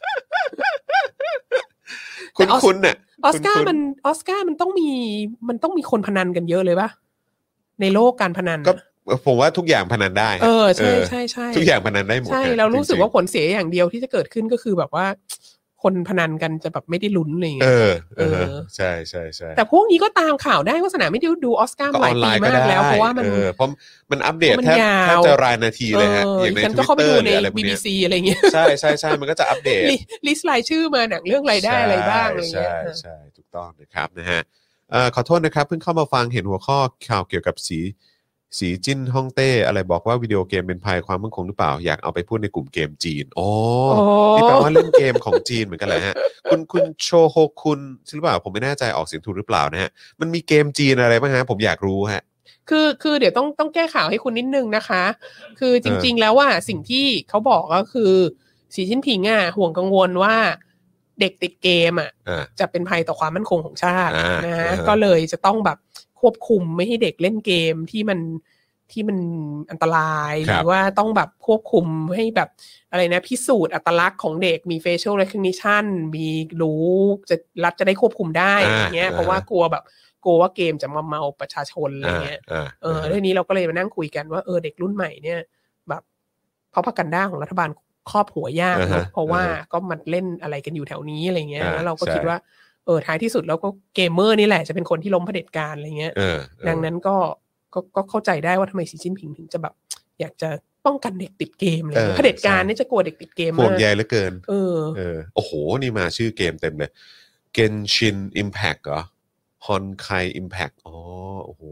คุณเนี่ยออสการ์มันต้องมีคนพนันกันเยอะเลยป่ะในโลกการพนันก็ผมว่าทุกอย่างพนันได้ใช่ทุกอย่างพนันได้หมดใช่เรารู้สึกว่าผลเสียอย่างเดียวที่จะเกิดขึ้นก็คือแบบว่าคนพนันกันจะแบบไม่ได้ลุ้นอะไรอย่างเงี้ยใช่แต่พวกนี้ก็ตามข่าวได้ว่าสนามไม่ได้ดูออสการ์หลายปีมากแล้วเพราะว่ามันอัปเดตแทบจะรายนาทีเลยฮะอย่างใน Twitter หรืออะไร BBC อะไรเงี้ยใช่มันก็จะอัปเดตลิสต์รายชื่อมาหนังเรื่องอะไรได้อะไรบ้างอะไรเงี้ยใช่ถูกต้องนะครับนะฮะขอโทษนะครับเพิ่งเข้ามาฟังเห็นหัวข้อข่าวเกี่ยวกับสีจิ้นฮ่องเต้อะไรบอกว่าวิดีโอเกมเป็นภัยความมั่นคงหรือเปล่าอยากเอาไปพูดในกลุ่มเกมจีนนี่แปลว่าเล่นเกมของจีนเหมือนกันแหละฮะคุณโชโฮคุณใช่หรือเปล่าผมไม่แน่ใจออกเสียงถูกหรือเปล่านะฮะมันมีเกมจีนอะไรบ้างฮะผมอยากรู้ฮะคือเดี๋ยวต้องแก้ข่าวให้คุณนิดนึงนะคะคือจริงๆแล้วว่าสิ่งที่เขาบอกก็คือสีจิ้นผิงห่วงกังวลว่าเด็กติดเกมจะเป็นภัยต่อความมั่นคงของชาตินะฮะก็เลยจะต้องแบบควบคุมไม่ให้เด็กเล่นเกมที่มันอันตรายหรือว่าต้องแบบควบคุมให้แบบอะไรนะพิสูจน์อัตลักษณ์ของเด็กมี facial recognition มีรู้รัฐจะได้ควบคุมได้อย่างเงี้ยเพราะว่ากลัวว่าเกมจะมาเมาประชาชนอะไรเงี้ยเรื่องนี้เราก็เลยมานั่งคุยกันว่าเด็กรุ่นใหม่เนี่ยแบบเพราะพากันด้าของรัฐบาลครอบหัวยากเพราะว่าก็มันเล่นอะไรกันอยู่แถวนี้อะไรเงี้ยแล้วเราก็คิดว่าท้ายที่สุดแล้วก็เกมเมอร์นี่แหละจะเป็นคนที่ล้มเผด็จการอะไรเงี้ยดังนั้นก็เข้าใจได้ว่าทำไมสีจิ้นผิงถึงจะแบบอยากจะป้องกันเด็กติดเกมเลยเผด็จการนี่จะกลัวเด็กติดเกมมากห่วงใยเหลือเกินโอ้โหนี่มาชื่อเกมเต็มเลย Genshin Impact เหรอ Honkai Impact อ๋อโอ้โห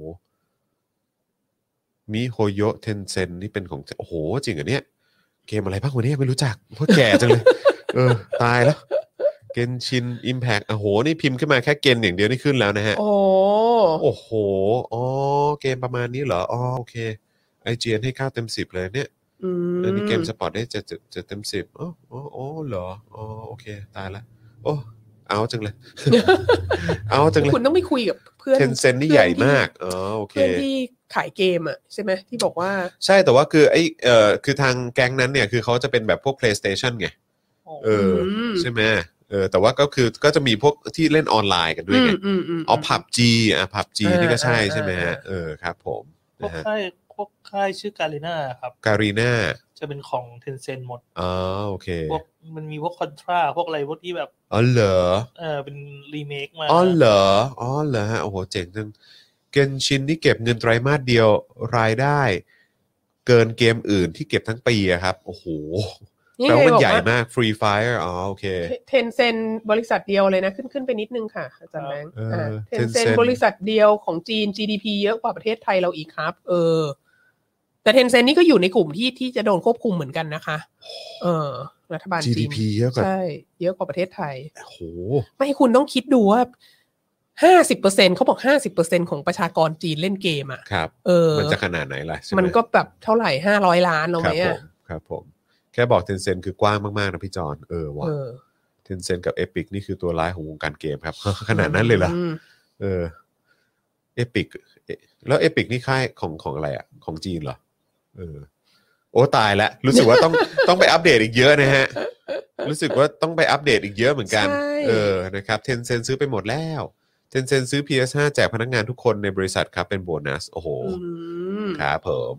มิโฮโยะเทนเซ็นนี่เป็นของโอ้โหจริงเหรอเนี่ยเกมอะไรบ้างวะเนี่ยไม่รู้จักเพราะแก่จังเลยตายแล้วGenshin Impact โอ้โหนี่พิมพ์ขึ้นมาแค่เกนอย่างเดียวนี่ขึ้นแล้วนะฮะโอ้โหอ๋อเกมประมาณนี้เหรออ๋อโอเค IGN ให้9 เต็ม 10เลยเนี่ยอันนี้เกมสปอร์ตได้7 เต็ม 10อ๋อเหรออ๋อโอเคตายละโอ้เอาจังเลย เอาจังเลยคุณต้องไปคุยกับเพื่อน Tencent นี่ใหญ่มากอ๋อโอเคเพื่อนที่ขายเกมอ่ะใช่ไหมที่บอกว่าใช่แต่ว่าคือไอ้คือทางแก๊งนั้นเนี่ยคือเขาจะเป็นแบบพวก PlayStation ไงใช่ไหมแต่ว่าก็คือก็จะมีพวกที่เล่นออนไลน์กันด้วยไงPUBG PUBG นี่ก็ใช่ไหมฮะครับผมพวกค่ายชื่อการีน่าครับการีน่าจะเป็นของ Tencent หมดอ๋อโอเคพวกมันมีพวก Contra พวกอะไรพวกที่แบบอ๋อเหรอเป็นรีเมคมาอ๋อเหรอฮะโอ้โหเจ๋งจังเกนชินนี่เก็บเงินไตรมาสเดียวรายได้เกินเกมอื่นที่เก็บทั้งปีอะครับโอ้โหแปลว่ามันใหญ่มาก Free Fire อ๋อโอเค Tencent บริษัทเดียวเลยนะขึ้นไปนิดนึงค่ะอาจารย์แบงค์Tencent บริษัทเดียวของจีน GDP เยอะกว่าประเทศไทยเราอีกครับแต่ Tencent นี่ก็อยู่ในกลุ่มที่จะโดนควบคุมเหมือนกันนะคะรัฐบาลจีน GDP เยอะกว่าใช่เยอะกว่าประเทศไทยโอ้โหไม่คุณต้องคิดดูว่า50%เขาบอก 50% ของประชากรจีนเล่นเกมอ่ะครับมันจะขนาดไหนล่ะมันก็แบบเท่าไหร่500 ล้านเอาไหมอ่ะครับผมแค่บอก Tencent คือกว้างมากๆนะพี่จอนว่ะ Tencent กับ Epic นี่คือตัวร้ายของวงการเกมครับขนาดนั้นเลยเหรอEpic แล้ว Epic นี่ค่ายของอะไรอ่ะของจีนเหรอโอ้ตายแล้วรู้สึกว่าต้องไปอัปเดตอีกเยอะนะฮะรู้สึกว่าต้องไปอัปเดตอีกเยอะเหมือนกันนะครับ Tencent ซื้อไปหมดแล้ว Tencent ซื้อ PS5 แจกพนักงานทุกคนในบริษัทครับเป็นโบนัสโอ้โหครับผม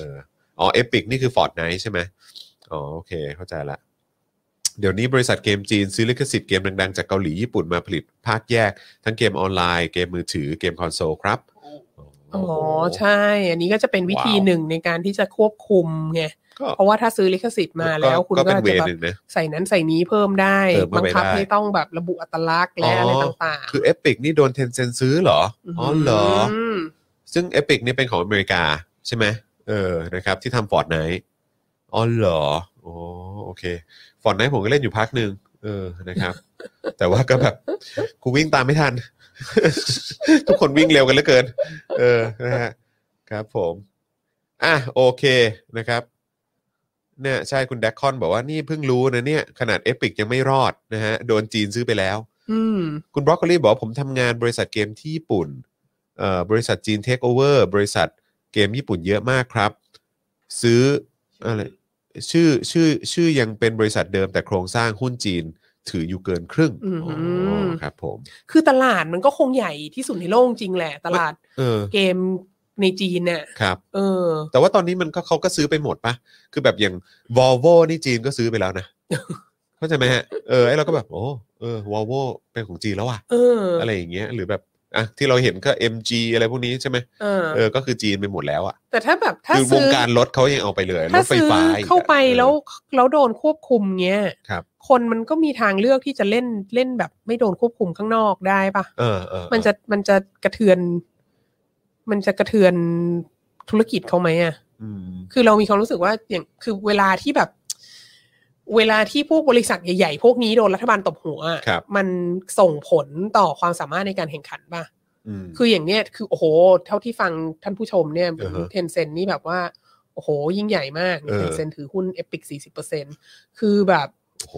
Epic นี่คือ Fortnite ใช่ไหมอ๋อโอเคเข้าใจละเดี๋ยวนี้บริษัทเกมจีนซื้อลิขสิทธิ์เกมดังๆจากเกาหลีญี่ปุ่นมาผลิตภาคแยกทั้งเกมออนไลน์เกมมือถือเกมคอนโซลครับอ๋อใช่อันนี้ก็จะเป็นวิธีหนึ่งในการที่จะควบคุมไงเพราะว่าถ้าซื้อลิขสิทธิ์มาแล้วคุณก็จะแบบใส่นั้นใส่นี้เพิ่มได้บังคับให้ต้องแบบระบุอัตลักษณ์และอะไรต่างๆคือ Epic นี่โดน Tencent ซื้อเหรออ๋อเหรอซึ่ง Epic นี่เป็นของอเมริกาใช่ไหมนะครับที่ทำ Fortnite อ๋อเหรออ๋อโอเค Fortnite ผมก็เล่นอยู่พักนึงนะครับแต่ว่าก็แบบกูวิ่งตามไม่ทัน ทุกคนวิ่งเร็วกันเหลือเกินนะฮะครับผมโอเคนะครับเนี่ยใช่คุณแดคคอนบอกว่านี่เพิ่งรู้นะเนี่ยขนาด Epic ยังไม่รอดนะฮะโดนจีนซื้อไปแล้วคุณบรอกโคลีบอกผมทำงานบริษัทเกมที่ญี่ปุ่นบริษัทจีนเทคโอเวอร์บริษัทเกมญี่ปุ่นเยอะมากครับซื้ออะไรชื่อยังเป็นบริษัทเดิมแต่โครงสร้างหุ้นจีนถืออยู่เกินครึ่งครับผมคือตลาดมันก็คงใหญ่ที่สุดในโลกจริงแหละตลาดเกมในจีนเนี่ยครับแต่ว่าตอนนี้มันก็เขาก็ซื้อไปหมดปะคือแบบอย่าง Volvo นี่จีนก็ซื้อไปแล้วนะเข้าใจไหมฮะไอ้เราก็แบบVolvo เป็นของจีนแล้วอ่ะอะไรอย่างเงี้ยหรือแบบที่เราเห็นก็ MG อะไรพวกนี้ใช่ไหมก็คือจีนไปหมดแล้วอ่ะแต่ถ้าแบบถ้าคือวงการรถเขายังเอาไปเลยรถไฟฟ้าเข้าไปแล้วโดนควบคุมเงี้ยคนมันก็มีทางเลือกที่จะเล่นแบบไม่โดนควบคุมข้างนอกได้ปะมันจะกระเทือนธุรกิจเขาไหมอ่ะคือเรามีความรู้สึกว่าอย่างคือเวลาที่พวกบริษัทใหญ่ๆพวกนี้โดนรัฐบาลตบหัวมันส่งผลต่อความสามารถในการแข่งขันป่ะคืออย่างเนี้ยคือโอ้โหเท่าที่ฟังท่านผู้ชมเนี่ยTencent นี่แบบว่าโอ้โหยิ่งใหญ่มากTencentถือหุ้น Epic 40% คือแบบโอ้โห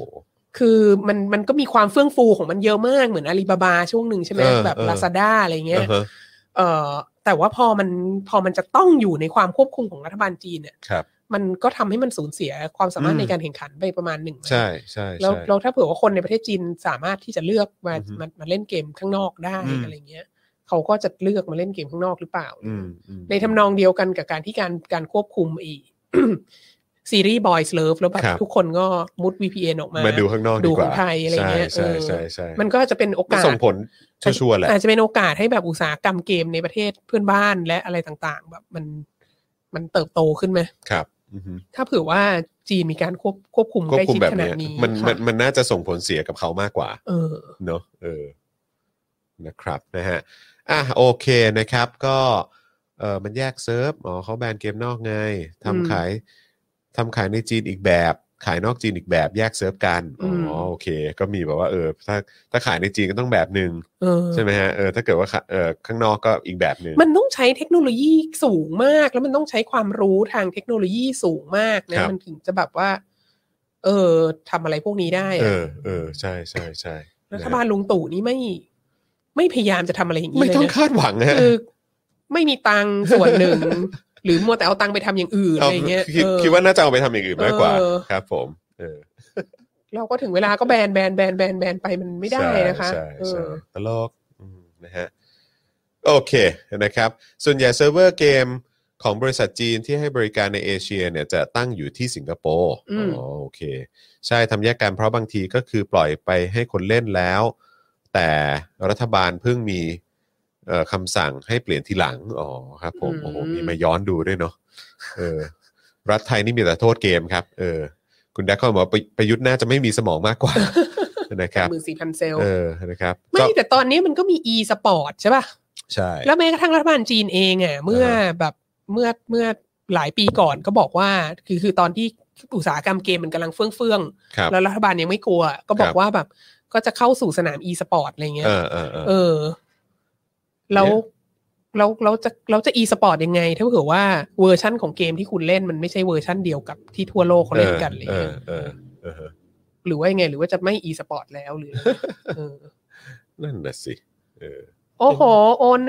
คือมันก็มีความเฟื่องฟูของมันเยอะมากเหมือนอาลีบาบาช่วงหนึ่งใช่ไหมแบบ Lazada อะไรเงี้ยแต่ว่าพอมันจะต้องอยู่ในความควบคุมของรัฐบาลจีนเนี่ยมันก็ทำให้มันสูญเสียความสามารถในการแข่งขันไปประมาณหนึ่งใช่ใช่แล้วถ้าเผื่อว่าคนในประเทศจีนสามารถที่จะเลือกมาเล่นเกมข้างนอกได้อะไรเงี้ยเขาก็จะเลือกมาเล่นเกมข้างนอกหรือเปล่าในทำนองเดียวกันกับการที่การควบคุมซีรีส์ Boys Love แล้วแบบทุกคนก็มุด VPN ออกมาดูข้างนอกดีกว่าดูของไทยอะไรเงี้ยใช่มันก็จะเป็นโอกาสส่งผลชัวร์ๆแหละอาจจะเป็นโอกาสให้แบบอุตสาหกรรมเกมในประเทศเพื่อนบ้านและอะไรต่างๆแบบมันเติบโตขึ้นไหมครับถ้าเผื่อว่าจีนมีการควบคุมใกล้ชิดขนาดนี้มันน่าจะส่งผลเสียกับเขามากกว่าเนอะนะครับนะฮะโอเคนะครับก็มันแยกเซิร์ฟเขาแบนเกมนอกไงทำขายในจีนอีกแบบขายนอกจีนอีกแบบแยกเซิร์ฟกันโอเคก็มีแบบว่าถ้าขายในจีนก็ต้องแบบนึงใช่ไหมฮะถ้าเกิดว่าข้างนอกก็อีกแบบนึงมันต้องใช้เทคโนโลยีสูงมากแล้วมันต้องใช้ความรู้ทางเทคโนโลยีสูงมากนะมันถึงจะแบบว่าทำอะไรพวกนี้ได้ใช่ใช่ใช่รัฐบาลลุงตู่นี่ไม่พยายามจะทำอะไรอย่างนี้เลยไม่ต้องคาดหวังฮะคือไม่มีตังค์ส่วนหนึ่งหรือมัวแต่เอาตังค์ไปทำอย่างอื่นอะไรเงี้ยคิดว่าน่าจะเอาไปทำอย่างอื่นมากกว่าครับผมเราก็ถึงเวลาก็แบนไปมันไม่ได้นะคะใช่ตลกนะฮะโอเคนะครับส่วนใหญ่เซิร์ฟเวอร์เกมของบริษัทจีนที่ให้บริการในเอเชียเนี่ยจะตั้งอยู่ที่สิงคโปร์โอเคใช่ทำแยกกันเพราะบางทีก็คือปล่อยไปให้คนเล่นแล้วแต่รัฐบาลเพิ่งมีคำสั่งให้เปลี่ยนทีหลังครับผมโอ้โหมีมาย้อนดูด้วยเนาะรัฐไทยนี่มีแต่โทษเกมครับคุณแดกเขาบอกว่าประยุทธ์น่าจะไม่มีสมองมากกว่านะครับ 14,000 เซลนะครับไม่แต่ตอนนี้มันก็มี e-sport ใช่ป่ะใช่แล้วแม้กระทั่งรัฐบาลจีนเองเมื่อแบบเมื่อหลายปีก่อนก็บอกว่าคือตอนที่อุตสาหกรรมเกมมันกำลังเฟื่องแล้วรัฐบาลยังไม่กลัวก็บอกว่าแบบก็จะเข้าสู่สนาม e-sport อะไรเงี้ยแล้วจะ e-sport ยังไงถ้าเผื่อว่าเวอร์ชั่นของเกมที่คุณเล่นมันไม่ใช่เวอร์ชั่นเดียวกับที่ทั่วโลกเขาเล่นกันเลยหรือว่ายังไงหรือว่าจะไม่ e-sport แล้วหรือนั่นน่ะสิโอ้โหโอน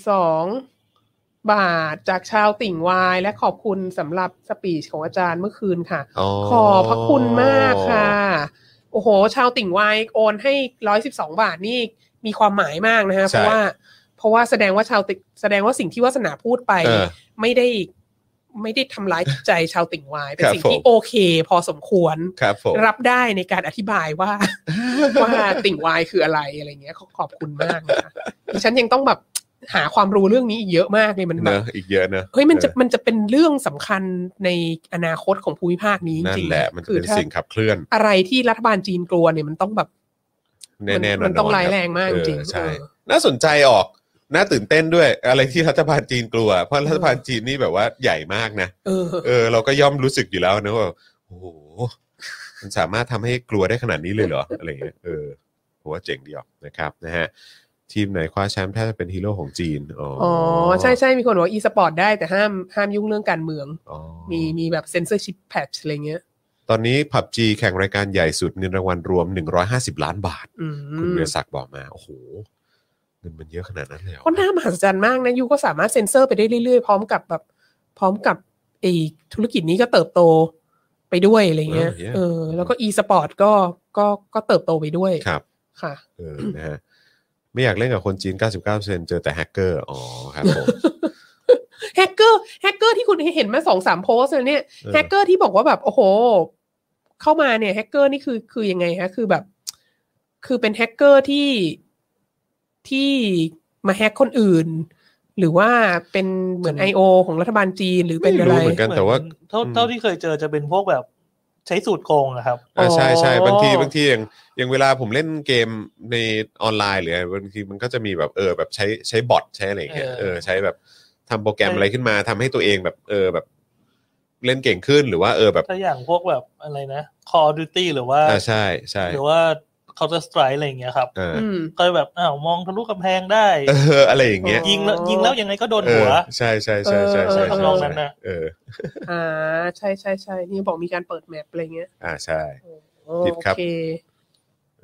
112 บาทจากชาวติ่งวายและขอบคุณสำหรับสปีชของอาจารย์เมื่อคืนค่ะขอบพระคุณมากค่ะโอ้โหชาวติ่งวายโอนให้112 บาทนี่มีความหมายมากนะฮะเพราะว่าแสดงว่าแสดงว่าสิ่งที่วาสนาพูดไปไม่ได้ทำร้ายจิตใจชาวติ่งวายเป็นสิ่งที่โอเคพอสมควรรับได้ในการอธิบายว่าติ่งวายคืออะไรเงี้ยขอบคุณมากนะคะดิฉันยังต้องแบบหาความรู้เรื่องนี้อีกเยอะมากเลยมันแบบอีกเยอะนะเฮ้ยมันจะเป็นเรื่องสำคัญในอนาคตของภูมิภาคนี้จริงๆนั่นแหละมันเป็นสิ่งขับเคลื่อนอะไรที่รัฐบาลจีนกลัวเนี่ยมันต้องแบบแน่ๆมันต้องร้ายแรงมากจริงใช่น่าสนใจออกน่าตื่นเต้นด้วยอะไรที่รัฐบาลจีนกลัวเพราะรัฐบาลจีนนี่แบบว่าใหญ่มากนะเราก็ย่อมรู้สึกอยู่แล้วนะว่าโอ้โหมันสามารถทำให้กลัวได้ขนาดนี้เลยเหรออะไรเงี้ยผมว่าเจ๋งดีออกนะครับนะฮะทีมไหนคว้าแชมป์ถ้าจะเป็นฮีโร่ของจีนใช่มีคนบอกว่า e-sport ได้แต่ห้ามยุ่งเรื่องการเมืองมีแบบ censorship patch อะไรเงี้ยตอนนี้ PUBG แข่งรายการใหญ่สุดเงินรางวัลรวม150 ล้านบาทคุณเบียร์ศักดิ์บอกมาโอ้โหเงินมันเยอะขนาดนั้นเลยก็น่ามหัศจรรย์มากนะยูก็สามารถเซ็นเซอร์ไปได้เรื่อยๆพร้อมกับไอ้ธุรกิจนี้ก็เติบโตไปด้วยอะไรเงี้ยแล้วก็ e-sport ก็เติบโตไปด้วยครับค่ะนะฮะไม่อยากเล่นกับคนจีน 99% เจอแต่แฮกเกอร์ครับผมแฮกเกอร์ที่คุณเห็นมา 2-3 โพสต์เนี่ยแฮกเกอร์ที่บอกว่าแบบโอ้โหเข้ามาเนี่ยแฮกเกอร์นี่คือยังไงฮะคือแบบคือเป็นแฮกเกอร์ที่มาแฮกคนอื่นหรือว่าเป็นเหมือน IO ของรัฐบาลจีนหรือเป็นอะไรเหมือนกันแต่ว่าเท่าที่เคยเจอจะเป็นพวกแบบใช้สูตรโกงครับใช่บางทีอย่างเวลาผมเล่นเกมในออนไลน์หรือบางทีมันก็จะมีแบบแบบใช้บอทใช้อะไรอย่างเงี้ยใช้แบบทำโปรแกรมอะไรขึ้นมาทำให้ตัวเองแบบแบบเล่นเก่งขึ้นหรือว่าแบบถ้าอย่างพวกแบบอะไรนะ Call of Duty หรือว่าใช่หรือว่าCounter Strike อะไรอย่างเงี้ยครับก็แบบมองทะลุกำแพงได้อะไรอย่างเงี้ยยิงแล้วยังไงก็โดนหัวใช่ทำนองนั้นนะใช่นี่บอกมีการเปิดแมปอะไรเงี้ยใช่ผิดครับ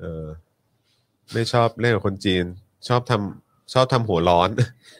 ไม่ชอบเล่นกับคนจีนชอบทำหัวร้อน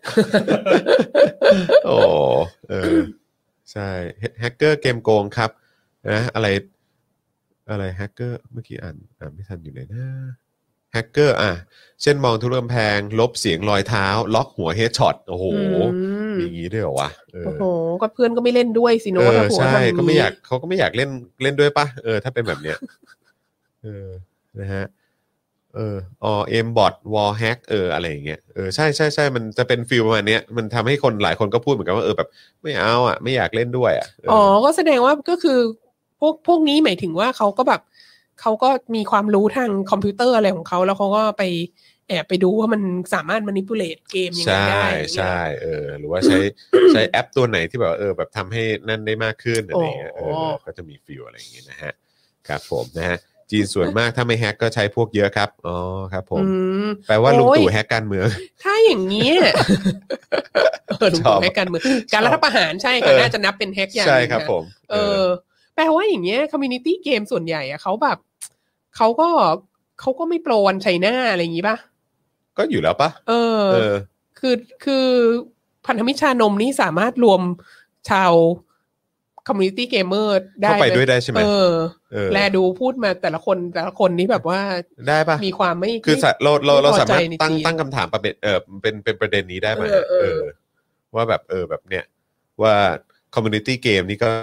โอ้ใช่แฮกเกอร์เกมโกงครับนะอะไรแฮกเกอร์เมื่อกี้อ่านไม่ทันอยู่เลยนะแฮกเกอร์เช่นมองทุกกำแพงลบเสียงรอยเท้าล็อกหัวเฮดช็อตโอ้โหมีอย่างนี้ด้วยเหรอวะโอ้โหก็เพื่อนก็ไม่เล่นด้วยสิโน้ตหัวใช่ก็ไม่อยากเขาก็ไม่อยากเล่นด้วยป่ะถ้าเป็นแบบเนี้ยนะฮะเอมบอทวอลแฮกอะไรอย่างเงี้ยใช่มันจะเป็นฟีลประมาณเนี้ยมันทำให้คนหลายคนก็พูดเหมือนกันว่าแบบไม่เอาไม่อยากเล่นด้วยก็แสดงว่าก็คือพวกนี้หมายถึงว่าเขาก็แบบเขาก็มีความรู้ทางคอมพิวเตอร์อะไรของเขาแล้วเขาก็ไปแอบไปดูว่ามันสามารถ manipulate เกมยังไงได้ใช่หรือว่าใช้แอปตัวไหนที่แบบแบบทำให้นั่นได้มากขึ้นอะไรเงี้ยก็จะมีฟีลอะไรอย่างเงี้ยนะฮะครับผมนะฮะจีนส่วนมากถ้าไม่แฮกก็ใช้พวกเยอะครับครับผมแปลว่าลุงตู่แฮกการเมืองถ้าอย่างนี้ลุงตู่แฮกการเมืองการรัฐประหารใช่ก็น่าจะนับเป็นแฮกอย่างใช่ครับผมแปลว่าอย่างเงี้ยคอมมูนิตี้เกมส่วนใหญ่เขาแบบเขาก็ไม่โปรวันไชน่าอะไรอย่างงี้ป่ะก็อยู่แล้วป่ะคือพันธมิตรชานมนี่สามารถรวมชาวคอมมูนิตี้เกมเมอร์ได้เข้าไปด้วยได้ใช่ไหมแลดูพูดมาแต่ละคนนี้แบบว่าได้ป่ะมีความไม่คือเราสามารถตั้งคำถามประเด็นเป็นประเด็นนี้ได้ไหมว่าแบบแบบเนี้ยว่าคอมมูนิตี้เกมนี่ก็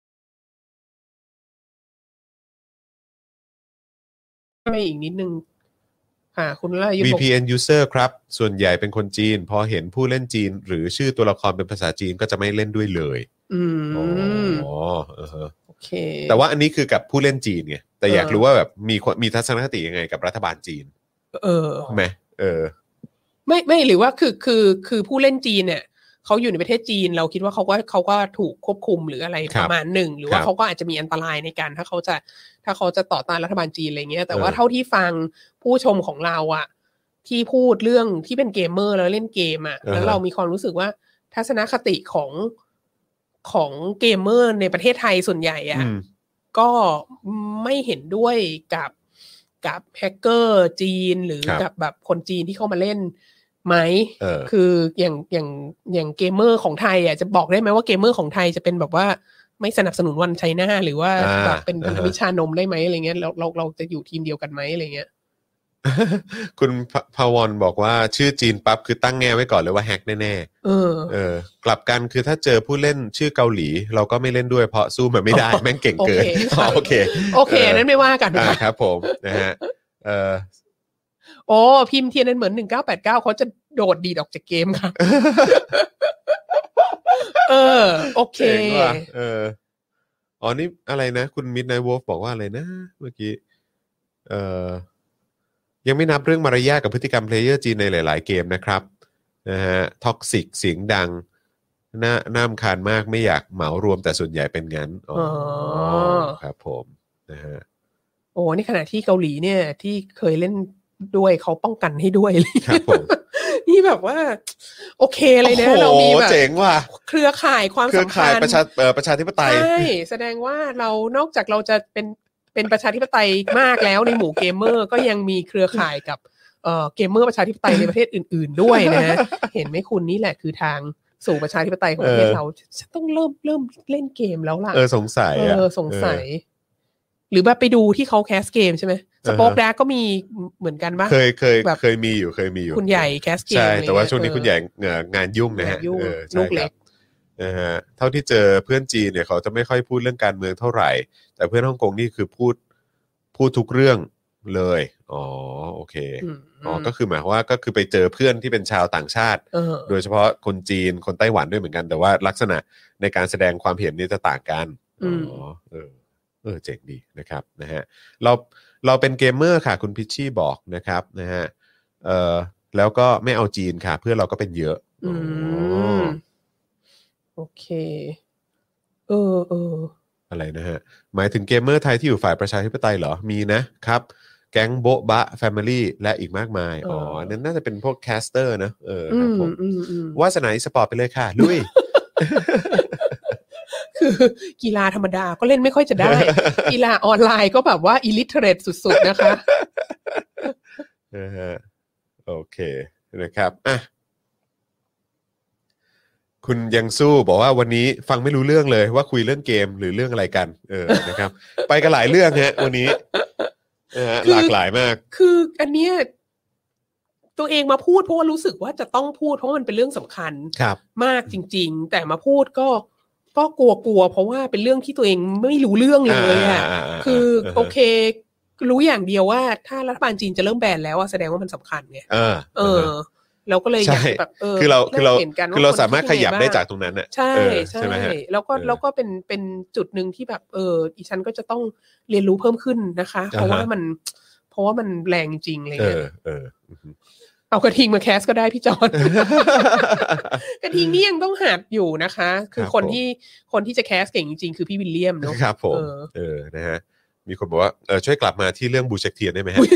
ไม่อีกนิดนึงคุณล่ะ VPN user ครับส่วนใหญ่เป็นคนจีนพอเห็นผู้เล่นจีนหรือชื่อตัวละครเป็นภาษาจีนก็จะไม่เล่นด้วยเลยโอเคแต่ว่าอันนี้คือกับผู้เล่นจีนไงแต่อยากรู้ว่าแบบมีทัศนคติยังไงกับรัฐบาลจีนไหมไม่หรือว่าคือผู้เล่นจีนเนี่ยเขาอยู่ในประเทศจีนเราคิดว่าเขาก็ถูกควบคุมหรืออะไรประมาณหนึ่งหรือว่าเขาก็อาจจะมีอันตรายในการถ้าเขาจะต่อต้านรัฐบาลจีนอะไรเงี้ยแต่ว่าเท่าที่ฟังผู้ชมของเราที่พูดเรื่องที่เป็นเกมเมอร์แล้วเล่นเกมแล้วเรามีความรู้สึกว่าทัศนคติของเกมเมอร์ในประเทศไทยส่วนใหญ่ก็ไม่เห็นด้วยกับแฮกเกอร์จีนหรือกับแบบคนจีนที่เข้ามาเล่นไหมคืออย่างเกมเมอร์ของไทยจะบอกได้ไหมว่าเกมเมอร์ของไทยจะเป็นแบบว่าไม่สนับสนุนวันไชน่าหรือว่าแบบเป็นพันธมิตรชานมได้ไหมอะไรเงี้ยเราจะอยู่ทีมเดียวกันไหมอะไรเงี้ยคุณพาวอนบอกว่าชื่อจีนปั๊บคือตั้งแง่ไว้ก่อนเลยว่าแฮกแน่ๆกลับกันคือถ้าเจอผู้เล่นชื่อเกาหลีเราก็ไม่เล่นด้วยเพราะสู้มันไม่ได้แม่งเก่งเกินโอเคนั้นไม่ว่ากันครับผมนะฮะพิมพ์เทียนนั้นเหมือน1989เขาจะโดดดีดออกจากเกมค่ะโอเคนี่อะไรนะคุณ Midnight Wolf บอกว่าอะไรนะเมื่อกี้ยังไม่นับเรื่องมารยาทกับพฤติกรรมเพลเยอร์จีนในหลายๆเกมนะครับนะฮะท็อกซิกเสียงดังน่ารำคาญมากไม่อยากเหมารวมแต่ส่วนใหญ่เป็นงั้นครับผมนะฮะนี่ขณะที่เกาหลีเนี่ยที่เคยเล่นด้วยเขาป้องกันให้ด้วยครับผมนี่แบบว่าโอเคเลยนะเรามีแบบเจ๋งว่ะเครือข่ายความสัมพันธ์ประชาธิปไตยใช่แสดงว่าเรานอกจากเราจะเป็นประชาธิปไตยมากแล้วในหมู่เกมเมอร์ก็ยังมีเครือข่ายกับเกมเมอร์ประชาธิปไตยในประเทศอื่นๆด้วยนะเห็นไหมคุณนี่แหละคือทางสู่ประชาธิปไตยของประเทศเราต้องเริ่มเล่นเกมแล้วล่ะสงสัยหรือแบบไปดูที่เขาแคสเกมใช่ไหมสป็อคแดกก็มีเหมือนกันป่ะเคยมีอยู่คุณใหญ่แคสเกมใช่แต่ว่าช่วงนี้คุณใหญ่งานยุ่งนะฮะลูกเล็กเท่าที่เจอเพื่อนจีนเนี่ยเขาจะไม่ค่อยพูดเรื่องการเมืองเท่าไหร่แต่เพื่อนฮ่องกงนี่คือพูดทุกเรื่องเลยโอเคก็คือหมายว่าก็คือไปเจอเพื่อนที่เป็นชาวต่างชาติโดยเฉพาะคนจีนคนไต้หวันด้วยเหมือนกันแต่ว่าลักษณะในการแสดงความเห็นนี่จะต่างกันเจ๋งดีนะครับนะฮะเราเป็นเกมเมอร์ค่ะคุณพิชชี่บอกนะครับนะฮะแล้วก็ไม่เอาจีนค่ะเพื่อนเราก็เป็นเยอะโอเคอะไรนะฮะหมายถึงเกมเมอร์ไทยที่อยู่ฝ่ายประชาธิปไตยเหรอมีนะครับแก๊งโบ๊ะบะแฟมิลี่และอีกมากมายนั่นน่าจะเป็นพวกแคสเตอร์นะครับผมวาสนาอีสปอร์ตไปเลยค่ะลุยคือกีฬาธรรมดาก็เล่นไม่ค่อยจะได้กีฬาออนไลน์ก็แบบว่า illiterate สุดๆนะคะโอเคนะครับอ่ะคุณยังสู้บอกว่าวันนี้ฟังไม่รู้เรื่องเลยว่าคุยเรื่องเกมหรือเรื่องอะไรกันนะครับไปกันหลายเรื่องฮะวันนี้หลากหลายมากคืออันเนี้ยตัวเองมาพูดเพราะว่ารู้สึกว่าจะต้องพูดเพราะมันเป็นเรื่องสำคัญมากจริงๆแต่มาพูดก็กลัวเพราะว่าเป็นเรื่องที่ตัวเองไม่รู้เรื่องเลยอ่ะคือโอเครู้อย่างเดียวว่าถ้ารัฐบาลจีนจะเริ่มแบนแล้วแสดงว่ามันสำคัญไงเราก็เลยอยากแบบคือเราสามารถขยับได้จากตรงนั้นน่ะใช่ใช่แล้วก็เป็นจุดนึงที่แบบอีฉันก็จะต้องเรียนรู้เพิ่มขึ้นนะคะเพราะว่ามันแรงจริงเลยเอากระทิงมาแคสก็ได้พี่จอนกระทิงนี่ยังต้องหัดอยู่นะคะคือคนที่จะแคสเก่งจริงๆคือพี่วิลเลียมเนาะครับผมนะฮะมีคนบอกว่าช่วยกลับมาที่เรื่องบูเช็คเทียนได้ไหมฮะ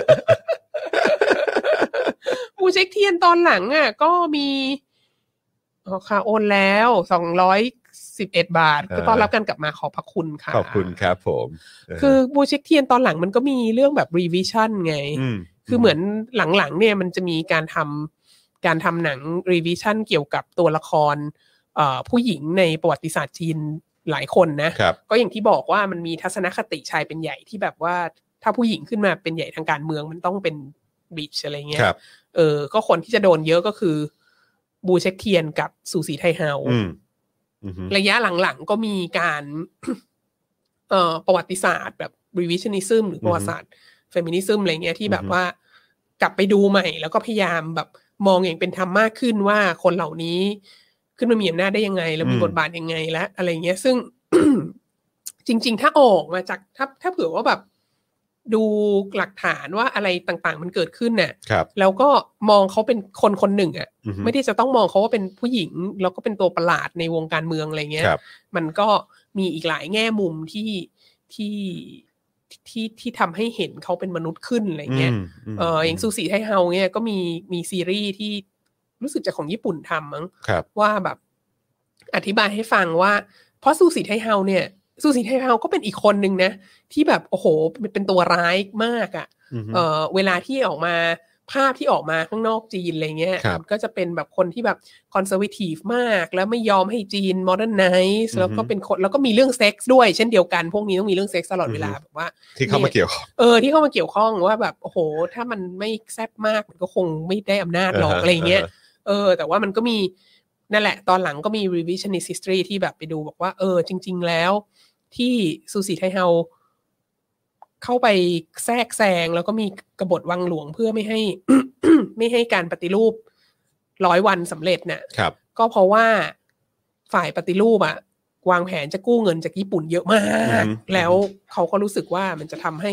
บูเช็คเทียนตอนหลังอ่ะก็มีค่ะโอนแล้ว211 บาทก็ต้อนรับกันกลับมาขอบพระคุณค่ะขอบคุณครับผมคือบูเช็คเทียนตอนหลังมันก็มีเรื่องแบบรีวิชั่นไงคือเหมือนหลังๆเนี่ยมันจะมีการทำหนังรีวิชั่นเกี่ยวกับตัวละครผู้หญิงในประวัติศาสตร์จีนหลายคนนะก็อย่างที่บอกว่ามันมีทัศนคติชายเป็นใหญ่ที่แบบว่าถ้าผู้หญิงขึ้นมาเป็นใหญ่ทางการเมืองมันต้องเป็นบิชอะไรเงี้ยก็คนที่จะโดนเยอะก็คือบูเช็คเทียนกับซูสีไทเฮาระยะหลังๆก็มีการประวัติศาสตร์แบบ revisionism หรือประวัติศาสตร์ feminism อะไรเงี้ยที่แบบว่ากลับไปดูใหม่แล้วก็พยายามแบบมองอย่างเป็นธรรมมากขึ้นว่าคนเหล่านี้ขึ้นมามีอำนาจได้ยังไงแล้วมีบทบาทยังไงและอะไรเงี้ยซึ่ง จริงๆถ้าออกมาจากถ้าเผื่อว่าแบบดูหลักฐานว่าอะไรต่างๆมันเกิดขึ้นเนี่ยแล้วก็มองเขาเป็นคนหนึ่งอ่ะไม่ได้จะต้องมองเขาว่าเป็นผู้หญิงแล้วก็เป็นตัวประหลาดในวงการเมืองอะไรเงี้ยมันก็มีอีกหลายแง่มุมที่ทำให้เห็นเขาเป็นมนุษย์ขึ้นอะไรเงี้ยอย่างซูสีไทเฮาเนี่ยก็มีซีรีส์ที่รู้สึกจะของญี่ปุ่นทำมั้งว่าแบบอธิบายให้ฟังว่าเพราะซูสีไทเฮาเนี่ยซูสีไทเฮาก็เป็นอีกคนนึงนะที่แบบโอ้โหเป็นตัวร้ายมากอ่ะเวลาที่ออกมาภาพที่ออกมาข้างนอกจีนอะไรเงี้ยก็จะเป็นแบบคนที่แบบคอนเซอร์เวทีฟมากแล้วไม่ยอมให้จีนโมเดิร์นไนซ์แล้วก็เป็นคนแล้วก็มีเรื่องเซ็กส์ด้วยเช่นเดียวกันพวกนี้ต้องมีเรื่องเซ็กส์ตลอดเวลาแบบว่าที่เข้ามาเกี่ยวที่เข้ามาเกี่ยวข้องว่าแบบโอ้โหถ้ามันไม่แซ่บมากมันก็คงไม่ได้อำนาจหรอกอะไรเงี้ยแต่ว่ามันก็มีนั่นแหละตอนหลังก็มี revisionist history ที่แบบไปดูบอกว่าจริงๆแล้วที่ซูสีไทเฮาเข้าไปแทรกแซงแล้วก็มีกบฏวังหลวงเพื่อไม่ให้ ไม่ให้การปฏิรูป100 วันสำเร็จเนี่ยก็เพราะว่าฝ่ายปฏิรูปอะวางแผนจะกู้เงินจากญี่ปุ่นเยอะมากแล้วเขาก็รู้สึกว่ามันจะทำ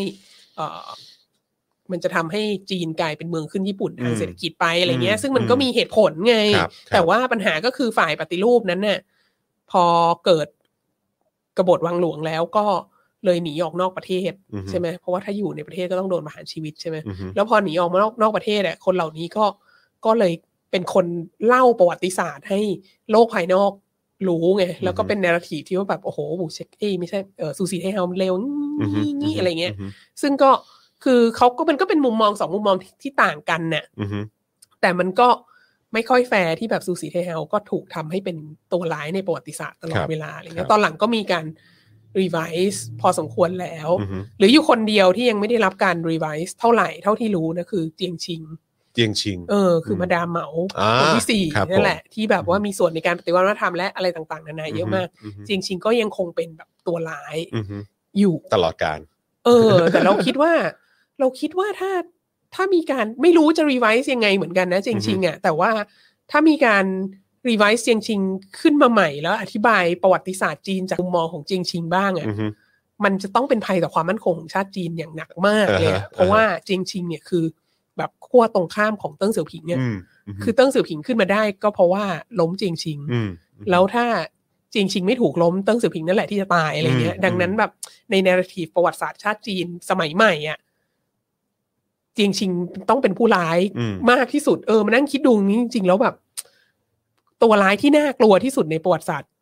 ให้จีนกลายเป็นเมืองขึ้นญี่ปุ่นทางเศรษฐกิจไปอะไรเงี้ยซึ่งมันก็มีเหตุผลไงแต่ว่าปัญหาก็คือฝ่ายปฏิรูปนั้นเนี่ยพอเกิดกบฏวังหลวงแล้วก็เลยหนีออกนอกประเทศใช่ไหมเพราะว่าถ้าอยู่ในประเทศก็ต้องโดนประหารชีวิตใช่ไหมแล้วพอหนีออกมานอกประเทศอ่ะคนเหล่านี้ก็เลยเป็นคนเล่าประวัติศาสตร์ให้โลกภายนอกรู้ไงแล้วก็เป็นเนราทีฟที่ว่าแบบโอ้โหบูเช็คไม่ใช่ซูซีไทเฮาเร็วงี้อะไรเงี้ยซึ่งก็คือเขาก็มันก็เป็นมุมมอง2มุมมองที่ต่างกันเนี่ยแต่มันก็ไม่ค่อยแฟร์ที่แบบซูสีไทเฮาก็ถูกทำให้เป็นตัวร้ายในประวัติศาสตร์ตลอดเวลาอะไรเงี้ยตอนหลังก็มีการrevise พอสมควรแล้วหรืออยู่คนเดียวที่ยังไม่ได้รับการ revise เท่าไหร่เท่าที่รู้นะคือเจียงชิงคือมาดามเหมาคนที่4นั่นแหละที่แบบว่ามีส่วนในการปฏิวัติวัฒนธรรมและอะไรต่างๆนานาเยอะมากเจียงชิงก็ยังคงเป็นแบบตัวร้ายอยู่ตลอดกาลแต่เราคิดว่าถ้ามีการไม่รู้จะ revise ยังไงเหมือนกันนะเจียงชิงอ่ะแต่ว่าถ้ามีการrevise เจียงชิงขึ้นมาใหม่แล้วอธิบายประวัติศาสตร์จีนจากมุมมองของเจียงชิงบ้างอ่ะมันจะต้องเป็นภัยต่อความมั่นคงของชาติจีนอย่างหนักมากเลยเพราะว่าเจียงชิงเนี่ยคือแบบขั้วตรงข้ามของเติ้งเสี่ยวผิงเนี่ยคือเติ้งเสี่ยวผิงขึ้นมาได้ก็เพราะว่าล้มเจียงชิงแล้วถ้าเจียงชิงไม่ถูกล้มเติ้งเสี่ยวผิงนั่นแหละที่จะตายอะไรเงี้ยดังนั้นแบบใน narrative ประวัติศาสตร์ชาติจีนสมัยใหม่อ่ะเจียงชิงต้องเป็นผู้ร้ายมากที่สุดมานั่งคิดดูจริงๆแล้วแบบตัวร้ายที่น่ากลัวที่สุดในประวัติศาสตร์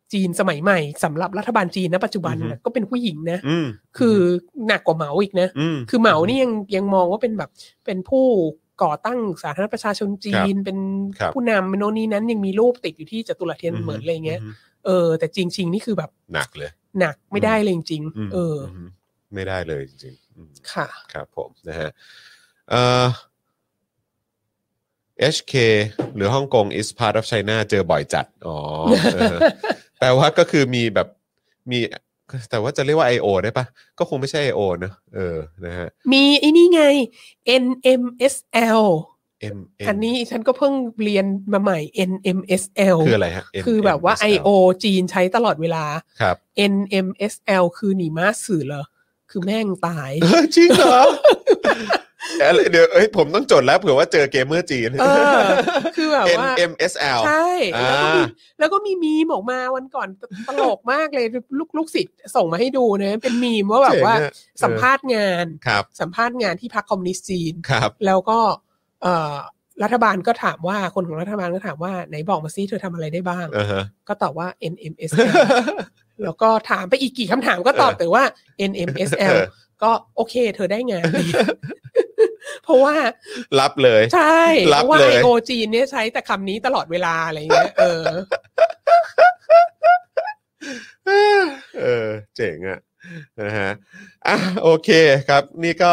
จีนสมัยใหม่สำหรับรัฐบาลจีนณปัจจุบันก็เป็นผู้หญิงนะคือหนักกว่าเหมาอีกนะคือเหมานี่ยังมองว่าเป็นแบบเป็นผู้ก่อตั้งสาธารณรัฐประชาชนจีนเป็นผู้นำโน่นนี่นั้นยังมีรูปติดอยู่ที่จตุรัสเทียนเหมือนอะไรเงี้ยแต่จริงๆนี่คือแบบหนักเลยหนักไม่ได้เลยจริงๆไม่ได้เลยจริงๆค่ะครับผมนะฮะHK หรือฮ่องกง is part of China เจอบ่อยจัดอ๋อแปลว่าก็คือมีแบบมีแต่ว่าจะเรียกว่า IO ได้ปะก็คงไม่ใช่ IO เนอะนะฮะมีไอ้นี่ไง NMSL อันนี้ฉันก็เพิ่งเรียนมาใหม่ NMSL คืออะไรฮะคือแบบว่า IO จีนใช้ตลอดเวลาครับ NMSL คือหนีม้าสื่อเหรอคือแม่งตายจริงเหรอเดี๋ยวผมต้องจดแล้วเผื่อว่าเจอเกมเมอร์จีนคือแบบว่า NMSL ใช่แล้วก็มีมีมออกมาวันก่อนตลกมากเลยลูกศิษย์ส่งมาให้ดูนะเป็นมีมว่าแบบว่าสัมภาษณ์งานที่พรรคคอมมิวนิสต์จีนแล้วก็รัฐบาลก็ถามว่าคนของรัฐบาลก็ถามว่าไหนบอกมาซิเธอทำอะไรได้บ้างก็ตอบว่า NMSL แล้วก็ถามไปอีกกี่คำถามก็ตอบแต่ว่า NMSL ก็โอเคเธอได้งานเพราะว่ารับเลยใช่เพราะว่า IO จีนเนี่ยใช้แต่คำนี้ตลอดเวลาอะไรเงี้ยเจ๋งอ่ะนะฮะโอเคครับนี่ก็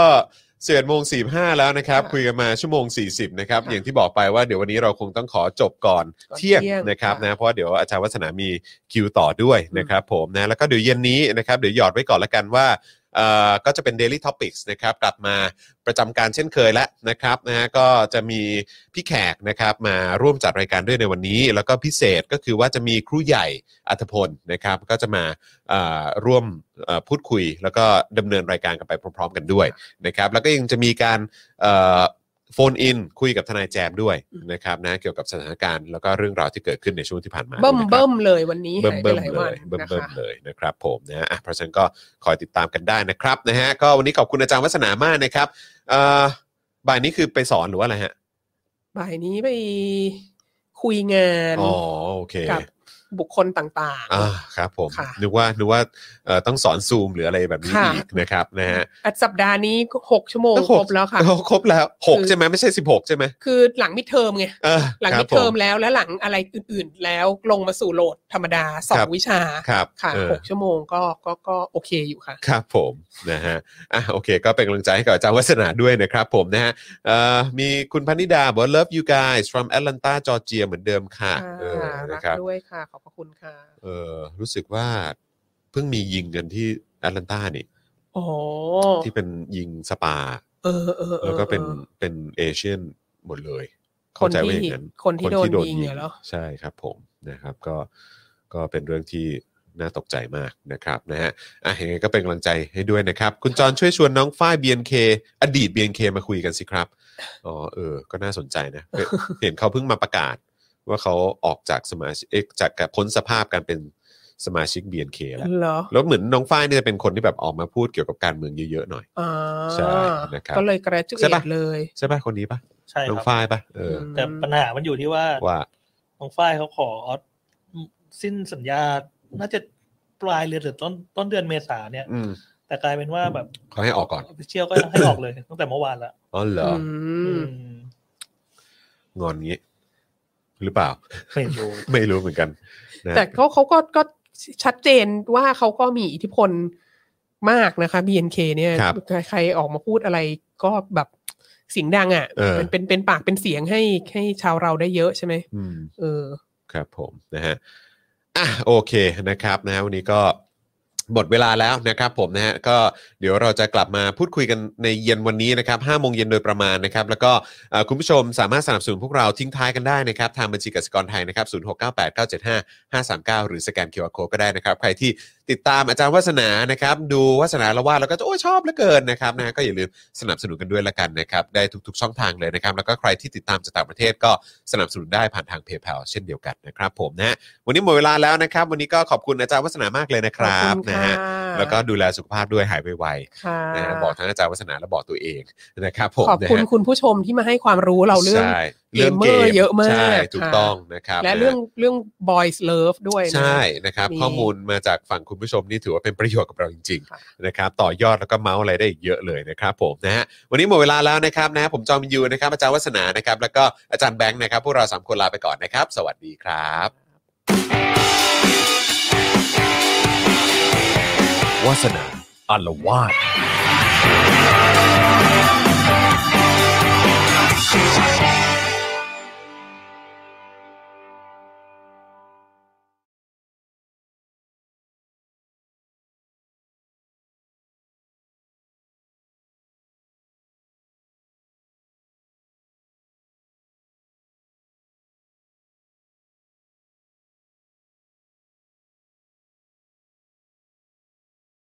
11:45แล้วนะครับคุยกันมาชั่วโมง40นะครับอย่างที่บอกไปว่าเดี๋ยววันนี้เราคงต้องขอจบก่อนเที่ยงนะครับนะเพราะเดี๋ยวอาจารย์วัฒนามีคิวต่อด้วยนะครับผมนะแล้วก็เดี๋ยวเย็นนี้นะครับเดี๋ยวหยอดไว้ก่อนละกันว่าก็จะเป็น Daily Topics นะครับกลับมาประจำการเช่นเคยแล้วนะครับนะฮะก็จะมีพี่แขกนะครับมาร่วมจัดรายการด้วยในวันนี้แล้วก็พิเศษก็คือว่าจะมีครูใหญ่อัธพลนะครับก็จะมาร่วมพูดคุยแล้วก็ดำเนินรายการกันไปพร้อมๆกันด้วยนะครับแล้วก็ยังจะมีการโฟนอินคุยกับทนายแจมด้วยนะครับนะเกี่ยวกับสถานการณ์แล้วก็เรื่องราวที่เกิดขึ้นในช่วงที่ผ่านมาเบิ่มเลยวันนี้หายไปหลายวันเบิ่มเลยนะครับผมนะเพราะฉะนั้นก็คอยติดตามกันได้นะครับนะฮะก็วันนี้ขอบคุณอาจารย์วัฒนามากนะครับบ่ายนี้คือไปสอนหรือว่าอะไรฮะบ่ายนี้ไปคุยงานอ๋อโอเคกับบุคคลต่างๆครับผมนึกว่าต้องสอนซูมหรืออะไรแบบนี้อีกนะครับนะฮะสัปดาห์นี้6ชั่วโมงครบแล้วค่ะครบแล้ว6ใช่ไหมไม่ใช่16ใช่ไหมคือหลังมิดเทอมไงหลังมิดเทอมแล้วและหลังอะไรอื่นๆแล้วลงมาสู่โหลดธรรมดา2วิชาค่ะ6ชั่วโมงก็โอเคอยู่ค่ะครับผมนะฮะโอเคก็เป็นกำลังใจให้กับอาจารย์วัฒนาด้วยนะครับผมนะฮะมีคุณพนิดาบอก love you guys from Atlanta Georgia เหมือนเดิมค่ะนะครับด้วยค่ะขอบคุณค่ะรู้สึกว่าเพิ่งมียิงกันที่แอตแลนตานี่ที่เป็นยิงสปาแล้วก็เป็นเอเชียนหมดเลยเข้าใจว่าอย่างนั้นคนที่โดนยิงเหรอใช่ครับผมนะครับก็เป็นเรื่องที่น่าตกใจมากนะครับนะฮะยังไงก็เป็นกำลังใจให้ด้วยนะครับคุณจอนช่วยชวนน้องฝ้าย BNK อดีต BNK มาคุยกันสิครับก็น่าสนใจนะเห็นเขาเพิ่งมาประกาศว่าเขาออกจากสมาชิกจากพ้นสภาพการเป็นสมาชิก BNK แล้วเหมือนน้องฝ้ายเนี่ยจะเป็นคนที่แบบออกมาพูดเกี่ยวกับการเมืองเยอะๆหน่อยใช่นะครับก็เลยกระจุยเลยใช่ป่ะคนนี้ป่ะใช่น้องฝ้ายป่ะแต่ปัญหามันอยู่ที่ว่าน้องฝ้ายเขาขอสิ้นสัญญาน่าจะปลายเดือนหรือต้นเดือนเมษาเนี่ยแต่กลายเป็นว่าแบบเขาให้ออกก่อนเชียลก็ให้ออกเลยตั้งแต่เมื่อวานแล้วอ๋อเหรองอนงี้หรือเปล่าไม่รู้เหมือนกันแต่เขาก็ชัดเจนว่าเขาก็มีอิทธิพลมากนะคะ BNK เนี่ยใครออกมาพูดอะไรก็แบบเสียงดังมันเป็นปากเป็นเสียงให้ชาวเราได้เยอะใช่ไหมครับผมนะฮะโอเคนะครับนะวันนี้ก็หมดเวลาแล้วนะครับผมนะฮะก็เดี๋ยวเราจะกลับมาพูดคุยกันในเย็นวันนี้นะครับ 5:00 นโดยประมาณนะครับแล้วก็คุณผู้ชมสามารถสนับสนุนพวกเราทิ้งท้ายกันได้นะครับทางบัญชีกสิกรไทยนะครับ0698975539หรือสแกน QR Code ก็ได้นะครับใครที่ติดตามอาจารย์วัฒนานะครับดูวัฒนาละว่าแล้วก็จะชอบเหลือเกินนะครับนะก็อย่าลืมสนับสนุนกันด้วยละกันนะครับได้ทุกๆช่องทางเลยนะครับแล้วก็ใครที่ติดตามจากต่างประเทศก็สนับสนุนได้ผ่านทาง PayPal เช่นเดียวกันนะครับผมนะวันนี้หมดเวลาแล้วนะครับวันนี้ก็ขอบคุณอาจารย์วัฒนามากเลยนะครับนะฮะแล้วก็ดูแลสุขภาพด้วยหายไวๆนะฮะบอกทั้งอาจารย์วัฒนาและบอกตัวเองนะครับผมขอบคุณคุณผู้ชมที่มาให้ความรู้เราเรื่องเกมเมอร์เยอะมากใช่ถูกต้องนะครับและเรื่อง Boys Love ด้วยใช่นะครับข้อมูลมาจากฝั่งคุณผู้ชมนี่ถือว่าเป็นประโยชน์กับเราจริงๆนะครับต่อยอดแล้วก็เมาส์อะไรได้อีกเยอะเลยนะครับผมนะฮะวันนี้หมดเวลาแล้วนะครับนะผมจอมยูนะครับอาจารย์วัฒนานะครับแล้วก็อาจารย์แบงค์นะครับพวกเรา3คนลาไปก่อนนะครับสวัสดีครับวาสนาอารวาส